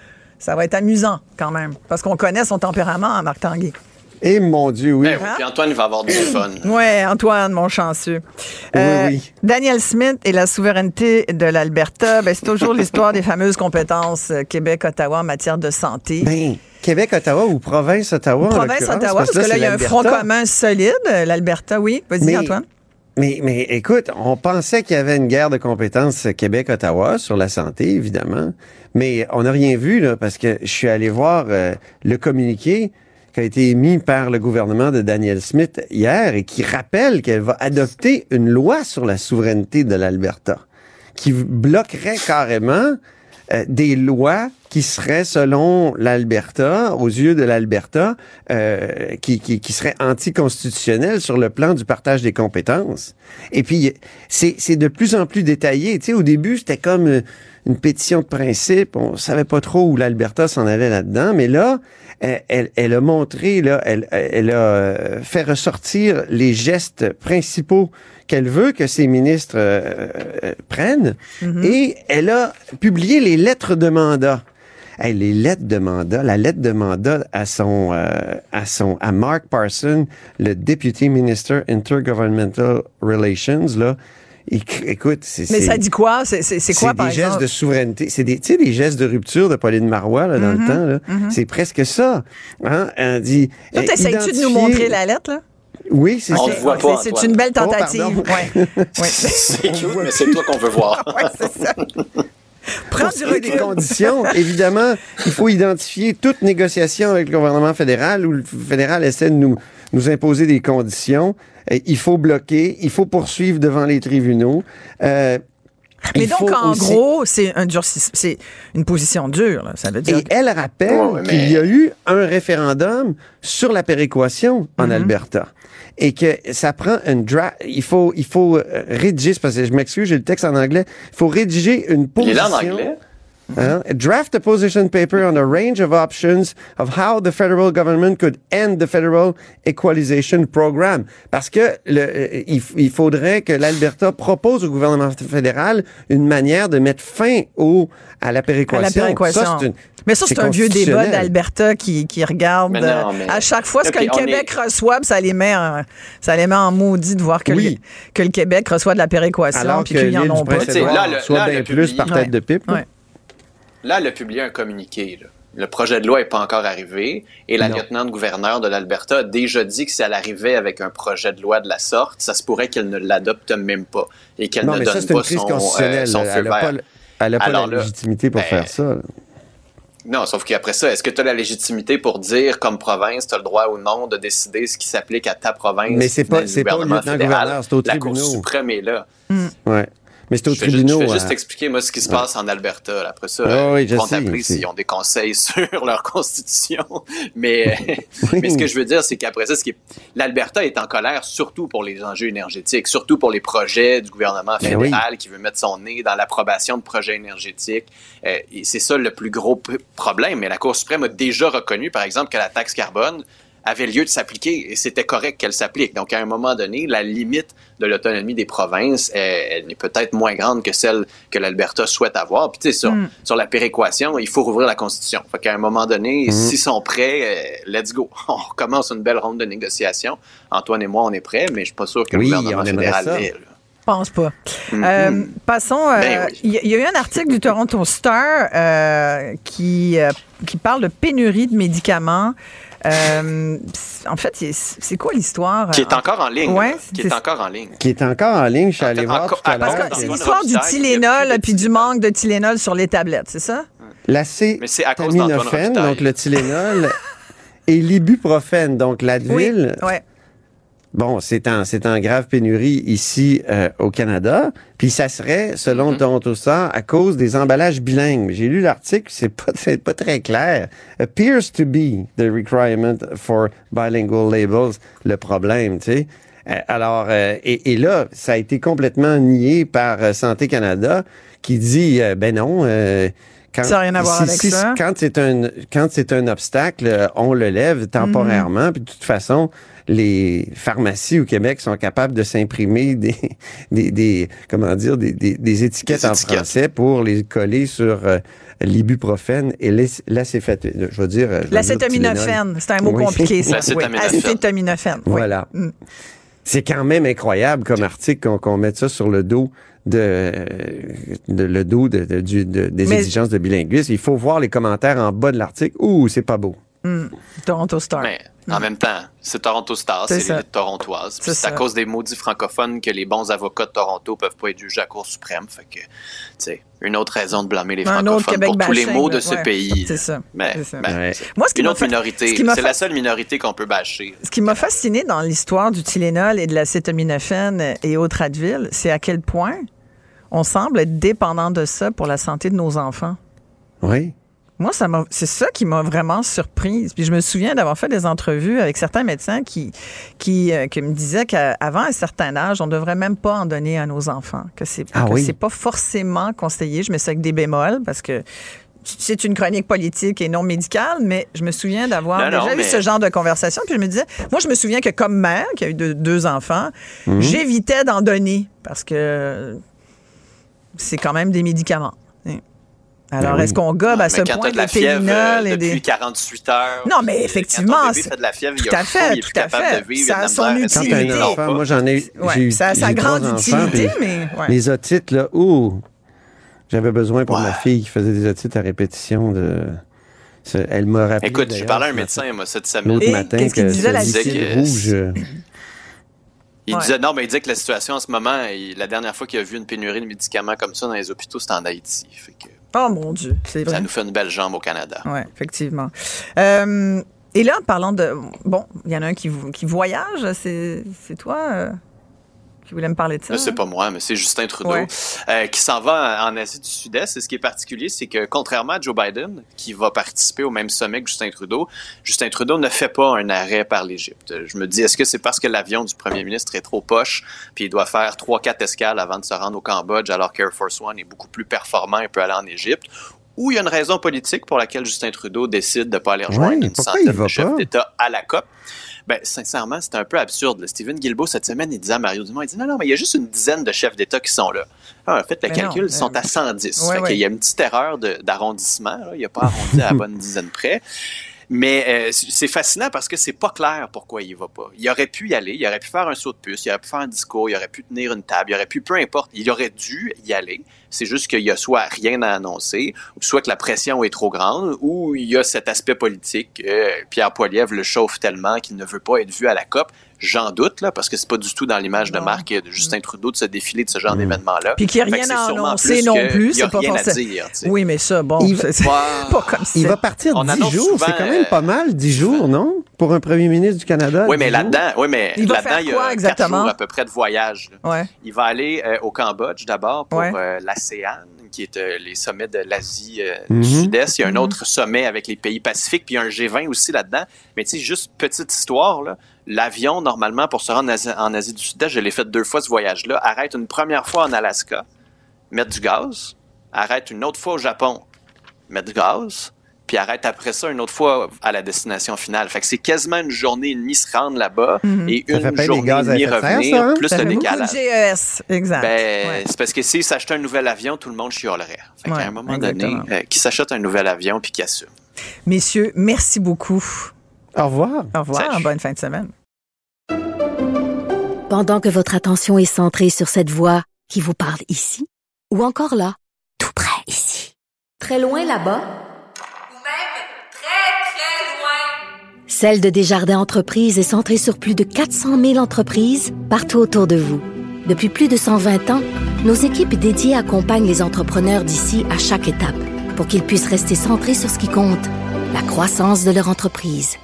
Ça va être amusant quand même, parce qu'on connaît son tempérament, hein, Marc Tanguay. Et mon Dieu, oui. Ben oui, puis Antoine, il va avoir du fun. Oui, Antoine, mon chanceux. Oui, Euh, oui. Daniel Smith et la souveraineté de l'Alberta, ben, c'est toujours l'histoire des fameuses compétences euh, Québec-Ottawa en matière de santé. Ben, Québec-Ottawa ou province-Ottawa, en Province l'occurrence, Ottawa, parce que là, c'est il y a un l'Alberta. front commun solide, euh, l'Alberta, oui. Vas-y, Mais- Antoine. Mais, mais écoute, on pensait qu'il y avait une guerre de compétences Québec-Ottawa sur la santé, évidemment, mais on n'a rien vu, là, parce que je suis allé voir euh, le communiqué qui a été émis par le gouvernement de Daniel Smith hier et qui rappelle qu'elle va adopter une loi sur la souveraineté de l'Alberta qui bloquerait carrément euh, des lois qui seraient, selon l'Alberta, aux yeux de l'Alberta, euh, qui, qui, qui seraient anticonstitutionnelles sur le plan du partage des compétences. Et puis, c'est, c'est de plus en plus détaillé. Tu sais, au début, c'était comme euh, une pétition de principe. On savait pas trop où l'Alberta s'en allait là-dedans. Mais là, elle, elle, elle a montré, là, elle, elle a euh, fait ressortir les gestes principaux qu'elle veut que ses ministres euh, euh, prennent. Mm-hmm. Et elle a publié les lettres de mandat. Hey, les lettres de mandat, la lettre de mandat à son, euh, à son, à Mark Parson, le Deputy Minister Intergovernmental Relations, là. Écoute, c'est... Mais c'est, ça dit quoi? C'est, c'est, c'est quoi, c'est par des exemple? gestes de souveraineté. C'est des, tu sais, des gestes de rupture de Pauline Marois, là, dans Mm-hmm, le temps, là. mm-hmm. C'est presque ça. Hein? Elle dit... Toi, euh, t'essayes-tu de nous identifier- montrer la lettre, là? Oui, c'est On ça. le voit pas, C'est, c'est Antoine. une belle Oh, tentative. pardon. Ouais. Ouais. C'est cute, mais c'est toi qu'on veut voir. Ouais, c'est ça. Prends Pour du ce qui est des recul. conditions, évidemment, il faut identifier toute négociation avec le gouvernement fédéral où le fédéral essaie de nous, nous imposer des conditions. Et il faut bloquer, il faut poursuivre devant les tribunaux. Euh, Mais il donc, faut en aussi- gros, c'est un durcis- c'est une position dure, là. Ça veut dire. Et elle rappelle Ouais, mais- qu'il y a eu un référendum sur la péréquation en Mhm. Alberta. Et que ça prend une draft. Il faut, il faut euh, rédiger, c'est parce que je m'excuse, j'ai le texte en anglais. Il faut rédiger une Il est position. là en anglais. Hein? Draft a position paper on a range of options of how the federal government could end the federal equalization program. Parce que le, euh, il, il faudrait que l'Alberta propose au gouvernement fédéral une manière de mettre fin au, à la péréquation. À la péréquation. Ça, c'est une- Mais ça, c'est, c'est un vieux débat constitutionnel. d'Alberta qui, qui regarde Mais non, euh, mais- à chaque fois ce Et que puis, le on Québec est- reçoit, puis ça les met en, ça les met en maudit de voir que, Oui. le, que le Québec reçoit de la péréquation, Alors puis que qu'ils en l'île ont du pas. Prince-Édouard Là, le- soit là, bien le plus public- par tête Ouais. de pipe. là. Ouais. Là, elle a publié un communiqué. Là. Le projet de loi n'est pas encore arrivé et la Non. lieutenant-gouverneur de l'Alberta a déjà dit que si elle arrivait avec un projet de loi de la sorte, ça se pourrait qu'elle ne l'adopte même pas et qu'elle Non, ne mais donne ça, c'est une pas crise son, constitutionnelle. euh, son là. feu Elle n'a pas, vert. le- elle a pas Alors la là, légitimité pour ben, faire ça. là. Non, sauf qu'après ça, est-ce que tu as la légitimité pour dire, comme province, tu as le droit ou non de décider ce qui s'applique à ta province? Mais c'est pas- du c'est pas au gouvernement lieutenant-gouverneur, fédéral? c'est au La Cour tribunal. suprême est là. Ouais. Mais c'est au Je fais, juste, tribunal. je fais juste hein. expliquer, moi, ce qui se passe en Alberta. Après ça, Ah euh, oui, ils je vont sais, t'appeler c'est- s'ils ont des conseils sur leur constitution. Mais, Oui. mais ce que je veux dire, c'est qu'après ça, ce qui est... l'Alberta est en colère surtout pour les enjeux énergétiques, surtout pour les projets du gouvernement Ben fédéral qui veut mettre son nez dans l'approbation de projets énergétiques. Euh, et c'est ça le plus gros p- problème. Mais la Cour suprême a déjà reconnu, par exemple, que la taxe carbone avait lieu de s'appliquer et c'était correct qu'elle s'applique. Donc, à un moment donné, la limite de l'autonomie des provinces, elle, elle est peut-être moins grande que celle que l'Alberta souhaite avoir. Puis, tu sais, sur, Mm. sur la péréquation, il faut rouvrir la Constitution. Fait qu'à un moment donné, Mm. s'ils sont prêts, euh, let's go. On recommence une belle ronde de négociations. Antoine et moi, on est prêts, mais je suis pas sûr que Oui, le gouvernement on aimerait fédéral ça. l'ait, là. Je pense pas. Mhm. Euh, passons. euh, Ben oui. Il y, y a eu un article du Toronto Star euh, qui, euh, qui parle de pénurie de médicaments. Euh, en fait, c'est- c'est quoi l'histoire? Qui est encore en ligne. Ouais, là. Qui c'est- est encore en ligne. Qui est encore en ligne. Je suis En allé fait, voir encore- tout à parce l'heure. que C'est Dans l'histoire le du Robitaille, il y a Tylenol plus de puis du manque de Tylenol sur les tablettes, c'est ça? La Mais c'est à cause d'Antoine acétaminophène, Robitaille. donc le Tylenol, et l'ibuprofène, donc l'Advil. Oui. Ouais. Bon, c'est en, c'est en grave pénurie ici euh, au Canada. Puis ça serait, selon Mm-hmm. le Toronto Star, à cause des emballages bilingues. J'ai lu l'article, c'est pas, c'est pas très clair. Appears to be the requirement for bilingual labels, le problème, tu sais. Euh, alors, euh, et, et là, ça a été complètement nié par euh, Santé Canada, qui dit, euh, ben non, euh, quand, ça n'a rien à voir si, avec si, ça. Quand c'est un, quand c'est un obstacle, on le lève temporairement. Mm-hmm. Puis de toute façon, les pharmacies au Québec sont capables de s'imprimer des, des, des comment dire, des, des, des étiquettes des en étiquettes. français pour les coller sur euh, l'ibuprofène et l'acéphète. Je veux dire, l'acétaminophène. C'est un mot oui. compliqué, ça. L'acétaminophène. Acétaminophène. Oui. Voilà. Mm. C'est quand même incroyable comme article qu'on, qu'on mette ça sur le dos de, de le dos de, de, de, de, des Mais, exigences de bilinguisme. Il faut voir les commentaires en bas de l'article. Ouh, c'est pas beau. Mm. Toronto Star. Mais en mm. même temps, c'est Toronto Star, c'est, c'est l'élite torontoise. C'est, c'est à cause des maudits francophones que les bons avocats de Toronto peuvent pas être jugés à la Cour suprême. Fait que, tu sais, une autre raison de blâmer les un francophones pour bashing, tous les maux de ouais. ce pays. C'est ça. Mais, c'est ça. Ben, ouais. Moi, ce qui une m'a autre fa... minorité. Ce qui m'a c'est fa... la seule minorité qu'on peut bâcher. Ce qui m'a fasciné dans l'histoire du Tylenol et de l'acétaminophène et autres Advil, c'est à quel point on semble être dépendant de ça pour la santé de nos enfants. Oui. Moi, ça m'a, c'est ça qui m'a vraiment surprise. Puis je me souviens d'avoir fait des entrevues avec certains médecins qui, qui, euh, qui me disaient qu'avant un certain âge, on ne devrait même pas en donner à nos enfants. Que c'est, ah, que oui. c'est pas forcément conseillé. Je mets ça avec des bémols parce que c'est une chronique politique et non médicale, mais je me souviens d'avoir non, déjà non, eu mais... ce genre de conversation. Puis je me disais, moi, je me souviens que comme mère, qui a eu deux, deux enfants, mm-hmm. j'évitais d'en donner parce que c'est quand même des médicaments. Alors, ben est-ce qu'on gobe non, à ce point de la fièvre euh, et depuis des... quarante-huit heures. Non, mais effectivement, quand ton bébé fait de la fièvre, tout il a à fait, fou, il est tout plus à capable fait. de vivre. Ça a son utilité. Quand t'as un enfant, moi j'en ai, ouais, j'ai eu, ça a sa j'ai grande trois utilité, enfants, mais ouais. Les otites là, ouh, j'avais besoin pour ouais. ma fille qui faisait des otites à répétition de. Elle m'a rappelé. Écoute, j'ai parlé à un médecin moi cette semaine. L'autre matin, qu'est-ce qu'il disait la que rouge. Il ouais. disait non, mais il disait que la situation en ce moment, il, la dernière fois qu'il a vu une pénurie de médicaments comme ça dans les hôpitaux, c'était en Haïti. Fait que, oh mon Dieu, c'est vrai. Ça nous fait une belle jambe au Canada. Oui, effectivement. Euh, et là, en parlant de... Bon, il y en a un qui, qui voyage, c'est, c'est toi euh, qui voulais me parler de ça? Là, c'est pas moi, mais c'est Justin Trudeau ouais. euh, qui s'en va en Asie du Sud-Est. Et ce qui est particulier, c'est que contrairement à Joe Biden, qui va participer au même sommet que Justin Trudeau, Justin Trudeau ne fait pas un arrêt par l'Égypte. Je me dis, est-ce que c'est parce que l'avion du premier ministre est trop poche, puis il doit faire trois quatre escales avant de se rendre au Cambodge, alors qu'Air Force One est beaucoup plus performant et peut aller en Égypte? Ou il y a une raison politique pour laquelle Justin Trudeau décide de ne pas aller rejoindre ouais, une centaine de chefs d'État à la COP? Ben, sincèrement, c'est un peu absurde. Là. Stephen Guilbeault, cette semaine, il disait à Mario Dumont, il dit non, non, mais il y a juste une dizaine de chefs d'État qui sont là. Ah, en fait, le mais calcul, non, ils sont euh... à cent dix. Ouais, fait ouais. qu'il y a une petite erreur de, d'arrondissement. Là. Il n'a pas arrondi à la bonne dizaine près. Mais euh, c'est fascinant parce que c'est pas clair pourquoi il va pas. Il aurait pu y aller, il aurait pu faire un saut de puce, il aurait pu faire un discours, il aurait pu tenir une table, il aurait pu, peu importe, il aurait dû y aller. C'est juste qu'il y a soit rien à annoncer, soit que la pression est trop grande, ou il y a cet aspect politique. Euh, Pierre Poilievre le chauffe tellement qu'il ne veut pas être vu à la COP. J'en doute, là, parce que c'est pas du tout dans l'image non. de marque de Justin Trudeau de se défiler de ce genre mmh. d'événement-là. Puis qu'il n'y a rien à annoncer non plus, c'est pas rien forcément. À dire, t'sais. Oui, mais ça, bon, il c'est, c'est va... pas comme ça. Il va partir dix jours, souvent, c'est quand même pas mal, dix jours, non? Pour un premier ministre du Canada. Oui, mais là-dedans, oui, mais il là-dedans, il y a quatre jours à peu près de voyage. Ouais. Il va aller euh, au Cambodge d'abord pour ouais. euh, l'ASEAN, qui est euh, les sommets de l'Asie euh, mm-hmm. du Sud-Est. Il y a un mm-hmm. autre sommet avec les pays pacifiques, puis il y a un G vingt aussi là-dedans. Mais tu sais, juste petite histoire, là, l'avion, normalement, pour se rendre en Asie, en Asie du Sud-Est, je l'ai fait deux fois ce voyage-là, arrête une première fois en Alaska, mettre du gaz, arrête une autre fois au Japon, mettre du gaz, puis arrête après ça une autre fois à la destination finale. Fait que c'est quasiment une journée et demie se rendre là-bas mm-hmm. et ça une journée et demie revenir, ça, hein? plus ça le décalage. G E S, exact. Ben, ouais. c'est parce que s'il s'achetait un nouvel avion, tout le monde chialerait. Fait ouais, qu'à un moment exactement. donné, euh, qu'il s'achète un nouvel avion puis qu'il assume. Messieurs, merci beaucoup. Au revoir. Au revoir, Salut. bonne fin de semaine. Pendant que votre attention est centrée sur cette voix qui vous parle ici, ou encore là, tout près ici, très loin là-bas, ou même très, très loin, celle de Desjardins Entreprises est centrée sur plus de quatre cent mille entreprises partout autour de vous. Depuis plus de cent vingt ans, nos équipes dédiées accompagnent les entrepreneurs d'ici à chaque étape pour qu'ils puissent rester centrés sur ce qui compte, la croissance de leur entreprise.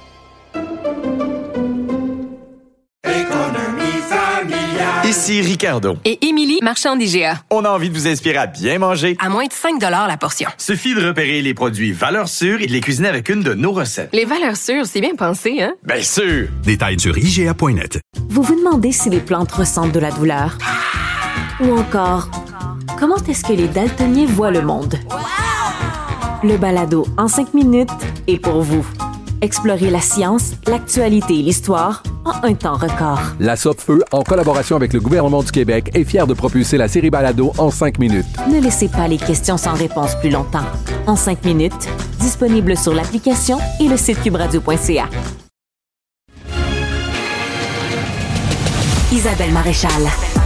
Ici Ricardo. Et Émilie, marchand d'I G A. On a envie de vous inspirer à bien manger. À moins de cinq dollars la portion. Suffit de repérer les produits valeurs sûres et de les cuisiner avec une de nos recettes. Les valeurs sûres, c'est bien pensé, hein? Bien sûr! Détails sur I G A point net. Vous vous demandez si les plantes ressentent de la douleur? Ou encore, comment est-ce que les daltoniens voient le monde? Le balado en cinq minutes est pour vous. Explorez la science, l'actualité et l'histoire en un temps record. La Sopfeu, en collaboration avec le gouvernement du Québec, est fière de propulser la série Balado en cinq minutes. Ne laissez pas les questions sans réponse plus longtemps. En cinq minutes, disponible sur l'application et le site cube radio point c a. Isabelle Maréchal.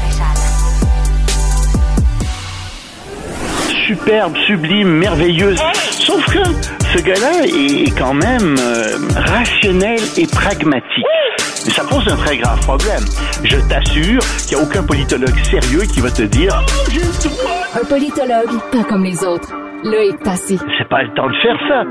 Superbe, sublime, merveilleuse. Sauf que ce gars-là est quand même euh, rationnel et pragmatique. Mais ça pose un très grave problème. Je t'assure qu'il n'y a aucun politologue sérieux qui va te dire oh, j'ai le droit. Un politologue, pas comme les autres. Loïc Passy. C'est pas le temps de faire ça.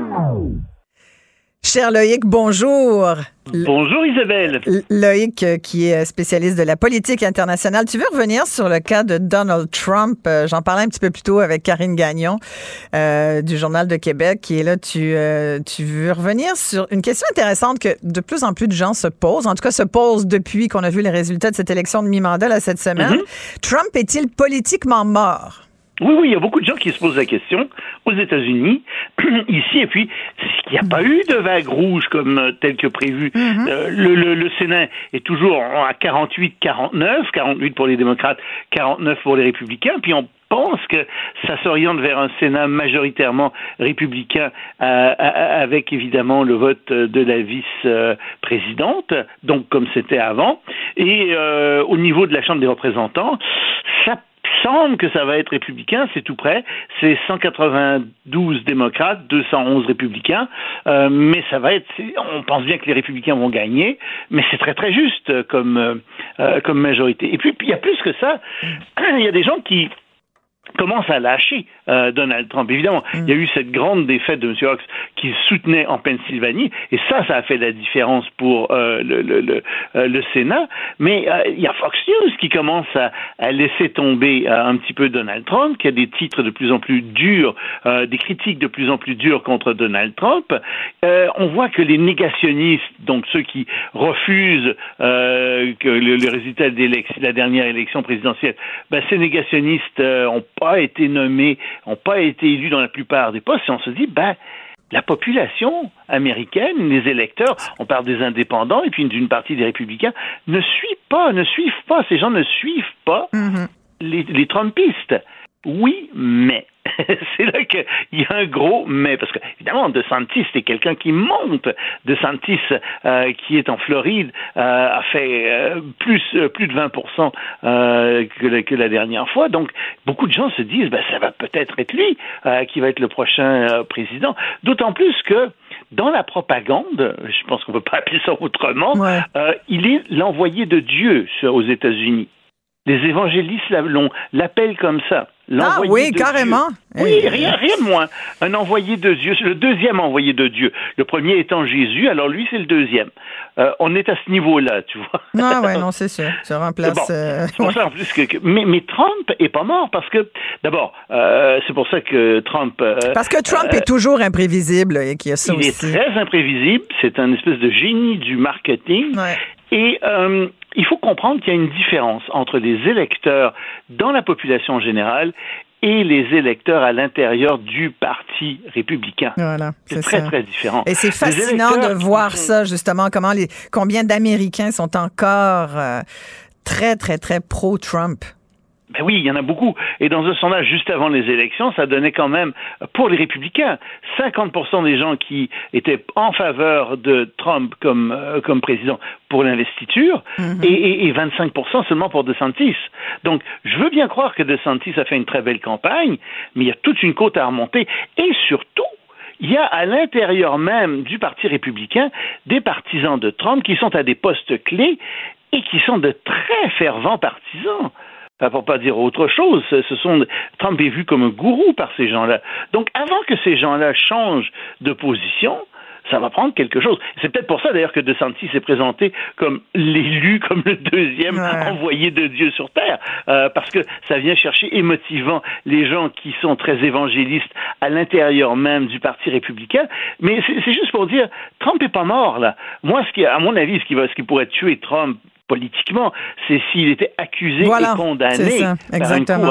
Cher Loïc, bonjour. Bonjour Isabelle. Loïc, qui est spécialiste de la politique internationale. Tu veux revenir sur le cas de Donald Trump? J'en parlais un petit peu plus tôt avec Karine Gagnon euh, du Journal de Québec, qui est là. Tu, euh, tu veux revenir sur une question intéressante que de plus en plus de gens se posent, en tout cas se posent depuis qu'on a vu les résultats de cette élection de mi-mandat là, cette semaine. Mm-hmm. Trump est-il politiquement mort? Oui, oui, il y a beaucoup de gens qui se posent la question aux États-Unis, ici, et puis il n'y a pas eu de vague rouge comme euh, tel que prévu. Mm-hmm. Euh, le, le, le Sénat est toujours à quarante-huit quarante-neuf, quarante-huit pour les démocrates, quarante-neuf pour les républicains, puis on pense que ça s'oriente vers un Sénat majoritairement républicain euh, avec évidemment le vote de la vice-présidente, donc comme c'était avant. Et euh, au niveau de la Chambre des représentants, ça semble que ça va être républicain, c'est tout près. C'est cent quatre-vingt-douze démocrates, deux cent onze républicains, euh, mais ça va être. On pense bien que les républicains vont gagner, mais c'est très très juste comme euh, comme majorité. Et puis il y a plus que ça, il y a des gens qui commence à lâcher euh, Donald Trump. Évidemment, mm. il y a eu cette grande défaite de M. Oaks qui soutenait en Pennsylvanie, et ça, ça a fait la différence pour euh, le, le, le, euh, le Sénat. Mais euh, il y a Fox News qui commence à, à laisser tomber euh, un petit peu Donald Trump, qui a des titres de plus en plus durs, euh, des critiques de plus en plus dures contre Donald Trump. Euh, on voit que les négationnistes, donc ceux qui refusent euh, que le, le résultat de la dernière élection présidentielle, ben, ces négationnistes euh, ont pas été nommés, n'ont pas été élus dans la plupart des postes, et on se dit, ben, la population américaine, les électeurs, on parle des indépendants et puis d'une partie des républicains, ne suivent pas, ne suivent pas, ces gens ne suivent pas mm-hmm. les, les Trumpistes. Oui, mais. C'est là qu'il y a un gros mais, parce que, évidemment, DeSantis, c'est quelqu'un qui monte. DeSantis, euh, qui est en Floride, euh, a fait euh, plus, euh, plus de vingt pour cent euh, que, la, que la dernière fois. Donc, beaucoup de gens se disent, ben, ça va peut-être être lui euh, qui va être le prochain euh, président. D'autant plus que, dans la propagande, je pense qu'on ne peut pas appeler ça autrement, ouais. euh, il est l'envoyé de Dieu aux États-Unis. Les évangélistes l'appellent comme ça. Ah oui, carrément. Dieu. Oui, rien, rien de moins. Un envoyé de Dieu, le deuxième envoyé de Dieu. Le premier étant Jésus, alors lui, c'est le deuxième. Euh, on est à ce niveau-là, tu vois. Ah ouais, non, c'est sûr. Tu remplaces... Bon, euh... c'est pour ça, en plus que... que mais, mais Trump est pas mort parce que, d'abord, euh, c'est pour ça que Trump... Euh, parce que Trump euh, est toujours imprévisible et qu'il y a ça il aussi. Il est très imprévisible. C'est un espèce de génie du marketing. Ouais. Et euh, il faut comprendre qu'il y a une différence entre les électeurs dans la population générale et les électeurs à l'intérieur du Parti républicain. Voilà, c'est, c'est très, ça. très différent. Et c'est fascinant de voir sont... ça, justement, comment les, combien d'Américains sont encore euh, très, très, très pro-Trump. Ben oui, il y en a beaucoup. Et dans un sondage juste avant les élections, ça donnait quand même, pour les républicains, cinquante pour cent des gens qui étaient en faveur de Trump comme, euh, comme président pour l'investiture, mm-hmm. et, et, et vingt-cinq pour cent seulement pour DeSantis. Donc, je veux bien croire que DeSantis a fait une très belle campagne, mais il y a toute une côte à remonter. Et surtout, il y a à l'intérieur même du Parti républicain des partisans de Trump qui sont à des postes clés et qui sont de très fervents partisans. Enfin, pour pas dire autre chose, ce sont Trump est vu comme un gourou par ces gens-là. Donc, avant que ces gens-là changent de position, ça va prendre quelque chose. C'est peut-être pour ça, d'ailleurs, que DeSantis s'est présenté comme l'élu, comme le deuxième ouais. envoyé de Dieu sur Terre, euh, parce que ça vient chercher émotivement les gens qui sont très évangélistes à l'intérieur même du Parti républicain. Mais c'est, c'est juste pour dire, Trump est pas mort, là. Moi, ce qui, à mon avis, ce qui va, ce qui pourrait tuer Trump politiquement, c'est s'il était accusé voilà, et condamné par une cour.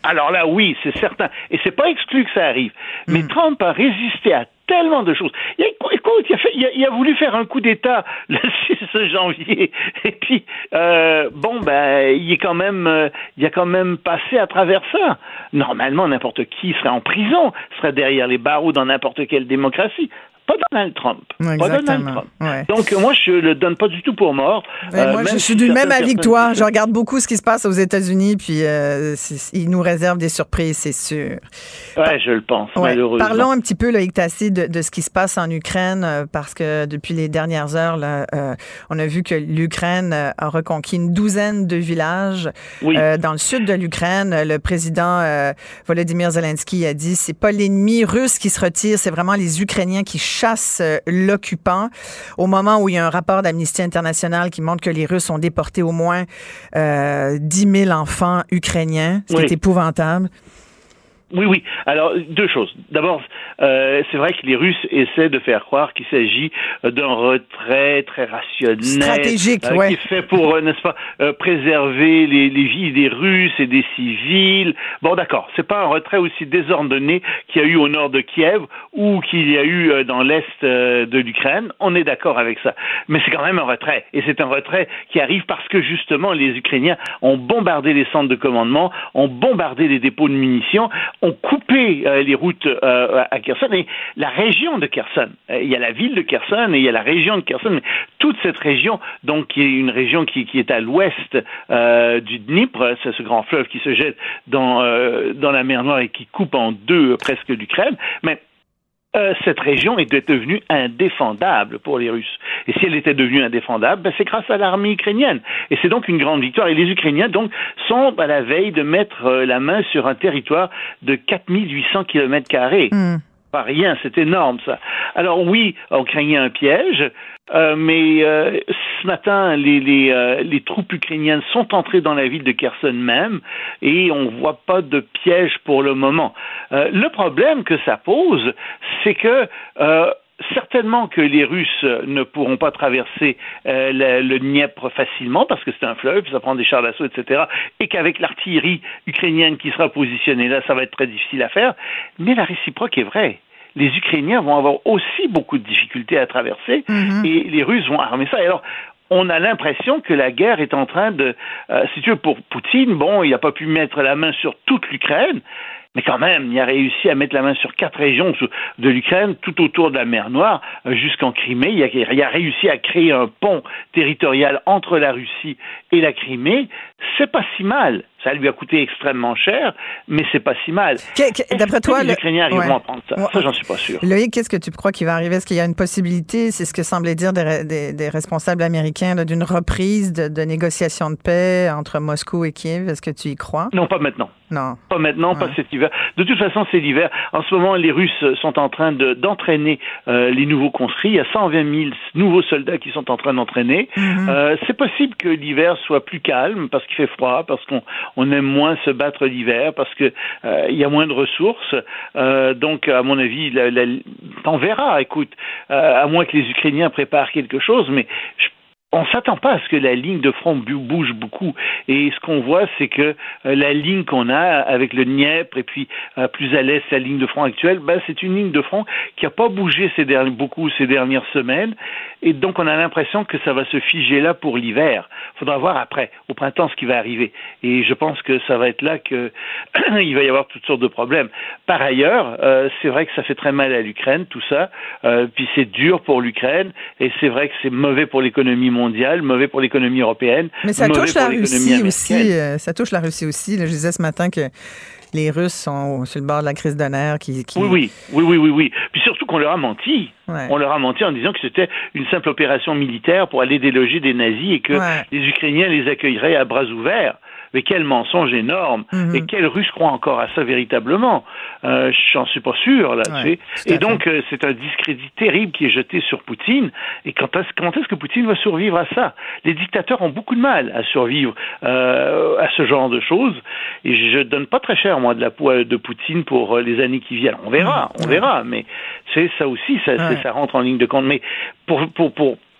Alors là, oui, c'est certain. Et c'est pas exclu que ça arrive. Mais mm. Trump a résisté à tellement de choses. Il a, écoute, il a, fait, il, a, il a voulu faire un coup d'État le six janvier. Et puis, euh, bon, ben, il est quand même, euh, il a quand même passé à travers ça. Normalement, n'importe qui serait en prison, serait derrière les barreaux dans n'importe quelle démocratie. Pas Donald Trump. Exactement. Pas Donald Trump. Ouais. Donc, moi, je le donne pas du tout pour mort. Euh, moi, je suis du même avis que toi. Je regarde beaucoup ce qui se passe aux États-Unis, puis euh, ils nous réservent des surprises, c'est sûr. Ouais, je le pense, ouais. malheureusement. Parlons un petit peu, Loïc Tassi, de, de ce qui se passe en Ukraine, euh, parce que depuis les dernières heures, là, euh, on a vu que l'Ukraine a reconquis une douzaine de villages. Oui. Euh, dans le sud de l'Ukraine, le président euh, Volodymyr Zelensky a dit, c'est pas l'ennemi russe qui se retire, c'est vraiment les Ukrainiens qui chasse l'occupant. Au moment où il y a un rapport d'Amnesty International qui montre que les Russes ont déporté au moins euh, dix mille enfants ukrainiens, ce oui. qui est épouvantable. Oui, oui. Alors, deux choses. D'abord, euh, c'est vrai que les Russes essaient de faire croire qu'il s'agit d'un retrait très rationnel. Stratégique, euh, ouais. Qui est fait pour, euh, n'est-ce pas, euh, préserver les, les vies des Russes et des civils. Bon, d'accord. C'est pas un retrait aussi désordonné qu'il y a eu au nord de Kiev ou qu'il y a eu euh, dans l'est euh, de l'Ukraine. On est d'accord avec ça. Mais c'est quand même un retrait. Et c'est un retrait qui arrive parce que, justement, les Ukrainiens ont bombardé les centres de commandement, ont bombardé les dépôts de munitions, ont coupé euh, les routes euh, à Kherson et la région de Kherson. Euh, il y a la ville de Kherson et il y a la région de Kherson, mais toute cette région, donc qui est une région qui, qui est à l'ouest euh, du Dnipre, c'est ce grand fleuve qui se jette dans euh, dans la mer Noire et qui coupe en deux euh, presque l'Ukraine, mais Euh, cette région est devenue indéfendable pour les Russes. Et si elle était devenue indéfendable, ben, c'est grâce à l'armée ukrainienne. Et c'est donc une grande victoire. Et les Ukrainiens, donc, sont à la veille de mettre euh, la main sur un territoire de quatre mille huit cents kilomètres carrés. Mm. Pas rien, c'est énorme, ça. Alors oui, on craignait un piège, euh, mais euh, ce matin, les, les, euh, les troupes ukrainiennes sont entrées dans la ville de Kherson même, et on voit pas de piège pour le moment. Euh, le problème que ça pose, c'est que euh, certainement que les Russes ne pourront pas traverser euh, le, le Dniepr facilement parce que c'est un fleuve, ça prend des chars d'assaut, et cetera. Et qu'avec l'artillerie ukrainienne qui sera positionnée là, ça va être très difficile à faire. Mais la réciproque est vraie. Les Ukrainiens vont avoir aussi beaucoup de difficultés à traverser mm-hmm. et les Russes vont armer ça. Et alors, on a l'impression que la guerre est en train de... Euh, si tu veux, pour Poutine, bon, il n'a pas pu mettre la main sur toute l'Ukraine, mais quand même, il a réussi à mettre la main sur quatre régions de l'Ukraine, tout autour de la mer Noire, jusqu'en Crimée. Il a, il a réussi à créer un pont territorial entre la Russie et la Crimée. C'est pas si mal. Ça lui a coûté extrêmement cher, mais c'est pas si mal. Que, que, d'après toi, les le... Ukrainiens arriveront ouais. à prendre ça. Ça, j'en suis pas sûr. Loïc, qu'est-ce que tu crois qui va arriver? Est-ce qu'il y a une possibilité, c'est ce que semblaient dire des, des, des responsables américains, là, d'une reprise de, de négociations de paix entre Moscou et Kiev? Est-ce que tu y crois? Non, pas maintenant. Non. Pas maintenant, ouais. pas cet hiver. De toute façon, c'est l'hiver. En ce moment, les Russes sont en train de, d'entraîner euh, les nouveaux conscrits. Il y a cent vingt mille nouveaux soldats qui sont en train d'entraîner. Mm-hmm. Euh, c'est possible que l'hiver soit plus calme parce qu'il fait froid, parce qu'on on aime moins se battre l'hiver, parce que euh, il y a moins de ressources. Euh, donc, à mon avis, la, la, on verra. Écoute, euh, à moins que les Ukrainiens préparent quelque chose, mais je on s'attend pas à ce que la ligne de front bouge beaucoup. Et ce qu'on voit, c'est que euh, la ligne qu'on a avec le Dniepr et puis euh, plus à l'est, la ligne de front actuelle, ben, c'est une ligne de front qui a pas bougé ces derniers, beaucoup ces dernières semaines. Et donc, on a l'impression que ça va se figer là pour l'hiver. Faudra voir après, au printemps, ce qui va arriver. Et je pense que ça va être là que il va y avoir toutes sortes de problèmes. Par ailleurs, euh, c'est vrai que ça fait très mal à l'Ukraine, tout ça. Euh, puis c'est dur pour l'Ukraine. Et c'est vrai que c'est mauvais pour l'économie mondiale. mondiale, mauvais pour l'économie européenne. Mais ça touche la Russie aussi. Euh, ça touche la Russie aussi. Là, je disais ce matin que les Russes sont sur le bord de la crise de nerfs. Qui, qui... Oui, oui, oui, oui, oui, oui. Puis surtout qu'on leur a menti. Ouais. On leur a menti en disant que c'était une simple opération militaire pour aller déloger des nazis et que ouais. les Ukrainiens les accueilleraient à bras ouverts. Mais quel mensonge énorme. Mm-hmm. Et quel Russe croit encore à ça véritablement? Euh, j'en suis pas sûr, là. Ouais, tu sais. Et donc, euh, c'est un discrédit terrible qui est jeté sur Poutine. Et quand est-ce, quand est-ce que Poutine va survivre à ça? Les dictateurs ont beaucoup de mal à survivre euh, à ce genre de choses. Et je donne pas très cher, moi, de la peau de Poutine pour euh, les années qui viennent. On verra, on verra. Mais c'est ça aussi, ça, ouais. c'est, ça rentre en ligne de compte. Mais pour, pour, pour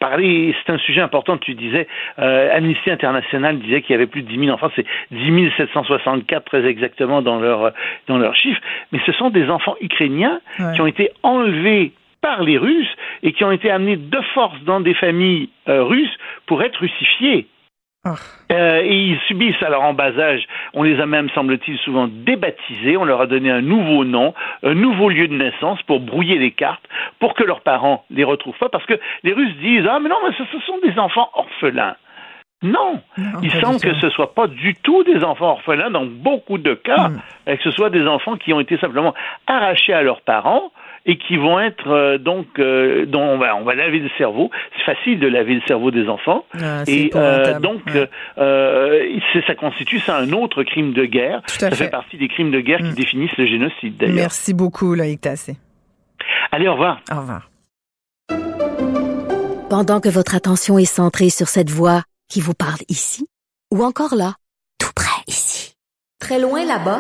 parler, c'est un sujet important, tu disais, euh, Amnesty International disait qu'il y avait plus de dix mille enfants, c'est dix mille sept cent soixante-quatre très exactement dans leur, dans leurs chiffres, mais ce sont des enfants ukrainiens ouais. qui ont été enlevés par les Russes et qui ont été amenés de force dans des familles euh, russes pour être russifiés. Oh. Euh, et ils subissent alors en bas âge, on les a même, semble-t-il, souvent débaptisés, on leur a donné un nouveau nom, un nouveau lieu de naissance pour brouiller les cartes, pour que leurs parents les retrouvent pas, parce que les Russes disent « Ah, mais non, mais ce, ce sont des enfants orphelins ». Non, non, il semble que ce soit pas du tout des enfants orphelins dans beaucoup de cas, mm. et que ce soit des enfants qui ont été simplement arrachés à leurs parents, et qui vont être euh, donc euh, dont on va on va laver le cerveau. C'est facile de laver le cerveau des enfants ah, et euh, donc ouais. euh, c'est, ça constitue ça un autre crime de guerre. Ça fait. fait partie des crimes de guerre mmh. qui définissent le génocide d'ailleurs. Merci beaucoup Loïc Tassé. Allez, au revoir. Au revoir. Pendant que votre attention est centrée sur cette voix qui vous parle ici ou encore là, tout près ici, très loin là-bas.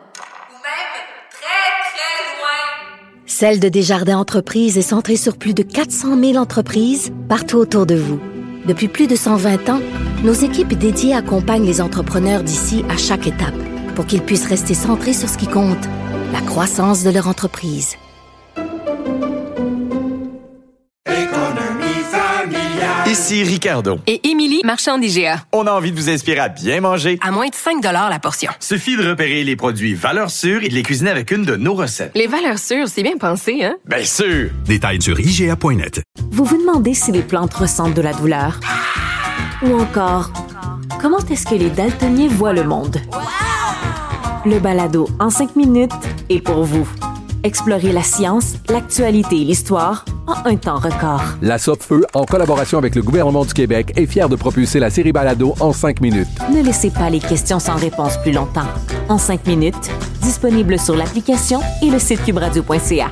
Celle de Desjardins Entreprises est centrée sur plus de quatre cent mille entreprises partout autour de vous. Depuis plus de cent vingt ans, nos équipes dédiées accompagnent les entrepreneurs d'ici à chaque étape pour qu'ils puissent rester centrés sur ce qui compte, la croissance de leur entreprise. Ici Ricardo. Et Émilie, marchand d'I G A. On a envie de vous inspirer à bien manger. À moins de cinq dollars la portion. Suffit de repérer les produits valeurs sûres et de les cuisiner avec une de nos recettes. Les valeurs sûres, c'est bien pensé, hein? Bien sûr! Détails sur I G A point net. Vous vous demandez si les plantes ressentent de la douleur? Ou encore, comment est-ce que les daltoniens voient le monde? Le balado en cinq minutes est pour vous. Explorez la science, l'actualité et l'histoire en un temps record. La Sopfeu, en collaboration avec le gouvernement du Québec, est fière de propulser la série Balado en cinq minutes. Ne laissez pas les questions sans réponse plus longtemps. En cinq minutes, disponible sur l'application et le site cube radio point c a.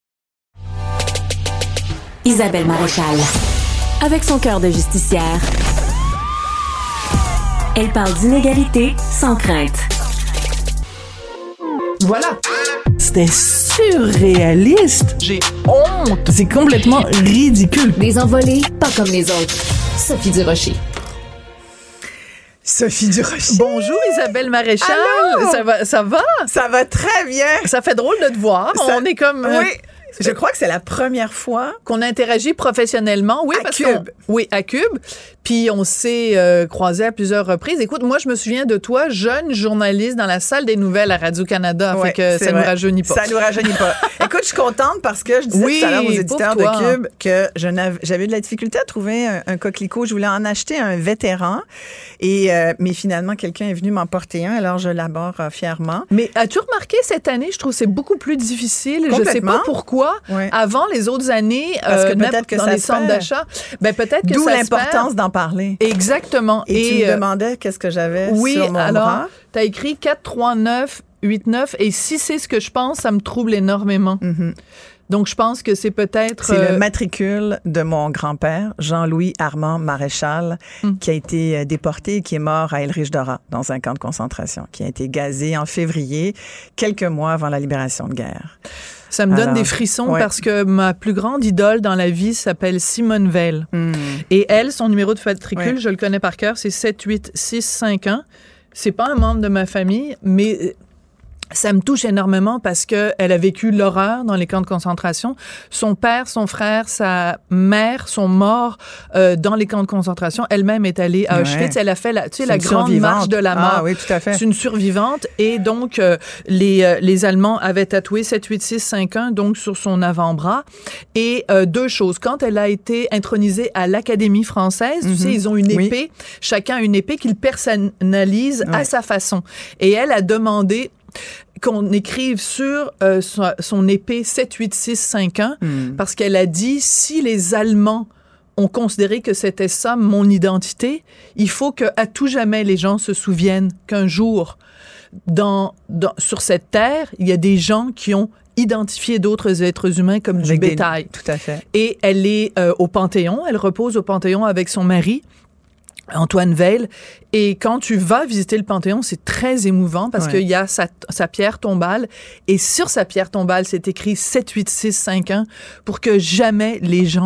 Isabelle Maréchal. Avec son cœur de justicière, elle parle d'inégalité sans crainte. Voilà. C'était surréaliste. J'ai honte. C'est complètement ridicule. Des envolées, pas comme les autres. Sophie Durocher. Sophie Durocher. Bonjour Isabelle Maréchal. Allô? Ça va, ça va? Ça va très bien. Ça fait drôle de te voir. Ça, On est comme... Oui. Euh, Je crois que c'est la première fois qu'on interagit professionnellement. Oui, à parce Cube. Oui, à Cube. Puis on s'est euh, croisés à plusieurs reprises. Écoute, moi, je me souviens de toi, jeune journaliste dans la salle des nouvelles à Radio-Canada. Ouais, fait que ça vrai. nous rajeunit pas. Ça nous rajeunit pas. Écoute, je suis contente parce que je disais oui, tout à l'heure aux éditeurs de Cube que je n'avais, j'avais de la difficulté à trouver un, un coquelicot. Je voulais en acheter un vétéran. Et, euh, mais finalement, quelqu'un est venu m'en porter un. Alors, je l'aborde euh, fièrement. Mais as-tu remarqué cette année, je trouve que c'est beaucoup plus difficile. Je sais pas pourquoi. Ouais. Avant les autres années, parce que euh, peut-être que dans ça les se centres perd. d'achat, ben peut-être que D'où ça l'importance d'en parler. Exactement. Et, et tu euh, me demandais qu'est-ce que j'avais oui, sur mon alors, bras. Tu as écrit quatre trois neuf huit neuf et si c'est ce que je pense, ça me trouble énormément. Mm-hmm. Donc, je pense que c'est peut-être... C'est euh... le matricule de mon grand-père, Jean-Louis Armand Maréchal, mm. qui a été déporté et qui est mort à El Rijdora, dans un camp de concentration, qui a été gazé en février, quelques mois avant la libération de guerre. Ça me donne Alors, des frissons ouais. parce que ma plus grande idole dans la vie s'appelle Simone Veil. Mm. Et elle, son numéro de matricule, ouais. je le connais par cœur, c'est sept huit six cinq un. C'est pas un membre de ma famille, mais... ça me touche énormément parce que elle a vécu l'horreur dans les camps de concentration. Son père, son frère, sa mère sont morts euh, dans les camps de concentration. Elle-même est allée à Auschwitz. Ouais. Elle a fait la, tu sais, la grande marche de la mort. Ah oui, tout à fait. C'est une survivante. Et donc, euh, les, euh, les Allemands avaient tatoué sept huit six cinq un donc sur son avant-bras. Et euh, deux choses. Quand elle a été intronisée à l'Académie française, mm-hmm. tu sais, ils ont une épée, oui. chacun une épée qu'ils personnalisent ouais. à sa façon. Et elle a demandé qu'on écrive sur euh, son, son épée sept huit six cinq un mm. parce qu'elle a dit si les Allemands ont considéré que c'était ça mon identité, il faut que à tout jamais les gens se souviennent qu'un jour dans, dans sur cette terre, il y a des gens qui ont identifié d'autres êtres humains comme avec du bétail. Des... Tout à fait. Et elle est euh, au Panthéon, elle repose au Panthéon avec son mari Antoine Veil. Et quand tu vas visiter le Panthéon, c'est très émouvant parce ouais. qu'il y a sa, sa pierre tombale et sur sa pierre tombale, c'est écrit sept huit six cinq un pour que jamais les gens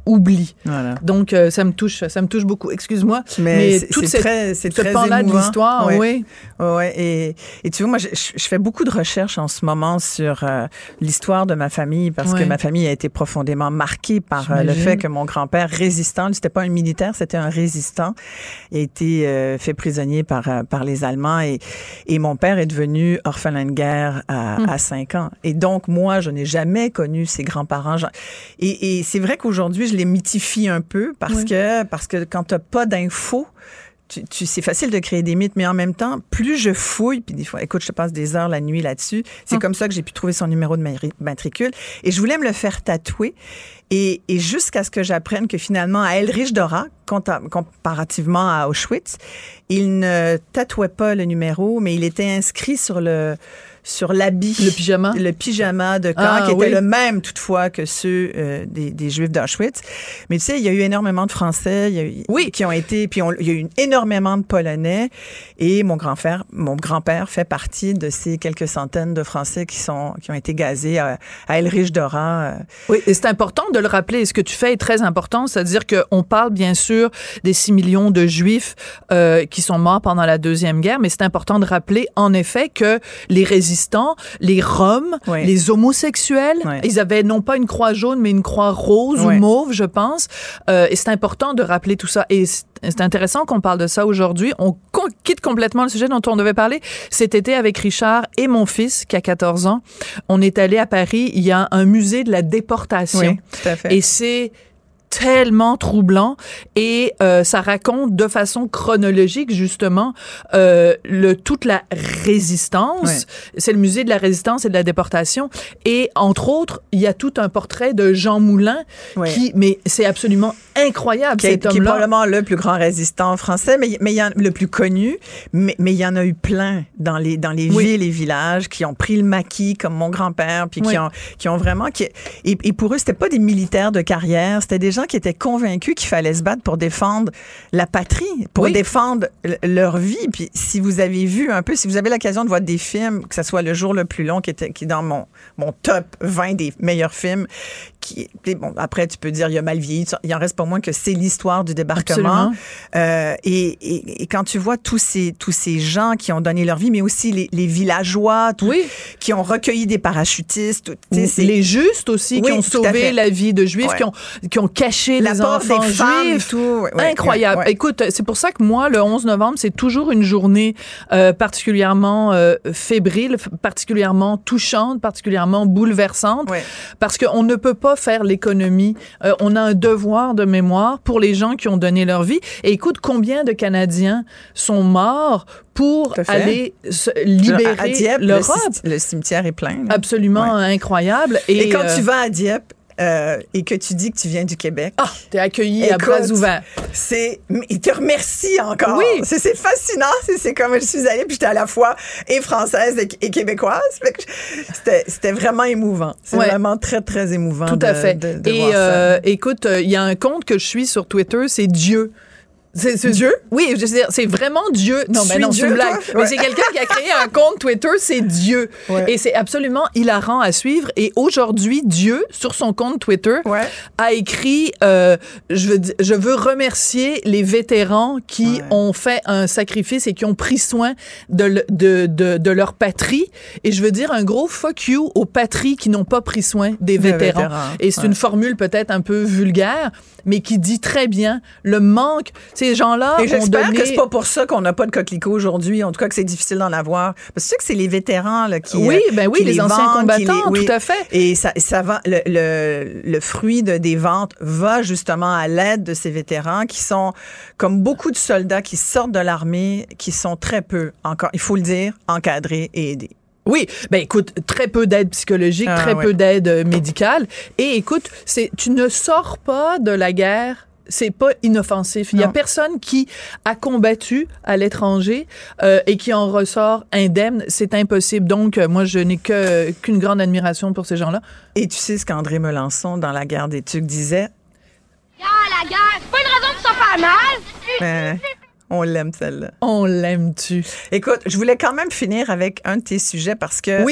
oublie. Voilà. Donc, euh, ça me touche, ça me touche beaucoup. Excuse-moi, mais, mais c'est, tout c'est cette, très, c'est ce très pan-là émouvant. de l'histoire, ouais. oui. Ouais, et, et tu vois, moi, je, je fais beaucoup de recherches en ce moment sur euh, l'histoire de ma famille parce ouais. que ma famille a été profondément marquée par euh, le fait que mon grand-père résistant, lui, c'était pas un militaire, c'était un résistant, a été euh, fait prisonnier par euh, par les Allemands et et mon père est devenu orphelin de guerre à, hum. à cinq ans. Et donc moi, je n'ai jamais connu ses grands-parents. Et, et c'est vrai qu'aujourd'hui, je les mythifie un peu parce oui. que parce que quand t'as pas d'infos, Tu, tu, c'est facile de créer des mythes, mais en même temps, plus je fouille, puis des fois, écoute, je passe des heures la nuit là-dessus, c'est hum. comme ça que j'ai pu trouver son numéro de matricule. Et je voulais me le faire tatouer. Et, et jusqu'à ce que j'apprenne que finalement, à El-Riche-Dora, comparativement à Auschwitz, il ne tatouait pas le numéro, mais il était inscrit sur le... sur l'habit. Le pyjama? Le pyjama de camp, ah, qui oui. était le même toutefois que ceux euh, des, des Juifs d'Auschwitz. Mais tu sais, il y a eu énormément de Français il y a eu, oui. qui ont été... Puis on, il y a eu énormément de Polonais. Et mon grand-père, mon grand-père fait partie de ces quelques centaines de Français qui, sont, qui ont été gazés à, à El-Riche-Dora. Oui, et c'est important de le rappeler. Et ce que tu fais est très important, c'est-à-dire qu'on parle bien sûr des six millions de Juifs euh, qui sont morts pendant la Deuxième Guerre, mais c'est important de rappeler en effet que les résistants, les Roms, oui. les homosexuels, oui. ils avaient non pas une croix jaune, mais une croix rose oui. ou mauve, je pense. Euh, et c'est important de rappeler tout ça. Et c'est, c'est intéressant qu'on parle de ça aujourd'hui. On co- quitte complètement le sujet dont on devait parler. Cet été, avec Richard et mon fils, qui a quatorze ans, on est allé à Paris. Il y a un musée de la déportation. Oui, tout à fait. Et c'est tellement troublant et euh, ça raconte de façon chronologique justement euh, le toute la résistance. Ouais. C'est le musée de la résistance et de la déportation et entre autres il y a tout un portrait de Jean Moulin ouais. qui mais c'est absolument incroyable qui, cet est, homme-là. Qui est probablement le plus grand résistant français mais mais il y en le plus connu mais mais il y en a eu plein dans les dans les oui. villes et villages qui ont pris le maquis comme mon grand-père puis oui. qui ont qui ont vraiment qui et, et pour eux c'était pas des militaires de carrière, c'était des gens qui étaient convaincus qu'il fallait se battre pour défendre la patrie, pour oui. défendre l- leur vie. Puis si vous avez vu un peu, si vous avez l'occasion de voir des films, que ce soit Le jour le plus long, qui, était, qui est dans mon, mon top vingt des meilleurs films, qui, bon, après tu peux dire il y a mal vieilli, il en reste pas moins que c'est l'histoire du débarquement. Euh, et, et, et quand tu vois tous ces, tous ces gens qui ont donné leur vie, mais aussi les, les villageois, tout, oui. qui ont recueilli des parachutistes. Tout, les justes aussi, oui, qui ont sauvé la vie de Juifs, ouais. qui, ont, qui ont caché la les porte enfants des femmes, juifs. Tout. Ouais, ouais, incroyable. Ouais, ouais. Écoute, c'est pour ça que moi, le onze novembre, c'est toujours une journée euh, particulièrement euh, fébrile, particulièrement touchante, particulièrement bouleversante, ouais. parce qu'on ne peut pas faire l'économie. Euh, on a un devoir de mémoire pour les gens qui ont donné leur vie. Et écoute, combien de Canadiens sont morts pour aller se libérer à Dieppe, l'Europe? Le, c- le cimetière est plein. Là. Absolument ouais. incroyable. Et, Et quand euh, tu vas à Dieppe, Euh, et que tu dis que tu viens du Québec. Ah, t'es accueilli Écoute, à bras ouverts. C'est, il te remercie encore. Oui. C'est, c'est fascinant. C'est, c'est comme je suis allée, puis j'étais à la fois et française et, et québécoise. C'était, c'était vraiment émouvant. C'est ouais. vraiment très, très émouvant. Tout de, à fait. De, de et voir euh, ça. écoute, il euh, y a un compte que je suis sur Twitter, c'est Dieu. C'est, c'est Dieu? Oui, je veux dire, c'est vraiment Dieu. Non, mais ben non, Dieu, c'est une blague. Toi? Mais ouais. c'est quelqu'un qui a créé un compte Twitter, c'est Dieu. Ouais. Et c'est absolument hilarant à suivre. Et aujourd'hui, Dieu, sur son compte Twitter, ouais. a écrit euh, je, veux, je veux remercier les vétérans qui ouais. ont fait un sacrifice et qui ont pris soin de, de, de, de leur patrie. Et je veux dire un gros fuck you aux patries qui n'ont pas pris soin des vétérans. vétérans. Et c'est ouais. une formule peut-être un peu vulgaire, mais qui dit très bien le manque. Ces gens-là Et j'espère donné... que c'est pas pour ça qu'on n'a pas de coquelicots aujourd'hui. En tout cas, que c'est difficile d'en avoir. Parce que tu sais que c'est les vétérans là, qui oui, ben oui, qui les, les anciens vendent, combattants, les, oui. tout à fait. Et ça, ça va. Le, le, le fruit de, des ventes va justement à l'aide de ces vétérans qui sont comme beaucoup de soldats qui sortent de l'armée, qui sont très peu, encore, il faut le dire, encadrés et aidés. Oui, ben écoute, très peu d'aide psychologique, ah, très ouais. peu d'aide médicale. Et écoute, c'est tu ne sors pas de la guerre. C'est pas inoffensif. Il y a personne qui a combattu à l'étranger euh, et qui en ressort indemne. C'est impossible. Donc, euh, moi, je n'ai que, qu'une grande admiration pour ces gens-là. Et tu sais ce qu'André Melançon, dans La guerre des Tucs, disait? Ah, la guerre, c'est pas une raison pour se faire mal. Mais on l'aime, celle-là. On l'aime-tu. Écoute, je voulais quand même finir avec un de tes sujets parce que... Oui.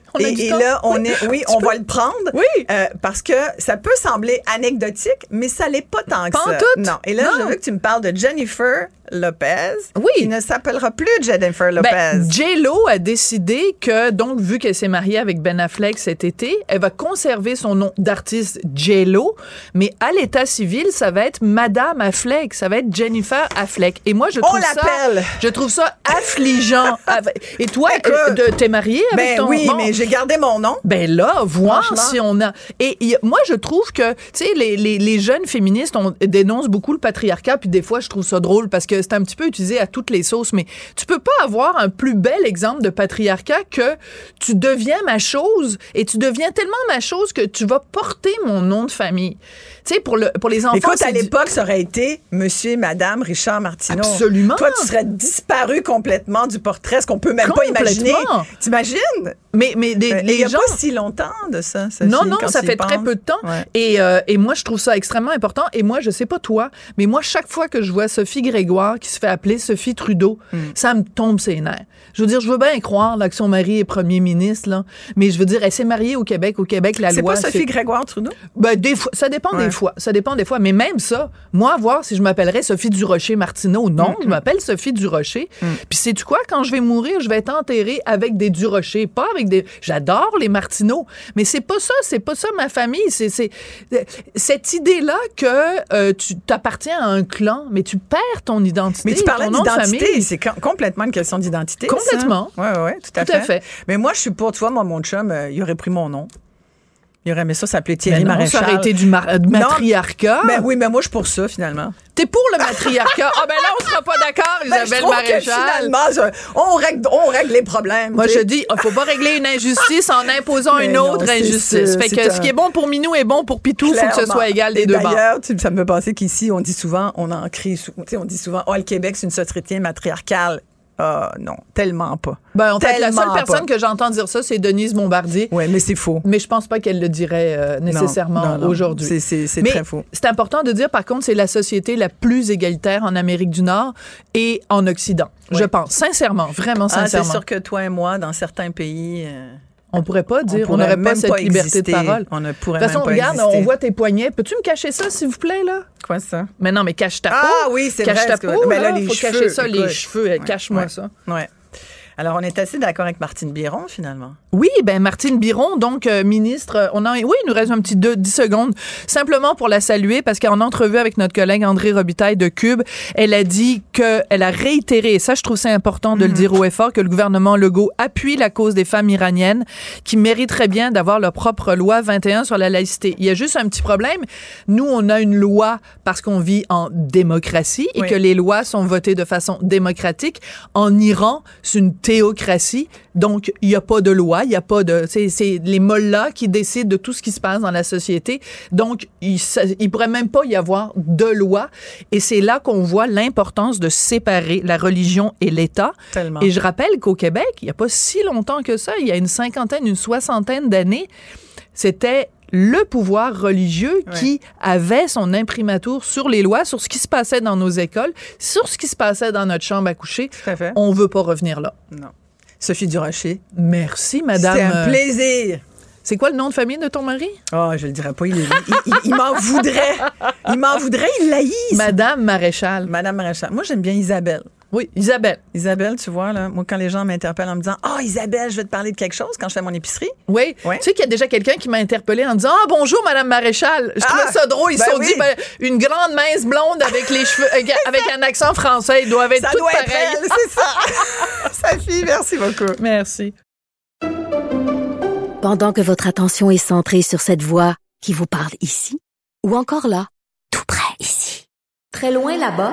On a et, du et temps? là, on est, oui, Tu on peux- va le prendre. Oui. Euh, parce que ça peut sembler anecdotique, mais ça l'est pas tant que Pas en ça. tout. Non. Et là, Non. je veux que tu me parles de Jennifer Lopez. Oui. Qui ne s'appellera plus Jennifer Lopez. Ben, J-Lo a décidé que, donc, vu qu'elle s'est mariée avec Ben Affleck cet été, elle va conserver son nom d'artiste J-Lo, mais à l'état civil, ça va être Madame Affleck, ça va être Jennifer Affleck. Et moi, je trouve ça, l'appelle. je trouve ça affligeant. Et toi, Écoute, euh, de- t'es mariée avec ben ton... oui, bon. mais j'ai gardé mon nom. Ben là, voir Franchement. si on a... Et, et moi, je trouve que, tu sais, les, les, les jeunes féministes on dénoncent beaucoup le patriarcat, puis des fois, je trouve ça drôle parce que c'est un petit peu utilisé à toutes les sauces, mais tu peux pas avoir un plus bel exemple de patriarcat que tu deviens ma chose et tu deviens tellement ma chose que tu vas porter mon nom de famille. Tu sais, pour, le, pour les enfants... Écoute, à c'est du- l'époque, ça aurait été Monsieur et Madame Richard Martineau. Absolument. Toi, tu serais disparu complètement du portrait, ce qu'on peut même pas Complètement. imaginer. T'imagines? Mais, mais des- Euh, les il y a gens... pas si longtemps de ça, Sophie, Non, non, quand ça tu y fait très penses. peu de temps. Ouais. Et, euh, et moi, je trouve ça extrêmement important. Et moi, je sais pas toi, mais moi, chaque fois que je vois Sophie Grégoire qui se fait appeler Sophie Trudeau, Hmm. ça me tombe ses nerfs. Je veux dire, je veux bien croire là, que son mari est premier ministre, là, mais je veux dire, elle s'est mariée au Québec. Au Québec, la C'est loi... pas Sophie Grégoire Trudeau? Ben, des fois, ça dépend Ouais. des fois. Ça dépend des fois. Mais même ça, moi, voir si je m'appellerais Sophie Durocher-Martineau, non, Mm-hmm. je m'appelle Sophie Durocher. Mm. Puis sais-tu quoi? Quand je vais mourir, je vais être enterrée avec des Durocher, pas avec des... J'adore les Martineau, mais c'est pas ça, c'est pas ça ma famille. C'est, c'est... Cette idée-là que euh, tu t'appartiens à un clan, mais tu perds ton identité, Mais tu parlais ton nom de d'identité, famille. c'est com- complètement une question d'identité. Complètement. Oui, oui, tout à Tout fait. à fait. Mais moi, je suis pour, tu vois, moi, mon chum, euh, il aurait pris mon nom. Il aurait aimé ça s'appeler Thierry Ben non, Maréchal. ça aurait été du mar- euh, Non. matriarcat. Ben oui, mais moi, je suis pour ça, finalement. T'es pour le matriarcat. Ah ben là, on sera pas d'accord, Ben, je Isabelle trouve que Maréchal. finalement, je- on, règle, on règle les problèmes. Moi, tu je sais. dis, il faut pas régler une injustice en imposant Mais une non, autre c'est injustice. sûr, Fait c'est que un- ce qui est bon pour Minou est bon pour Pitou, il faut que ce Clairement. soit égal des Et deux bords. D'ailleurs, tu- ça me fait penser qu'ici, on dit souvent, on en crie, sou- tu sais, on dit souvent, oh, le Québec, c'est une société matriarcale. Ah, non, tellement pas. Ben, en fait, la Tellement seule personne pas. que j'entends dire ça, c'est Denise Bombardier. Oui, mais c'est faux. Mais je pense pas qu'elle le dirait euh, nécessairement Non, non, non. aujourd'hui. C'est- c'est- c'est Mais très faux. c'est important de dire, par contre, c'est la société la plus égalitaire en Amérique du Nord et en Occident. Je Oui. pense, sincèrement, vraiment Ah, sincèrement. c'est sûr que toi et moi, dans certains pays... euh, On pourrait pas dire, on pourrait n'aurait pas même cette pas liberté de exister. parole. On ne pourrait De toute façon, même pas regarde, exister. on voit tes poignets. Peux-tu me cacher ça, s'il vous plaît, là? Quoi, ça? Mais non, mais cache ta peau. Ah oui, c'est cache vrai. ta parce que- peau, mais là, là, les faut cheveux, cacher ça, les écoute. cheveux. Ouais, Cache-moi ouais, ça. Ouais. Alors, on est assez d'accord avec Martine Biron, finalement. Oui, ben Martine Biron, donc euh, ministre, euh, on a, oui, il nous reste un petit deux, dix secondes, simplement pour la saluer, parce qu'en entrevue avec notre collègue André Robitaille de Cube, elle a dit que, elle a réitéré, et ça je trouve c'est important de le dire haut et fort, que le gouvernement Legault appuie la cause des femmes iraniennes qui mériteraient bien d'avoir leur propre loi vingt et un sur la laïcité. Il y a juste un petit problème. Nous, on a une loi parce qu'on vit en démocratie et Oui. que les lois sont votées de façon démocratique. En Iran, c'est une théocratie, donc il n'y a pas de loi, il n'y a pas de... C'est, c'est les mollahs qui décident de tout ce qui se passe dans la société, donc il ne pourrait même pas y avoir de loi, et c'est là qu'on voit l'importance de séparer la religion et l'État. Tellement. Et je rappelle qu'au Québec, il n'y a pas si longtemps que ça, il y a une cinquantaine, une soixantaine d'années, c'était le pouvoir religieux Ouais. qui avait son imprimatur sur les lois, sur ce qui se passait dans nos écoles, sur ce qui se passait dans notre chambre à coucher. Tout à fait. On veut pas revenir là. Non. Sophie Durocher. Merci, madame. C'était un euh, plaisir. C'est quoi le nom de famille de ton mari? Oh, je le dirais pas. Il, il, il- il m'en voudrait. Il m'en voudrait. Il l'haït. Madame Maréchal. Madame Maréchal. Moi, j'aime bien Isabelle. Oui, Isabelle. Isabelle, tu vois, là, moi, quand les gens m'interpellent en me disant « Ah, oh, Isabelle, je vais te parler de quelque chose quand je fais mon épicerie. » Oui. Ouais. Tu sais qu'il y a déjà quelqu'un qui m'a interpellée en disant « Ah, bonjour, Madame Maréchal. » Je trouvais Ah, ça drôle. Ils se ben sont oui. dit ben, une grande mince blonde avec les cheveux, avec, avec un accent français. Ils doivent être Ça toutes doit être pareilles. elle, c'est ça. Sophie, merci beaucoup. Merci. Pendant que votre attention est centrée sur cette voix qui vous parle ici, ou encore là, tout près ici, Très loin là-bas.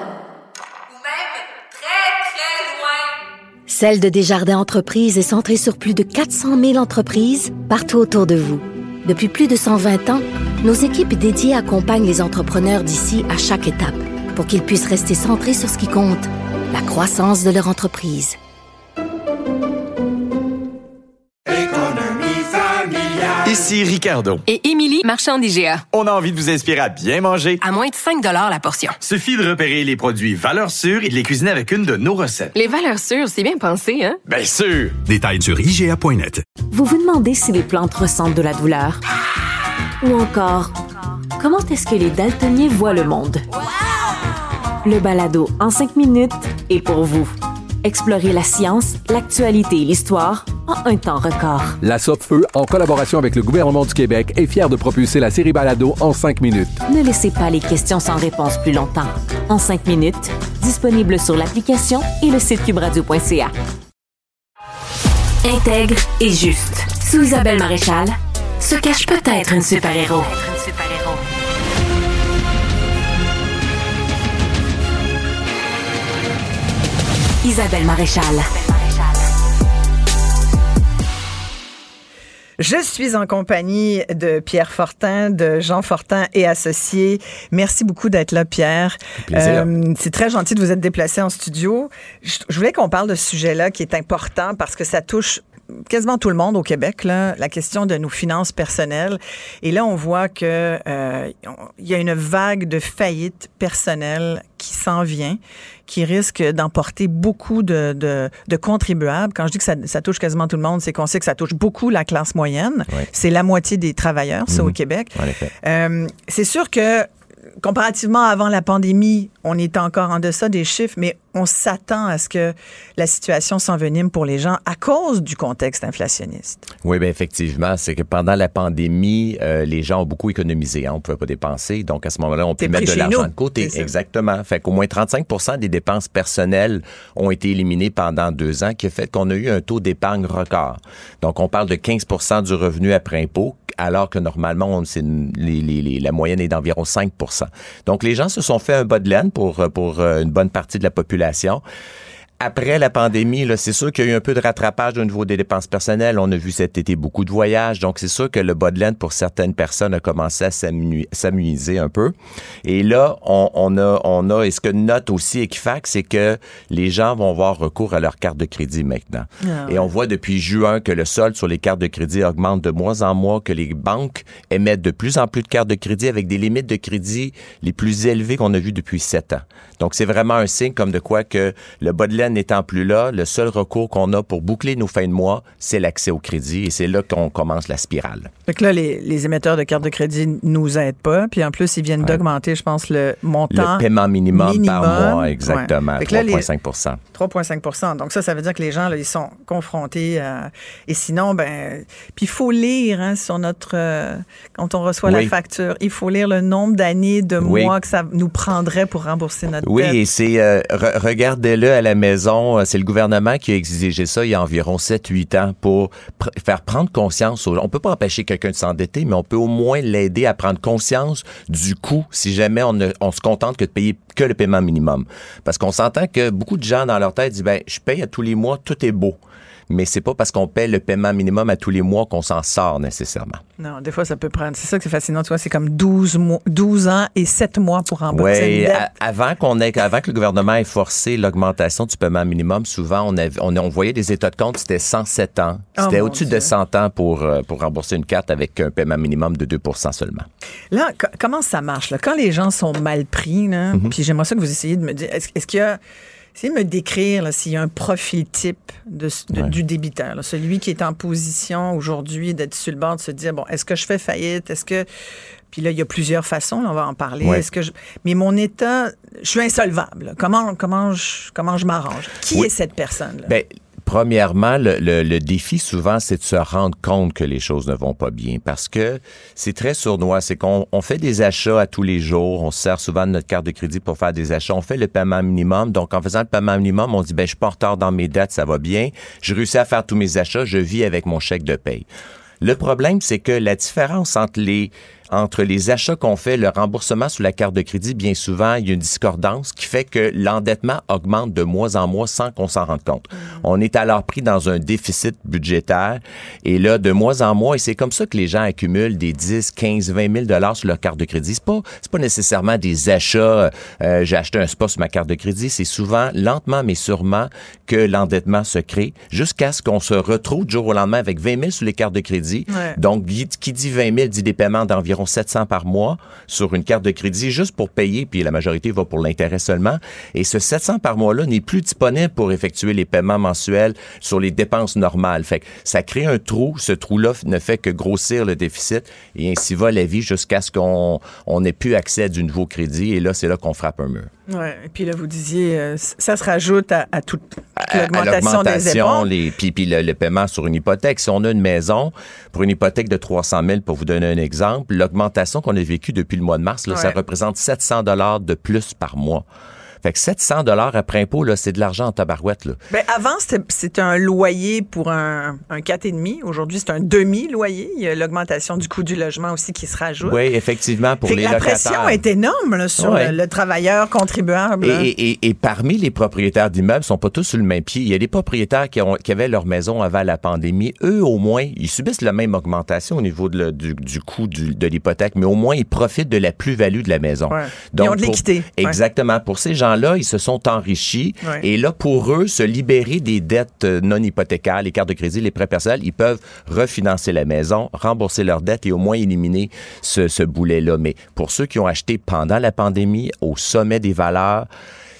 celle de Desjardins Entreprises est centrée sur plus de quatre cent mille entreprises partout autour de vous. Depuis plus de cent vingt ans, nos équipes dédiées accompagnent les entrepreneurs d'ici à chaque étape pour qu'ils puissent rester centrés sur ce qui compte, la croissance de leur entreprise. Ici Ici Ricardo. Et Émilie, marchand d'I G A. On a envie de vous inspirer à bien manger. À moins de cinq dollars la portion. Suffit de repérer les produits valeurs sûres et de les cuisiner avec une de nos recettes. Les valeurs sûres, c'est bien pensé, hein? Bien sûr! Détails sur I G A point net. Vous vous demandez si les plantes ressentent de la douleur? Ou encore, comment est-ce que les daltoniens voient le monde? Le balado en cinq minutes est pour vous. Explorez la science, l'actualité et l'histoire en un temps record. La Sopfeu, en collaboration avec le gouvernement du Québec, est fière de propulser la série Balado en cinq minutes. Ne laissez pas les questions sans réponse plus longtemps. En cinq minutes, disponible sur l'application et le site cube radio point c a. Intègre et juste. Sous Isabelle Maréchal, se cache peut-être une super-héros. Isabelle Maréchal. Je suis en compagnie de Pierre Fortin, de Jean Fortin et associés. Merci beaucoup d'être là, Pierre. Plaisir. Euh, c'est très gentil de vous être déplacé en studio. Je, je voulais qu'on parle de ce sujet-là qui est important parce que ça touche quasiment tout le monde au Québec, là, la question de nos finances personnelles. Et là, on voit que euh, il y a une vague de faillites personnelles qui s'en vient, qui risque d'emporter beaucoup de, de, de contribuables. Quand je dis que ça, ça touche quasiment tout le monde, c'est qu'on sait que ça touche beaucoup la classe moyenne. Oui. C'est la moitié des travailleurs, ça, mmh. au Québec. En effet. Euh, c'est sûr que comparativement à avant la pandémie, on est encore en deçà des chiffres, mais on s'attend à ce que la situation s'envenime pour les gens à cause du contexte inflationniste. Oui, bien effectivement, c'est que pendant la pandémie, euh, les gens ont beaucoup économisé, hein, on ne pouvait pas dépenser, donc à ce moment-là, on peut mettre de l'argent nous. de côté. Exactement. Fait qu'au moins trente-cinq pour cent des dépenses personnelles ont été éliminées pendant deux ans, qui a fait qu'on a eu un taux d'épargne record. Donc, on parle de quinze pour cent du revenu après impôt, alors que normalement, on, c'est une, les, les, les, la moyenne est d'environ cinq pour cent. Donc, les gens se sont fait un bas de laine pour, pour une bonne partie de la population. Après la pandémie, là, c'est sûr qu'il y a eu un peu de rattrapage au niveau des dépenses personnelles. On a vu cet été beaucoup de voyages. Donc, c'est sûr que le bas de laine, pour certaines personnes, a commencé à s'amenu- s'amuser un peu. Et là, on, on a, on a, et ce que note aussi Equifax, c'est que les gens vont avoir recours à leur carte de crédit maintenant. Ah ouais. Et on voit depuis juin que le solde sur les cartes de crédit augmente de mois en mois, que les banques émettent de plus en plus de cartes de crédit avec des limites de crédit les plus élevées qu'on a vues depuis sept ans. Donc, c'est vraiment un signe comme de quoi que le bas de laine n'étant plus là, le seul recours qu'on a pour boucler nos fins de mois, c'est l'accès au crédit. Et c'est là qu'on commence la spirale. Fait que là, les, les émetteurs de cartes de crédit nous aident pas. Puis en plus, ils viennent ouais. d'augmenter, je pense, le montant. Le paiement minimum, minimum par mois, exactement. Ouais. trois virgule cinq pour cent. trois virgule cinq pour cent. Donc ça, ça veut dire que les gens, là, ils sont confrontés à... Et sinon, ben... Puis il faut lire, hein, sur notre... Euh, quand on reçoit oui. la facture, il faut lire le nombre d'années, de oui. mois que ça nous prendrait pour rembourser notre oui, dette. Oui, et c'est... Euh, re- regardez-le à la maison. C'est le gouvernement qui a exigé ça il y a environ sept huit ans pour pr- faire prendre conscience aux gens. On peut pas empêcher quelqu'un de s'endetter, mais on peut au moins l'aider à prendre conscience du coût si jamais on, ne, on se contente que de payer que le paiement minimum. Parce qu'on s'entend que beaucoup de gens dans leur tête disent, ben, je paye à tous les mois, tout est beau. Mais c'est pas parce qu'on paie le paiement minimum à tous les mois qu'on s'en sort nécessairement. Non, des fois, ça peut prendre... C'est ça que c'est fascinant, tu vois, c'est comme douze, mois, douze ans et sept mois pour rembourser ouais, une dette. A- avant, qu'on ait, avant que le gouvernement ait forcé l'augmentation du paiement minimum, souvent, on, avait, on, on voyait des états de compte, c'était cent sept ans. C'était oh au-dessus Dieu. de cent ans pour, pour rembourser une carte avec un paiement minimum de deux pour cent seulement. Là, c- comment ça marche? Là? Quand les gens sont mal pris, là, mm-hmm. puis j'aimerais ça que vous essayiez de me dire, est-ce, est-ce qu'il y a... Essayez de me décrire là, s'il y a un profil type de, de, ouais. du débiteur. Là, celui qui est en position aujourd'hui d'être sur le bord, de se dire, bon, est-ce que je fais faillite? Est-ce que... Puis là, il y a plusieurs façons, là, on va en parler. Ouais. Est-ce que je... Mais mon état, je suis insolvable. Comment, comment, je, comment je m'arrange? Qui oui. est cette personne-là? Ben, premièrement, le, le, le défi souvent, c'est de se rendre compte que les choses ne vont pas bien parce que c'est très sournois. C'est qu'on on fait des achats à tous les jours. On se sert souvent de notre carte de crédit pour faire des achats. On fait le paiement minimum. Donc, en faisant le paiement minimum, on dit, ben, je suis pas en retard dans mes dettes, ça va bien. Je réussis à faire tous mes achats. Je vis avec mon chèque de paye. Le problème, c'est que la différence entre les entre les achats qu'on fait, le remboursement sous la carte de crédit, bien souvent, il y a une discordance qui fait que l'endettement augmente de mois en mois sans qu'on s'en rende compte. Mmh. On est alors pris dans un déficit budgétaire et là, de mois en mois, et c'est comme ça que les gens accumulent des dix, quinze, vingt mille dollars sur leur carte de crédit. C'est pas, c'est pas nécessairement des achats, euh, j'ai acheté un spa sur ma carte de crédit, c'est souvent lentement mais sûrement que l'endettement se crée jusqu'à ce qu'on se retrouve du jour au lendemain avec vingt mille sur les cartes de crédit. Ouais. Donc, qui dit vingt mille dit des paiements d'environ sept cents par mois sur une carte de crédit juste pour payer, puis la majorité va pour l'intérêt seulement. Et ce sept cents par mois-là n'est plus disponible pour effectuer les paiements mensuels sur les dépenses normales. Fait que ça crée un trou. Ce trou-là ne fait que grossir le déficit et ainsi va la vie jusqu'à ce qu'on on ait plus accès à du nouveau crédit. Et là, c'est là qu'on frappe un mur. Oui, et puis là, vous disiez, euh, ça se rajoute à, à toute, toute l'augmentation, à, à l'augmentation des épargnes. Les, puis puis le, le paiement sur une hypothèque. Si on a une maison, pour une hypothèque de trois cent mille, pour vous donner un exemple, l'augmentation qu'on a vécue depuis le mois de mars, là, ouais. ça représente sept cents dollars de plus par mois. Fait que sept cents dollars après impôt, là, c'est de l'argent en tabarouette, là. Ben, avant, c'était, c'était un loyer pour un, un quatre virgule cinq. Aujourd'hui, c'est un demi-loyer. Il y a l'augmentation du coût du logement aussi qui se rajoute. Oui, effectivement, pour fait les que la locataires. La pression est énorme, là, sur ouais. le, le travailleur contribuable. Et, et, et, et parmi les propriétaires d'immeubles, ils sont pas tous sur le même pied. Il y a des propriétaires qui, ont, qui avaient leur maison avant la pandémie. Eux, au moins, ils subissent la même augmentation au niveau de le, du, du coût du, de l'hypothèque, mais au moins, ils profitent de la plus-value de la maison. Ouais. Donc, ils ont de l'équité. Pour, exactement. Ouais. Pour ces gens-là, ils se sont enrichis. Ouais. Et là, pour eux, se libérer des dettes non hypothécaires, les cartes de crédit, les prêts personnels, ils peuvent refinancer la maison, rembourser leurs dettes et au moins éliminer ce, ce boulet-là. Mais pour ceux qui ont acheté pendant la pandémie, au sommet des valeurs,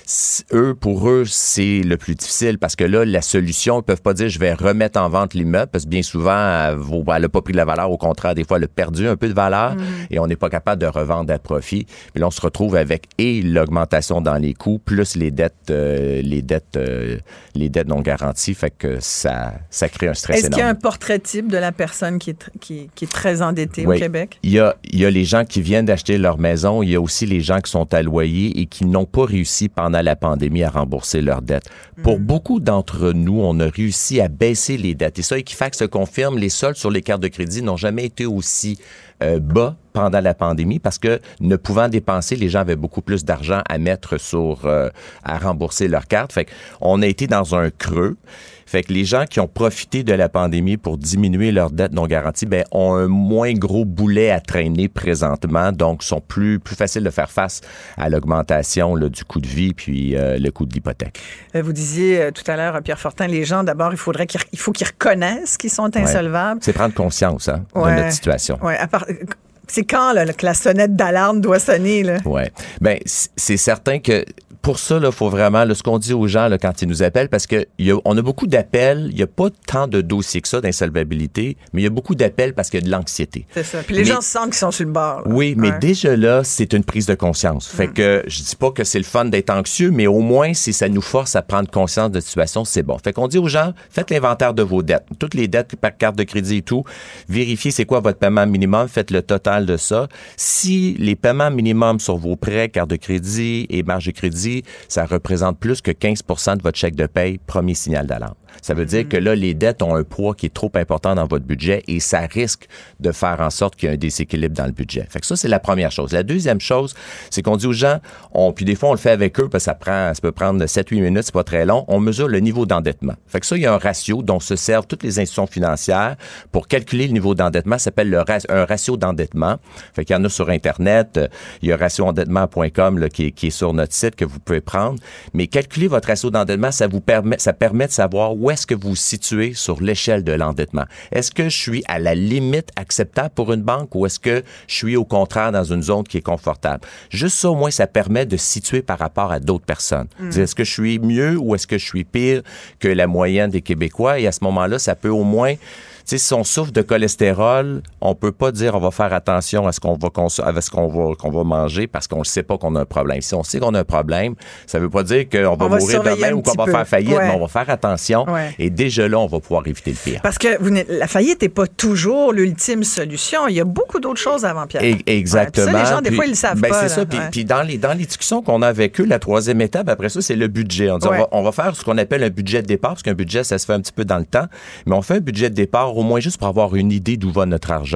eux, pour eux, c'est le plus difficile parce que là, la solution, ils peuvent pas dire je vais remettre en vente l'immeuble parce que bien souvent, elle n'a pas pris de la valeur. Au contraire, des fois, elle a perdu un peu de valeur mmh. et on n'est pas capable de revendre à profit. Puis là, on se retrouve avec et l'augmentation dans les coûts plus les dettes, euh, les dettes, euh, les dettes non garanties. Fait que ça, ça crée un stress Est-ce énorme. Est-ce qu'il y a un portrait type de la personne qui est, qui, qui est très endettée oui. au Québec? Il y a, il y a les gens qui viennent d'acheter leur maison. Il y a aussi les gens qui sont à loyer et qui n'ont pas réussi pendant la pandémie à rembourser leurs dettes. Mmh. Pour beaucoup d'entre nous, on a réussi à baisser les dettes. Et ça, Equifax le confirme, les soldes sur les cartes de crédit n'ont jamais été aussi euh, bas pendant la pandémie parce que ne pouvant dépenser, les gens avaient beaucoup plus d'argent à mettre sur, euh, à rembourser leurs cartes. Fait qu'on a été dans un creux. Fait que les gens qui ont profité de la pandémie pour diminuer leurs dettes non garanties, ben, ont un moins gros boulet à traîner présentement, donc sont plus, plus faciles de faire face à l'augmentation là, du coût de vie puis euh, le coût de l'hypothèque. Vous disiez euh, tout à l'heure, Pierre Fortin, les gens, d'abord, il faudrait qu'ils, il faut qu'ils reconnaissent qu'ils sont insolvables. Ouais. C'est prendre conscience hein, ouais. de notre situation. Ouais. À part, c'est quand là, que la sonnette d'alarme doit sonner? Là? Oui. Bien, c'est certain que pour ça, il faut vraiment, là, ce qu'on dit aux gens là, quand ils nous appellent, parce que y a, on a beaucoup d'appels, il n'y a pas tant de dossiers que ça d'insolvabilité, mais il y a beaucoup d'appels parce qu'il y a de l'anxiété. C'est ça. Puis les mais, gens se sentent qu'ils sont sur le bord. Là. Oui, mais ouais. déjà là, c'est une prise de conscience. Fait mm. que je dis pas que c'est le fun d'être anxieux, mais au moins, si ça nous force à prendre conscience de la situation, c'est bon. Fait qu'on dit aux gens, faites l'inventaire de vos dettes. Toutes les dettes par carte de crédit et tout. Vérifiez c'est quoi votre paiement minimum, faites le total de ça. Si les paiements minimums sur vos prêts, carte de crédit et marge de crédit, ça représente plus que quinze pour cent de votre chèque de paye, premier signal d'alarme. Ça veut dire que là, les dettes ont un poids qui est trop important dans votre budget et ça risque de faire en sorte qu'il y a un déséquilibre dans le budget. Fait que ça, c'est la première chose. La deuxième chose, c'est qu'on dit aux gens, on, puis des fois, on le fait avec eux parce que ça prend, ça peut prendre sept huit minutes, c'est pas très long, on mesure le niveau d'endettement. Fait que ça, il y a un ratio dont se servent toutes les institutions financières pour calculer le niveau d'endettement. Ça s'appelle le ra- un ratio d'endettement. Fait qu'il y en a sur Internet. Il y a ratio endettement point com là, qui, est, qui est sur notre site que vous pouvez prendre. Mais calculer votre ratio d'endettement, ça vous permet, ça permet de savoir où est-ce que vous vous situez sur l'échelle de l'endettement. Est-ce que je suis à la limite acceptable pour une banque ou est-ce que je suis au contraire dans une zone qui est confortable? Juste ça, au moins, ça permet de se situer par rapport à d'autres personnes. Mmh. Est-ce que je suis mieux ou est-ce que je suis pire que la moyenne des Québécois? Et à ce moment-là, ça peut au moins... Tu sais, si on souffre de cholestérol, on peut pas dire on va faire attention à ce qu'on va cons- à ce qu'on va qu'on va manger parce qu'on ne sait pas qu'on a un problème. Si on sait qu'on a un problème, ça veut pas dire qu'on va, on va mourir demain ou qu'on va peu. faire faillite, ouais. mais on va faire attention. Ouais. Et déjà là, on va pouvoir éviter le pire. Parce que vous la faillite n'est pas toujours l'ultime solution. Il y a beaucoup d'autres choses avant, Pierre. Et, exactement. Ouais, ça, les gens, des puis, fois, ils le savent ben, pas. C'est là, ça. Puis, ouais. puis dans les dans les discussions qu'on a avec eux, la troisième étape, après ça, c'est le budget. On dit, ouais. on, va, on va faire ce qu'on appelle un budget de départ, parce qu'un budget, ça se fait un petit peu dans le temps, mais on fait un budget de départ au moins juste pour avoir une idée d'où va notre argent. Mm-hmm.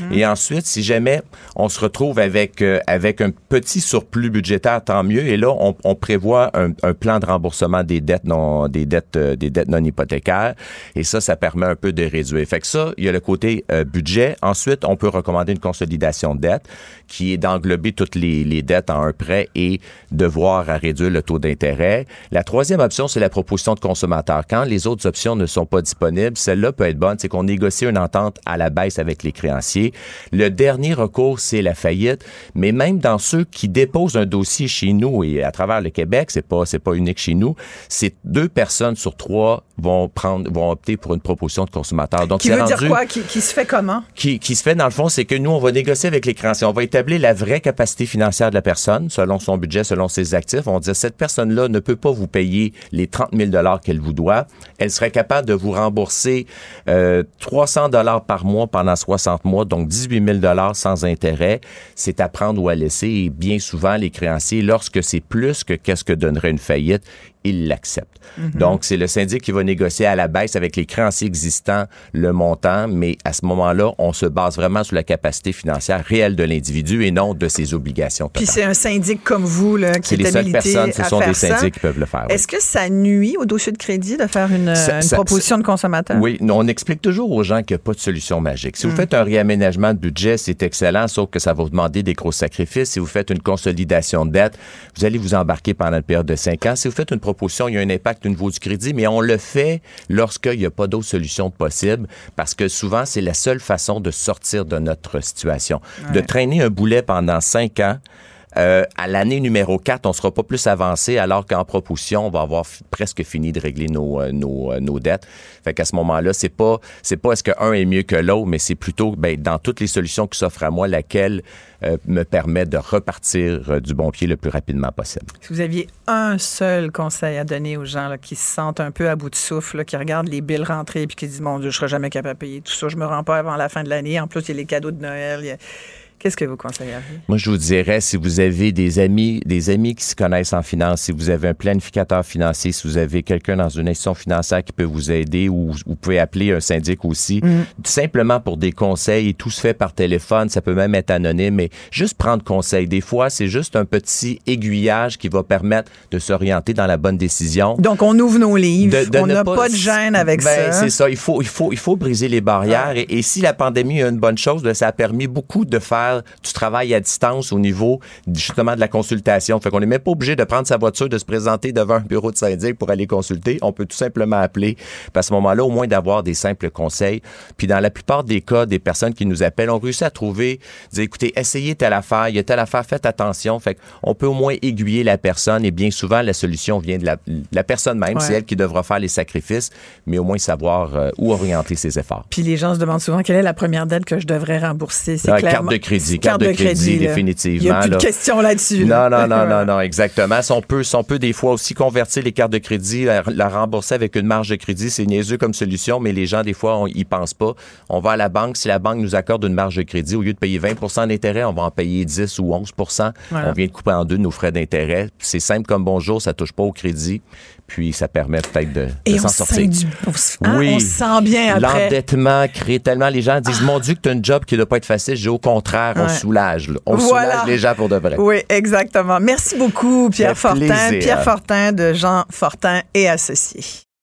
Et ensuite, si jamais on se retrouve avec euh, avec un petit surplus budgétaire, tant mieux. Et là, on, on prévoit un, un plan de remboursement des dettes non des dettes euh, des dettes non hypothécaires. Et ça, ça permet un peu de réduire. Fait que ça, il y a le côté euh, budget. Ensuite, on peut recommander une consolidation de dette qui est d'englober toutes les, les dettes en un prêt et de voir à réduire le taux d'intérêt. La troisième option, c'est la proposition de consommateur. Quand les autres options ne sont pas disponibles, celle-là peut être bonne, c'est qu'on négocie une entente à la baisse avec les créanciers. Le dernier recours, c'est la faillite. Mais même dans ceux qui déposent un dossier chez nous et à travers le Québec, c'est pas c'est pas unique chez nous, c'est deux personnes sur trois vont prendre vont opter pour une proposition de consommateur. Donc qui c'est veut rendu, dire quoi? Qui, qui se fait comment? Qui, qui se fait dans le fond, c'est que nous on va négocier avec les créanciers, on va établir la vraie capacité financière de la personne selon son budget, selon ses actifs. On va dire cette personne-là ne peut pas vous payer les trente mille dollars qu'elle vous doit. Elle serait capable de vous rembourser euh, trois cents dollars par mois pendant soixante mois, donc dix-huit mille dollars sans intérêt. C'est à prendre ou à laisser. Et bien souvent, les créanciers, lorsque c'est plus que qu'est-ce que donnerait une faillite, ils l'acceptent. Mm-hmm. Donc, c'est le syndic qui va négocier à la baisse avec les créanciers existants le montant, mais à ce moment-là, on se base vraiment sur la capacité financière réelle de l'individu et non de ses obligations totales. Puis c'est un syndic comme vous là, qui c'est est habilité à faire ça. C'est les seules personnes, ce sont des syndics qui peuvent le faire. Est-ce oui. que ça nuit au dossier de crédit de faire une, ça, une ça, proposition ça, de consommateur? Oui, on explique toujours aux gens qu'il n'y a pas de solution magique. Si mm. vous faites un réaménagement de budget, c'est excellent, sauf que ça va vous demander des gros sacrifices. Si vous faites une consolidation de dette, vous allez vous embarquer pendant une période de cinq ans. Si vous faites une proposition, il y a un impact au niveau du crédit, mais on le fait lorsqu'il n'y a pas d'autre solution possible, parce que souvent, c'est la seule façon de sortir de notre situation. Ouais. De traîner un boulet pendant cinq ans, Euh, à l'année numéro quatre, on sera pas plus avancé, alors qu'en proposition, on va avoir f- presque fini de régler nos, euh, nos, euh, nos dettes. Fait qu'à ce moment-là, c'est pas, c'est pas est-ce que un est mieux que l'autre, mais c'est plutôt, ben, dans toutes les solutions qui s'offrent à moi, laquelle euh, me permet de repartir euh, du bon pied le plus rapidement possible. Si vous aviez un seul conseil à donner aux gens là, qui se sentent un peu à bout de souffle, là, qui regardent les billes rentrer et qui disent, mon Dieu, je serai jamais capable de payer tout ça, je me rends pas avant la fin de l'année. En plus, il y a les cadeaux de Noël, il y a... Qu'est-ce que vous conseilleriez? Moi, je vous dirais, si vous avez des amis, des amis qui se connaissent en finance, si vous avez un planificateur financier, si vous avez quelqu'un dans une institution financière qui peut vous aider, ou vous pouvez appeler un syndic aussi, mm. simplement pour des conseils, et tout se fait par téléphone, ça peut même être anonyme, mais juste prendre conseil. Des fois, c'est juste un petit aiguillage qui va permettre de s'orienter dans la bonne décision. Donc, on ouvre nos livres, de, de on n'a pas, pas de gêne avec ben, ça. C'est ça, il faut, il faut, il faut briser les barrières, ouais. et, et si la pandémie a une bonne chose, ben, ça a permis beaucoup de faire du travail à distance au niveau justement de la consultation. Fait qu'on n'est même pas obligé de prendre sa voiture, de se présenter devant un bureau de syndic pour aller consulter. On peut tout simplement appeler. Puis à ce moment-là, au moins d'avoir des simples conseils. Puis dans la plupart des cas, des personnes qui nous appellent, on réussit à trouver, dire, écoutez, essayez telle affaire, il y a telle affaire, faites attention. Fait qu'on peut au moins aiguiller la personne et bien souvent, la solution vient de la, la personne même. Ouais. C'est elle qui devra faire les sacrifices, mais au moins savoir euh, où orienter ses efforts. Puis les gens se demandent souvent quelle est la première dette que je devrais rembourser. C'est ah, clairement... Carte de crédit. Carte de, de crédit, crédit définitivement. Il n'y a plus de questions là-dessus. Là. Non, non, non, non, non, exactement. Si on peut, si on peut des fois aussi convertir les cartes de crédit, la, la rembourser avec une marge de crédit, c'est niaiseux comme solution, mais les gens, des fois, on, ils pensent pas. On va à la banque, si la banque nous accorde une marge de crédit, au lieu de payer vingt pour cent d'intérêt, on va en payer dix ou onze pour cent. Voilà. On vient de couper en deux nos frais d'intérêt. C'est simple comme bonjour, ça touche pas au crédit. Puis ça permet peut-être de, Et de s'en sortir. Du... Hein? Oui. On se sent bien après. L'endettement crée tellement... Les gens disent, ah. mon Dieu, que tu as un job qui ne doit pas être facile. J'ai au contraire, ouais. on soulage. Là. On voilà. soulage les gens pour de vrai. Oui, exactement. Merci beaucoup, Pierre Fortin. Plaisir. Pierre Fortin de Jean Fortin et Associés.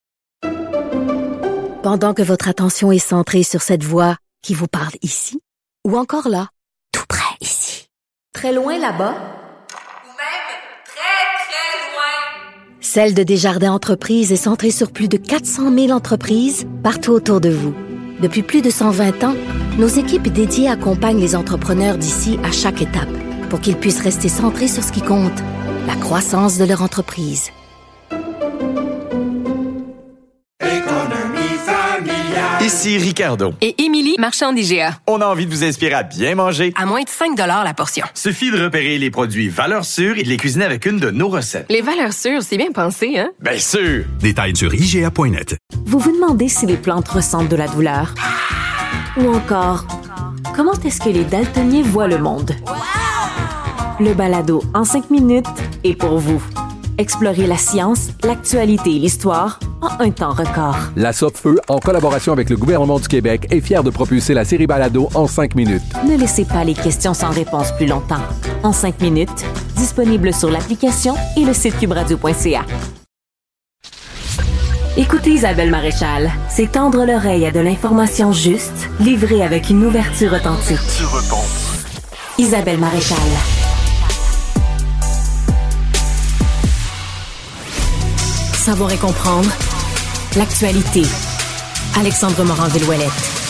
Pendant que votre attention est centrée sur cette voix qui vous parle ici, ou encore là, tout près ici, très loin là-bas, Celle de Desjardins Entreprises est centrée sur plus de quatre cent mille entreprises partout autour de vous. Depuis plus de cent vingt ans, nos équipes dédiées accompagnent les entrepreneurs d'ici à chaque étape pour qu'ils puissent rester centrés sur ce qui compte, la croissance de leur entreprise. Ici Ricardo. Et Émilie, marchand d'I G A. On a envie de vous inspirer à bien manger. À moins de cinq dollars la portion. Suffit de repérer les produits valeurs sûres et de les cuisiner avec une de nos recettes. Les valeurs sûres, c'est bien pensé, hein? Bien sûr! Détails sur I G A point net. Vous vous demandez si les plantes ressentent de la douleur? Ou encore, comment est-ce que les daltoniens voient le monde? Le balado en cinq minutes est pour vous. Explorez la science, l'actualité et l'histoire en un temps record. La Sopfeu, en collaboration avec le gouvernement du Québec, est fière de propulser la série Balado en cinq minutes. Ne laissez pas les questions sans réponse plus longtemps. En cinq minutes, disponible sur l'application et le site cube radio point c a. Écoutez Isabelle Maréchal, c'est tendre l'oreille à de l'information juste, livrée avec une ouverture authentique. Isabelle Maréchal. Savoir et comprendre l'actualité. Alexandre Morin-Villouellette.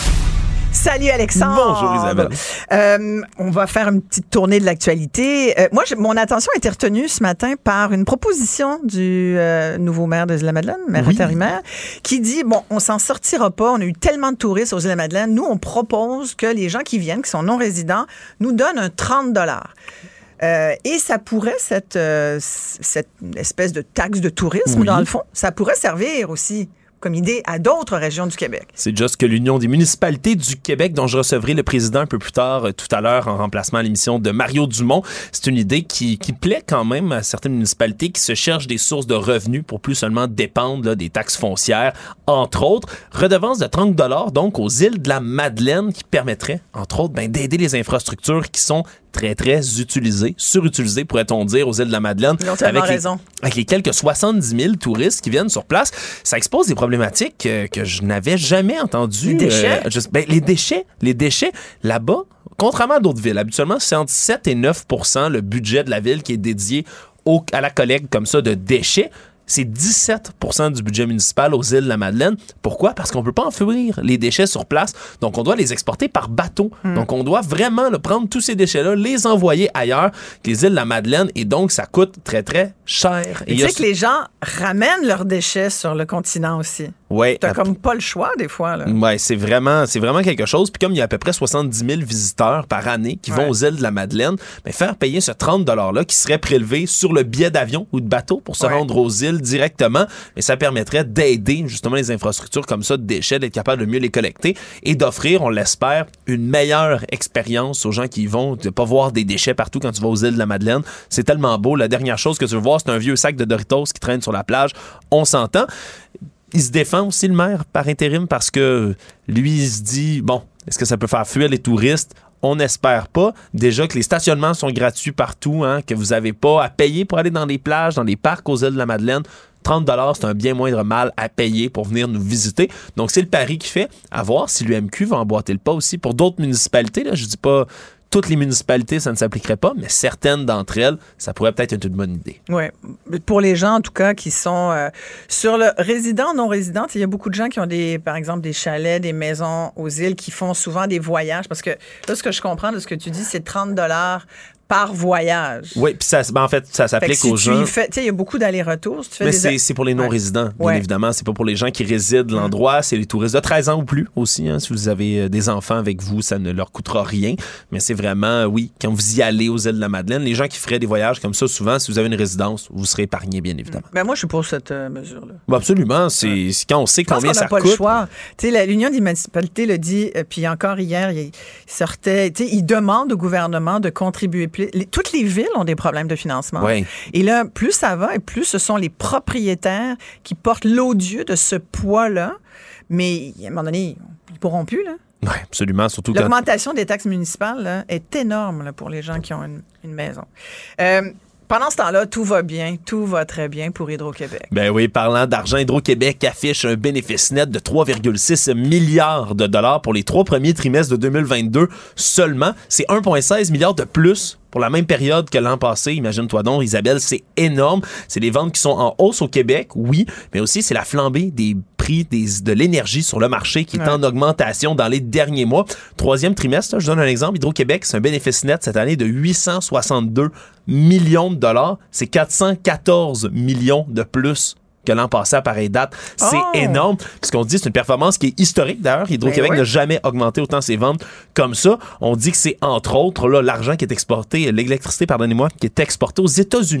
Salut Alexandre. Bonjour Isabelle. Euh, on va faire une petite tournée de l'actualité. Euh, moi, je, mon attention a été retenue ce matin par une proposition du euh, nouveau maire de Île-de-la-Madeleine, maire oui. intérimaire, qui dit, bon, on s'en sortira pas, on a eu tellement de touristes aux Îles-de-la-Madeleine, nous, on propose que les gens qui viennent, qui sont non-résidents, nous donnent un trente dollars. Euh, et ça pourrait, cette, euh, cette espèce de taxe de tourisme, oui. dans le fond, ça pourrait servir aussi comme idée à d'autres régions du Québec. C'est juste que l'Union des municipalités du Québec, dont je recevrai le président un peu plus tard, euh, tout à l'heure, en remplacement à l'émission de Mario Dumont, c'est une idée qui, qui plaît quand même à certaines municipalités qui se cherchent des sources de revenus pour plus seulement dépendre là, des taxes foncières, entre autres. Redevance de trente dollars donc aux îles de la Madeleine qui permettrait, entre autres, ben, d'aider les infrastructures qui sont très, très utilisées, surutilisées, pourrait-on dire, aux îles de la Madeleine. Ils ont tellement avec raison. Les, avec les quelques soixante-dix mille touristes qui viennent sur place, ça expose des problématiques euh, que je n'avais jamais entendues. Les déchets? Euh, juste, ben, les déchets, les déchets, là-bas, contrairement à d'autres villes, habituellement, c'est entre sept et neuf pour cent le budget de la ville qui est dédié au, à la collecte comme ça de déchets. C'est dix-sept pour cent du budget municipal aux îles de la Madeleine. Pourquoi? Parce qu'on ne peut pas enfouir les déchets sur place. Donc, on doit les exporter par bateau. Mm. Donc, on doit vraiment là, prendre tous ces déchets-là, les envoyer ailleurs que les îles de la Madeleine. Et donc, ça coûte très, très cher. Et tu sais a... que les gens ramènent leurs déchets sur le continent aussi. Ouais, t'as comme pas le choix des fois. Là. Ouais, c'est vraiment, c'est vraiment quelque chose. Puis comme il y a à peu près soixante-dix mille visiteurs par année qui ouais. vont aux îles de la Madeleine, ben faire payer ce trente dollars-là qui serait prélevé sur le billet d'avion ou de bateau pour se ouais. rendre aux îles directement, mais ça permettrait d'aider justement les infrastructures comme ça de déchets, d'être capable de mieux les collecter et d'offrir, on l'espère, une meilleure expérience aux gens qui y vont, de pas voir des déchets partout quand tu vas aux îles de la Madeleine. C'est tellement beau. La dernière chose que tu veux voir, c'est un vieux sac de Doritos qui traîne sur la plage. On s'entend. Il se défend aussi, le maire, par intérim, parce que lui, il se dit, bon, est-ce que ça peut faire fuir les touristes? On n'espère pas. Déjà que les stationnements sont gratuits partout, hein, que vous n'avez pas à payer pour aller dans les plages, dans les parcs aux îles de la Madeleine. trente dollars, c'est un bien moindre mal à payer pour venir nous visiter. Donc, c'est le pari qu'il fait. À voir si l'U M Q va emboîter le pas aussi pour d'autres municipalités. Là, je dis pas toutes les municipalités, ça ne s'appliquerait pas, mais certaines d'entre elles, ça pourrait peut-être être une bonne idée. Oui. Pour les gens, en tout cas, qui sont euh, sur le résident, non-résident, il y a beaucoup de gens qui ont, des, par exemple, des chalets, des maisons aux îles, qui font souvent des voyages. Parce que là, ce que je comprends de ce que tu dis, c'est trente dollars par voyage. Oui, puis ça, ben en fait, ça s'applique si aux gens. Tu sais, il y a beaucoup d'allers-retours. Si tu fais mais des... c'est, c'est pour les non-résidents, ouais. bien ouais. évidemment. C'est pas pour les gens qui résident mmh. l'endroit. C'est les touristes de treize ans ou plus aussi. Hein. Si vous avez des enfants avec vous, ça ne leur coûtera rien. Mais c'est vraiment, oui, quand vous y allez aux îles de la Madeleine, les gens qui feraient des voyages comme ça, souvent, si vous avez une résidence, vous serez épargnés, bien évidemment. Ben moi, je suis pour cette euh, mesure-là. Ben absolument. C'est, ouais. c'est quand on sait combien ça coûte. Je pense qu'on n'a pas le choix. Tu sais, l'Union des municipalités le dit, euh, puis encore hier, il sortait, tu sais, il demande au gouvernement de contribuer plus. Les, toutes les villes ont des problèmes de financement. Oui. Et là, plus ça va et plus ce sont les propriétaires qui portent l'odieux de ce poids-là. Mais à un moment donné, ils ne pourront plus, là. Oui, absolument. Surtout L'augmentation quand... des taxes municipales là, est énorme là, pour les gens qui ont une, une maison. Euh, Pendant ce temps-là, tout va bien, tout va très bien pour Hydro-Québec. Ben oui, parlant d'argent, Hydro-Québec affiche un bénéfice net de trois virgule six milliards de dollars pour les trois premiers trimestres de deux mille vingt-deux seulement. C'est un virgule seize milliard de plus pour la même période que l'an passé. Imagine-toi donc, Isabelle, c'est énorme. C'est des ventes qui sont en hausse au Québec, oui, mais aussi c'est la flambée des prix des, de l'énergie sur le marché qui est ouais. en augmentation dans les derniers mois. Troisième trimestre, là, je donne un exemple. Hydro-Québec, c'est un bénéfice net cette année de huit cent soixante-deux millions de dollars. C'est quatre cent quatorze millions de plus que l'an passé à pareille date. C'est oh. énorme. Ce qu'on dit, c'est une performance qui est historique d'ailleurs. Hydro-Québec ouais. n'a jamais augmenté autant ses ventes comme ça. On dit que c'est entre autres là, l'argent qui est exporté, l'électricité, pardonnez-moi, qui est exportée aux États-Unis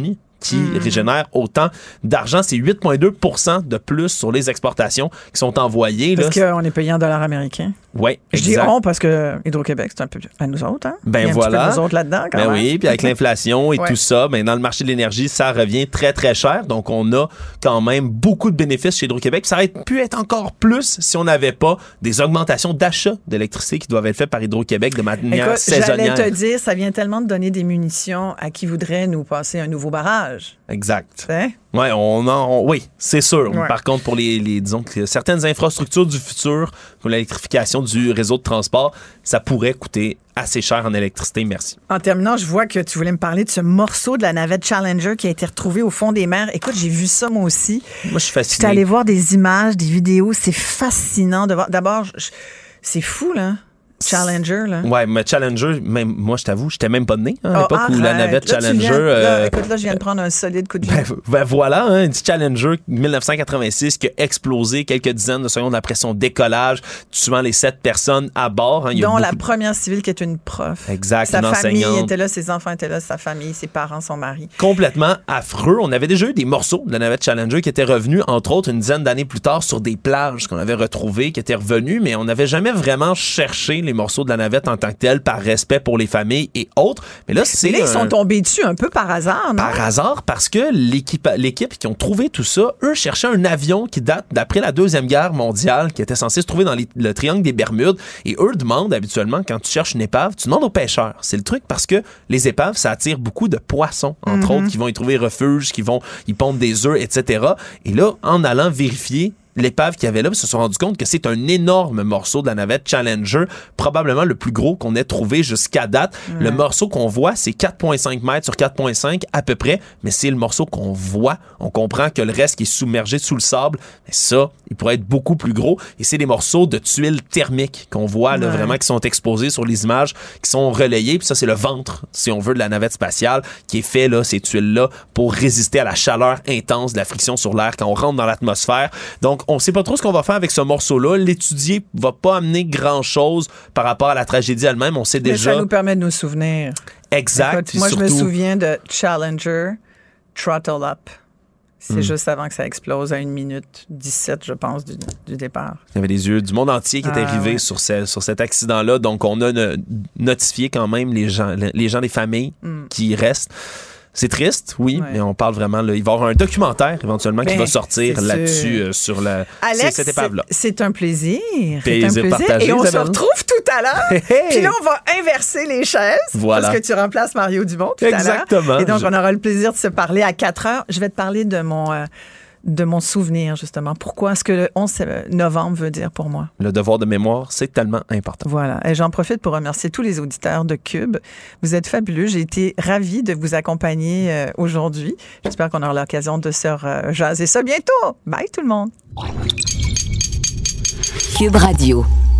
qui Mm. régénère autant d'argent. C'est huit virgule deux pour cent de plus sur les exportations qui sont envoyées. Parce là. qu'on est payé en dollars américains. Oui, Je dis exact. on parce que Hydro-Québec, c'est un peu à nous autres. Hein? Ben Il y a un voilà. petit peu nous autres là-dedans, quand ben même. oui, puis avec l'inflation et Ouais. tout ça, ben dans le marché de l'énergie, ça revient très, très cher. Donc, on a quand même beaucoup de bénéfices chez Hydro-Québec. Puis ça aurait pu être encore plus si on n'avait pas des augmentations d'achat d'électricité qui doivent être faites par Hydro-Québec de manière Écoute, saisonnière. j'allais te dire, ça vient tellement de donner des munitions à qui voudrait nous passer un nouveau barrage. Exact. Hein? Ouais, on en, on- oui, c'est sûr. Ouais. Par contre, pour les, les disons que certaines infrastructures du futur, pour l'électrification du réseau de transport, ça pourrait coûter assez cher en électricité. Merci. En terminant, je vois que tu voulais me parler de ce morceau de la navette Challenger qui a été retrouvé au fond des mers. Écoute, j'ai vu ça moi aussi. Moi, je suis fasciné. J'étais allée voir des images, des vidéos. C'est fascinant de voir. D'abord, je- c'est fou, là. Challenger, là. Ouais, mais Challenger, même moi, je t'avoue, j'étais même pas né hein, à Oh, l'époque où la arrête. navette Là, tu Challenger. viens- là, euh, écoute, là, je viens de prendre un solide coup de Ben, vieux. ben voilà, hein, un petit Challenger dix-neuf cent quatre-vingt-six qui a explosé quelques dizaines de secondes après son décollage, tuant les sept personnes à bord. Hein. Il y a Dont la beaucoup de- première civile qui est une prof. Exact, Sa une famille enseignante. était là, ses enfants étaient là, sa famille, ses parents, son mari. Complètement affreux. On avait déjà eu des morceaux de la navette Challenger qui étaient revenus, entre autres, une dizaine d'années plus tard sur des plages qu'on avait retrouvées, qui étaient revenus, mais on n'avait jamais vraiment cherché les morceaux de la navette en tant que tels par respect pour les familles et autres. Mais là, c'est Mais là, ils un- sont tombés dessus un peu par hasard, non? Par hasard, parce que l'équipe, l'équipe qui ont trouvé tout ça, eux cherchaient un avion qui date d'après la Deuxième Guerre mondiale, qui était censé se trouver dans les- le triangle des Bermudes. Et eux demandent habituellement, quand tu cherches une épave, tu demandes aux pêcheurs. C'est le truc parce que les épaves, ça attire beaucoup de poissons, entre Mhm. autres, qui vont y trouver refuge, qui vont y pondre des œufs, et cetera. Et là, en allant vérifier l'épave qu'il y avait là, ils se sont rendus compte que c'est un énorme morceau de la navette Challenger, probablement le plus gros qu'on ait trouvé jusqu'à date. Ouais. Le morceau qu'on voit, c'est quatre virgule cinq mètres sur quatre virgule cinq à peu près, mais c'est le morceau qu'on voit. On comprend que le reste qui est submergé sous le sable, mais ça, il pourrait être beaucoup plus gros. Et c'est des morceaux de tuiles thermiques qu'on voit là, Ouais. vraiment qui sont exposés sur les images, qui sont relayés. Puis ça, c'est le ventre, si on veut, de la navette spatiale qui est fait, là, ces tuiles-là, pour résister à la chaleur intense de la friction sur l'air quand on rentre dans l'atmosphère. Donc, on sait pas trop ce qu'on va faire avec ce morceau-là. L'étudier va pas amener grand-chose par rapport à la tragédie elle-même. On sait Mais déjà... ça nous permet de nous souvenir. Exact. Écoute, moi, Puis je me surtout- souviens de Challenger Throttle Up. C'est Mm. juste avant que ça explose à une minute dix-sept, je pense, du, du départ. Il y avait les yeux du monde entier qui étaient Ah, arrivés ouais. sur, ce- sur cet accident-là. Donc, on a no- notifié quand même les gens, les gens des familles Mm. qui y restent. C'est triste, oui, Ouais. mais on parle vraiment... Là, il va y avoir un documentaire éventuellement qui Ben, va sortir c'est là-dessus, sûr. euh, sur la, Alex, c'est- cette épave-là. c'est- c'est un plaisir. C'est Plaisir un plaisir. partagé, Et on se Isabelle. retrouve tout à l'heure. Hey, hey. Puis là, on va inverser les chaises. Voilà. Parce que tu remplaces Mario Dumont tout Exactement. à l'heure. Et donc, Je- on aura le plaisir de se parler à quatre heures. Je vais te parler de mon... euh, de mon souvenir, justement. Pourquoi est-ce que le onze novembre veut dire pour moi? Le devoir de mémoire, c'est tellement important. Voilà. Et j'en profite pour remercier tous les auditeurs de Cube. Vous êtes fabuleux. J'ai été ravie de vous accompagner euh, aujourd'hui. J'espère qu'on aura l'occasion de se euh, jaser ça bientôt. Bye tout le monde. Cube Radio.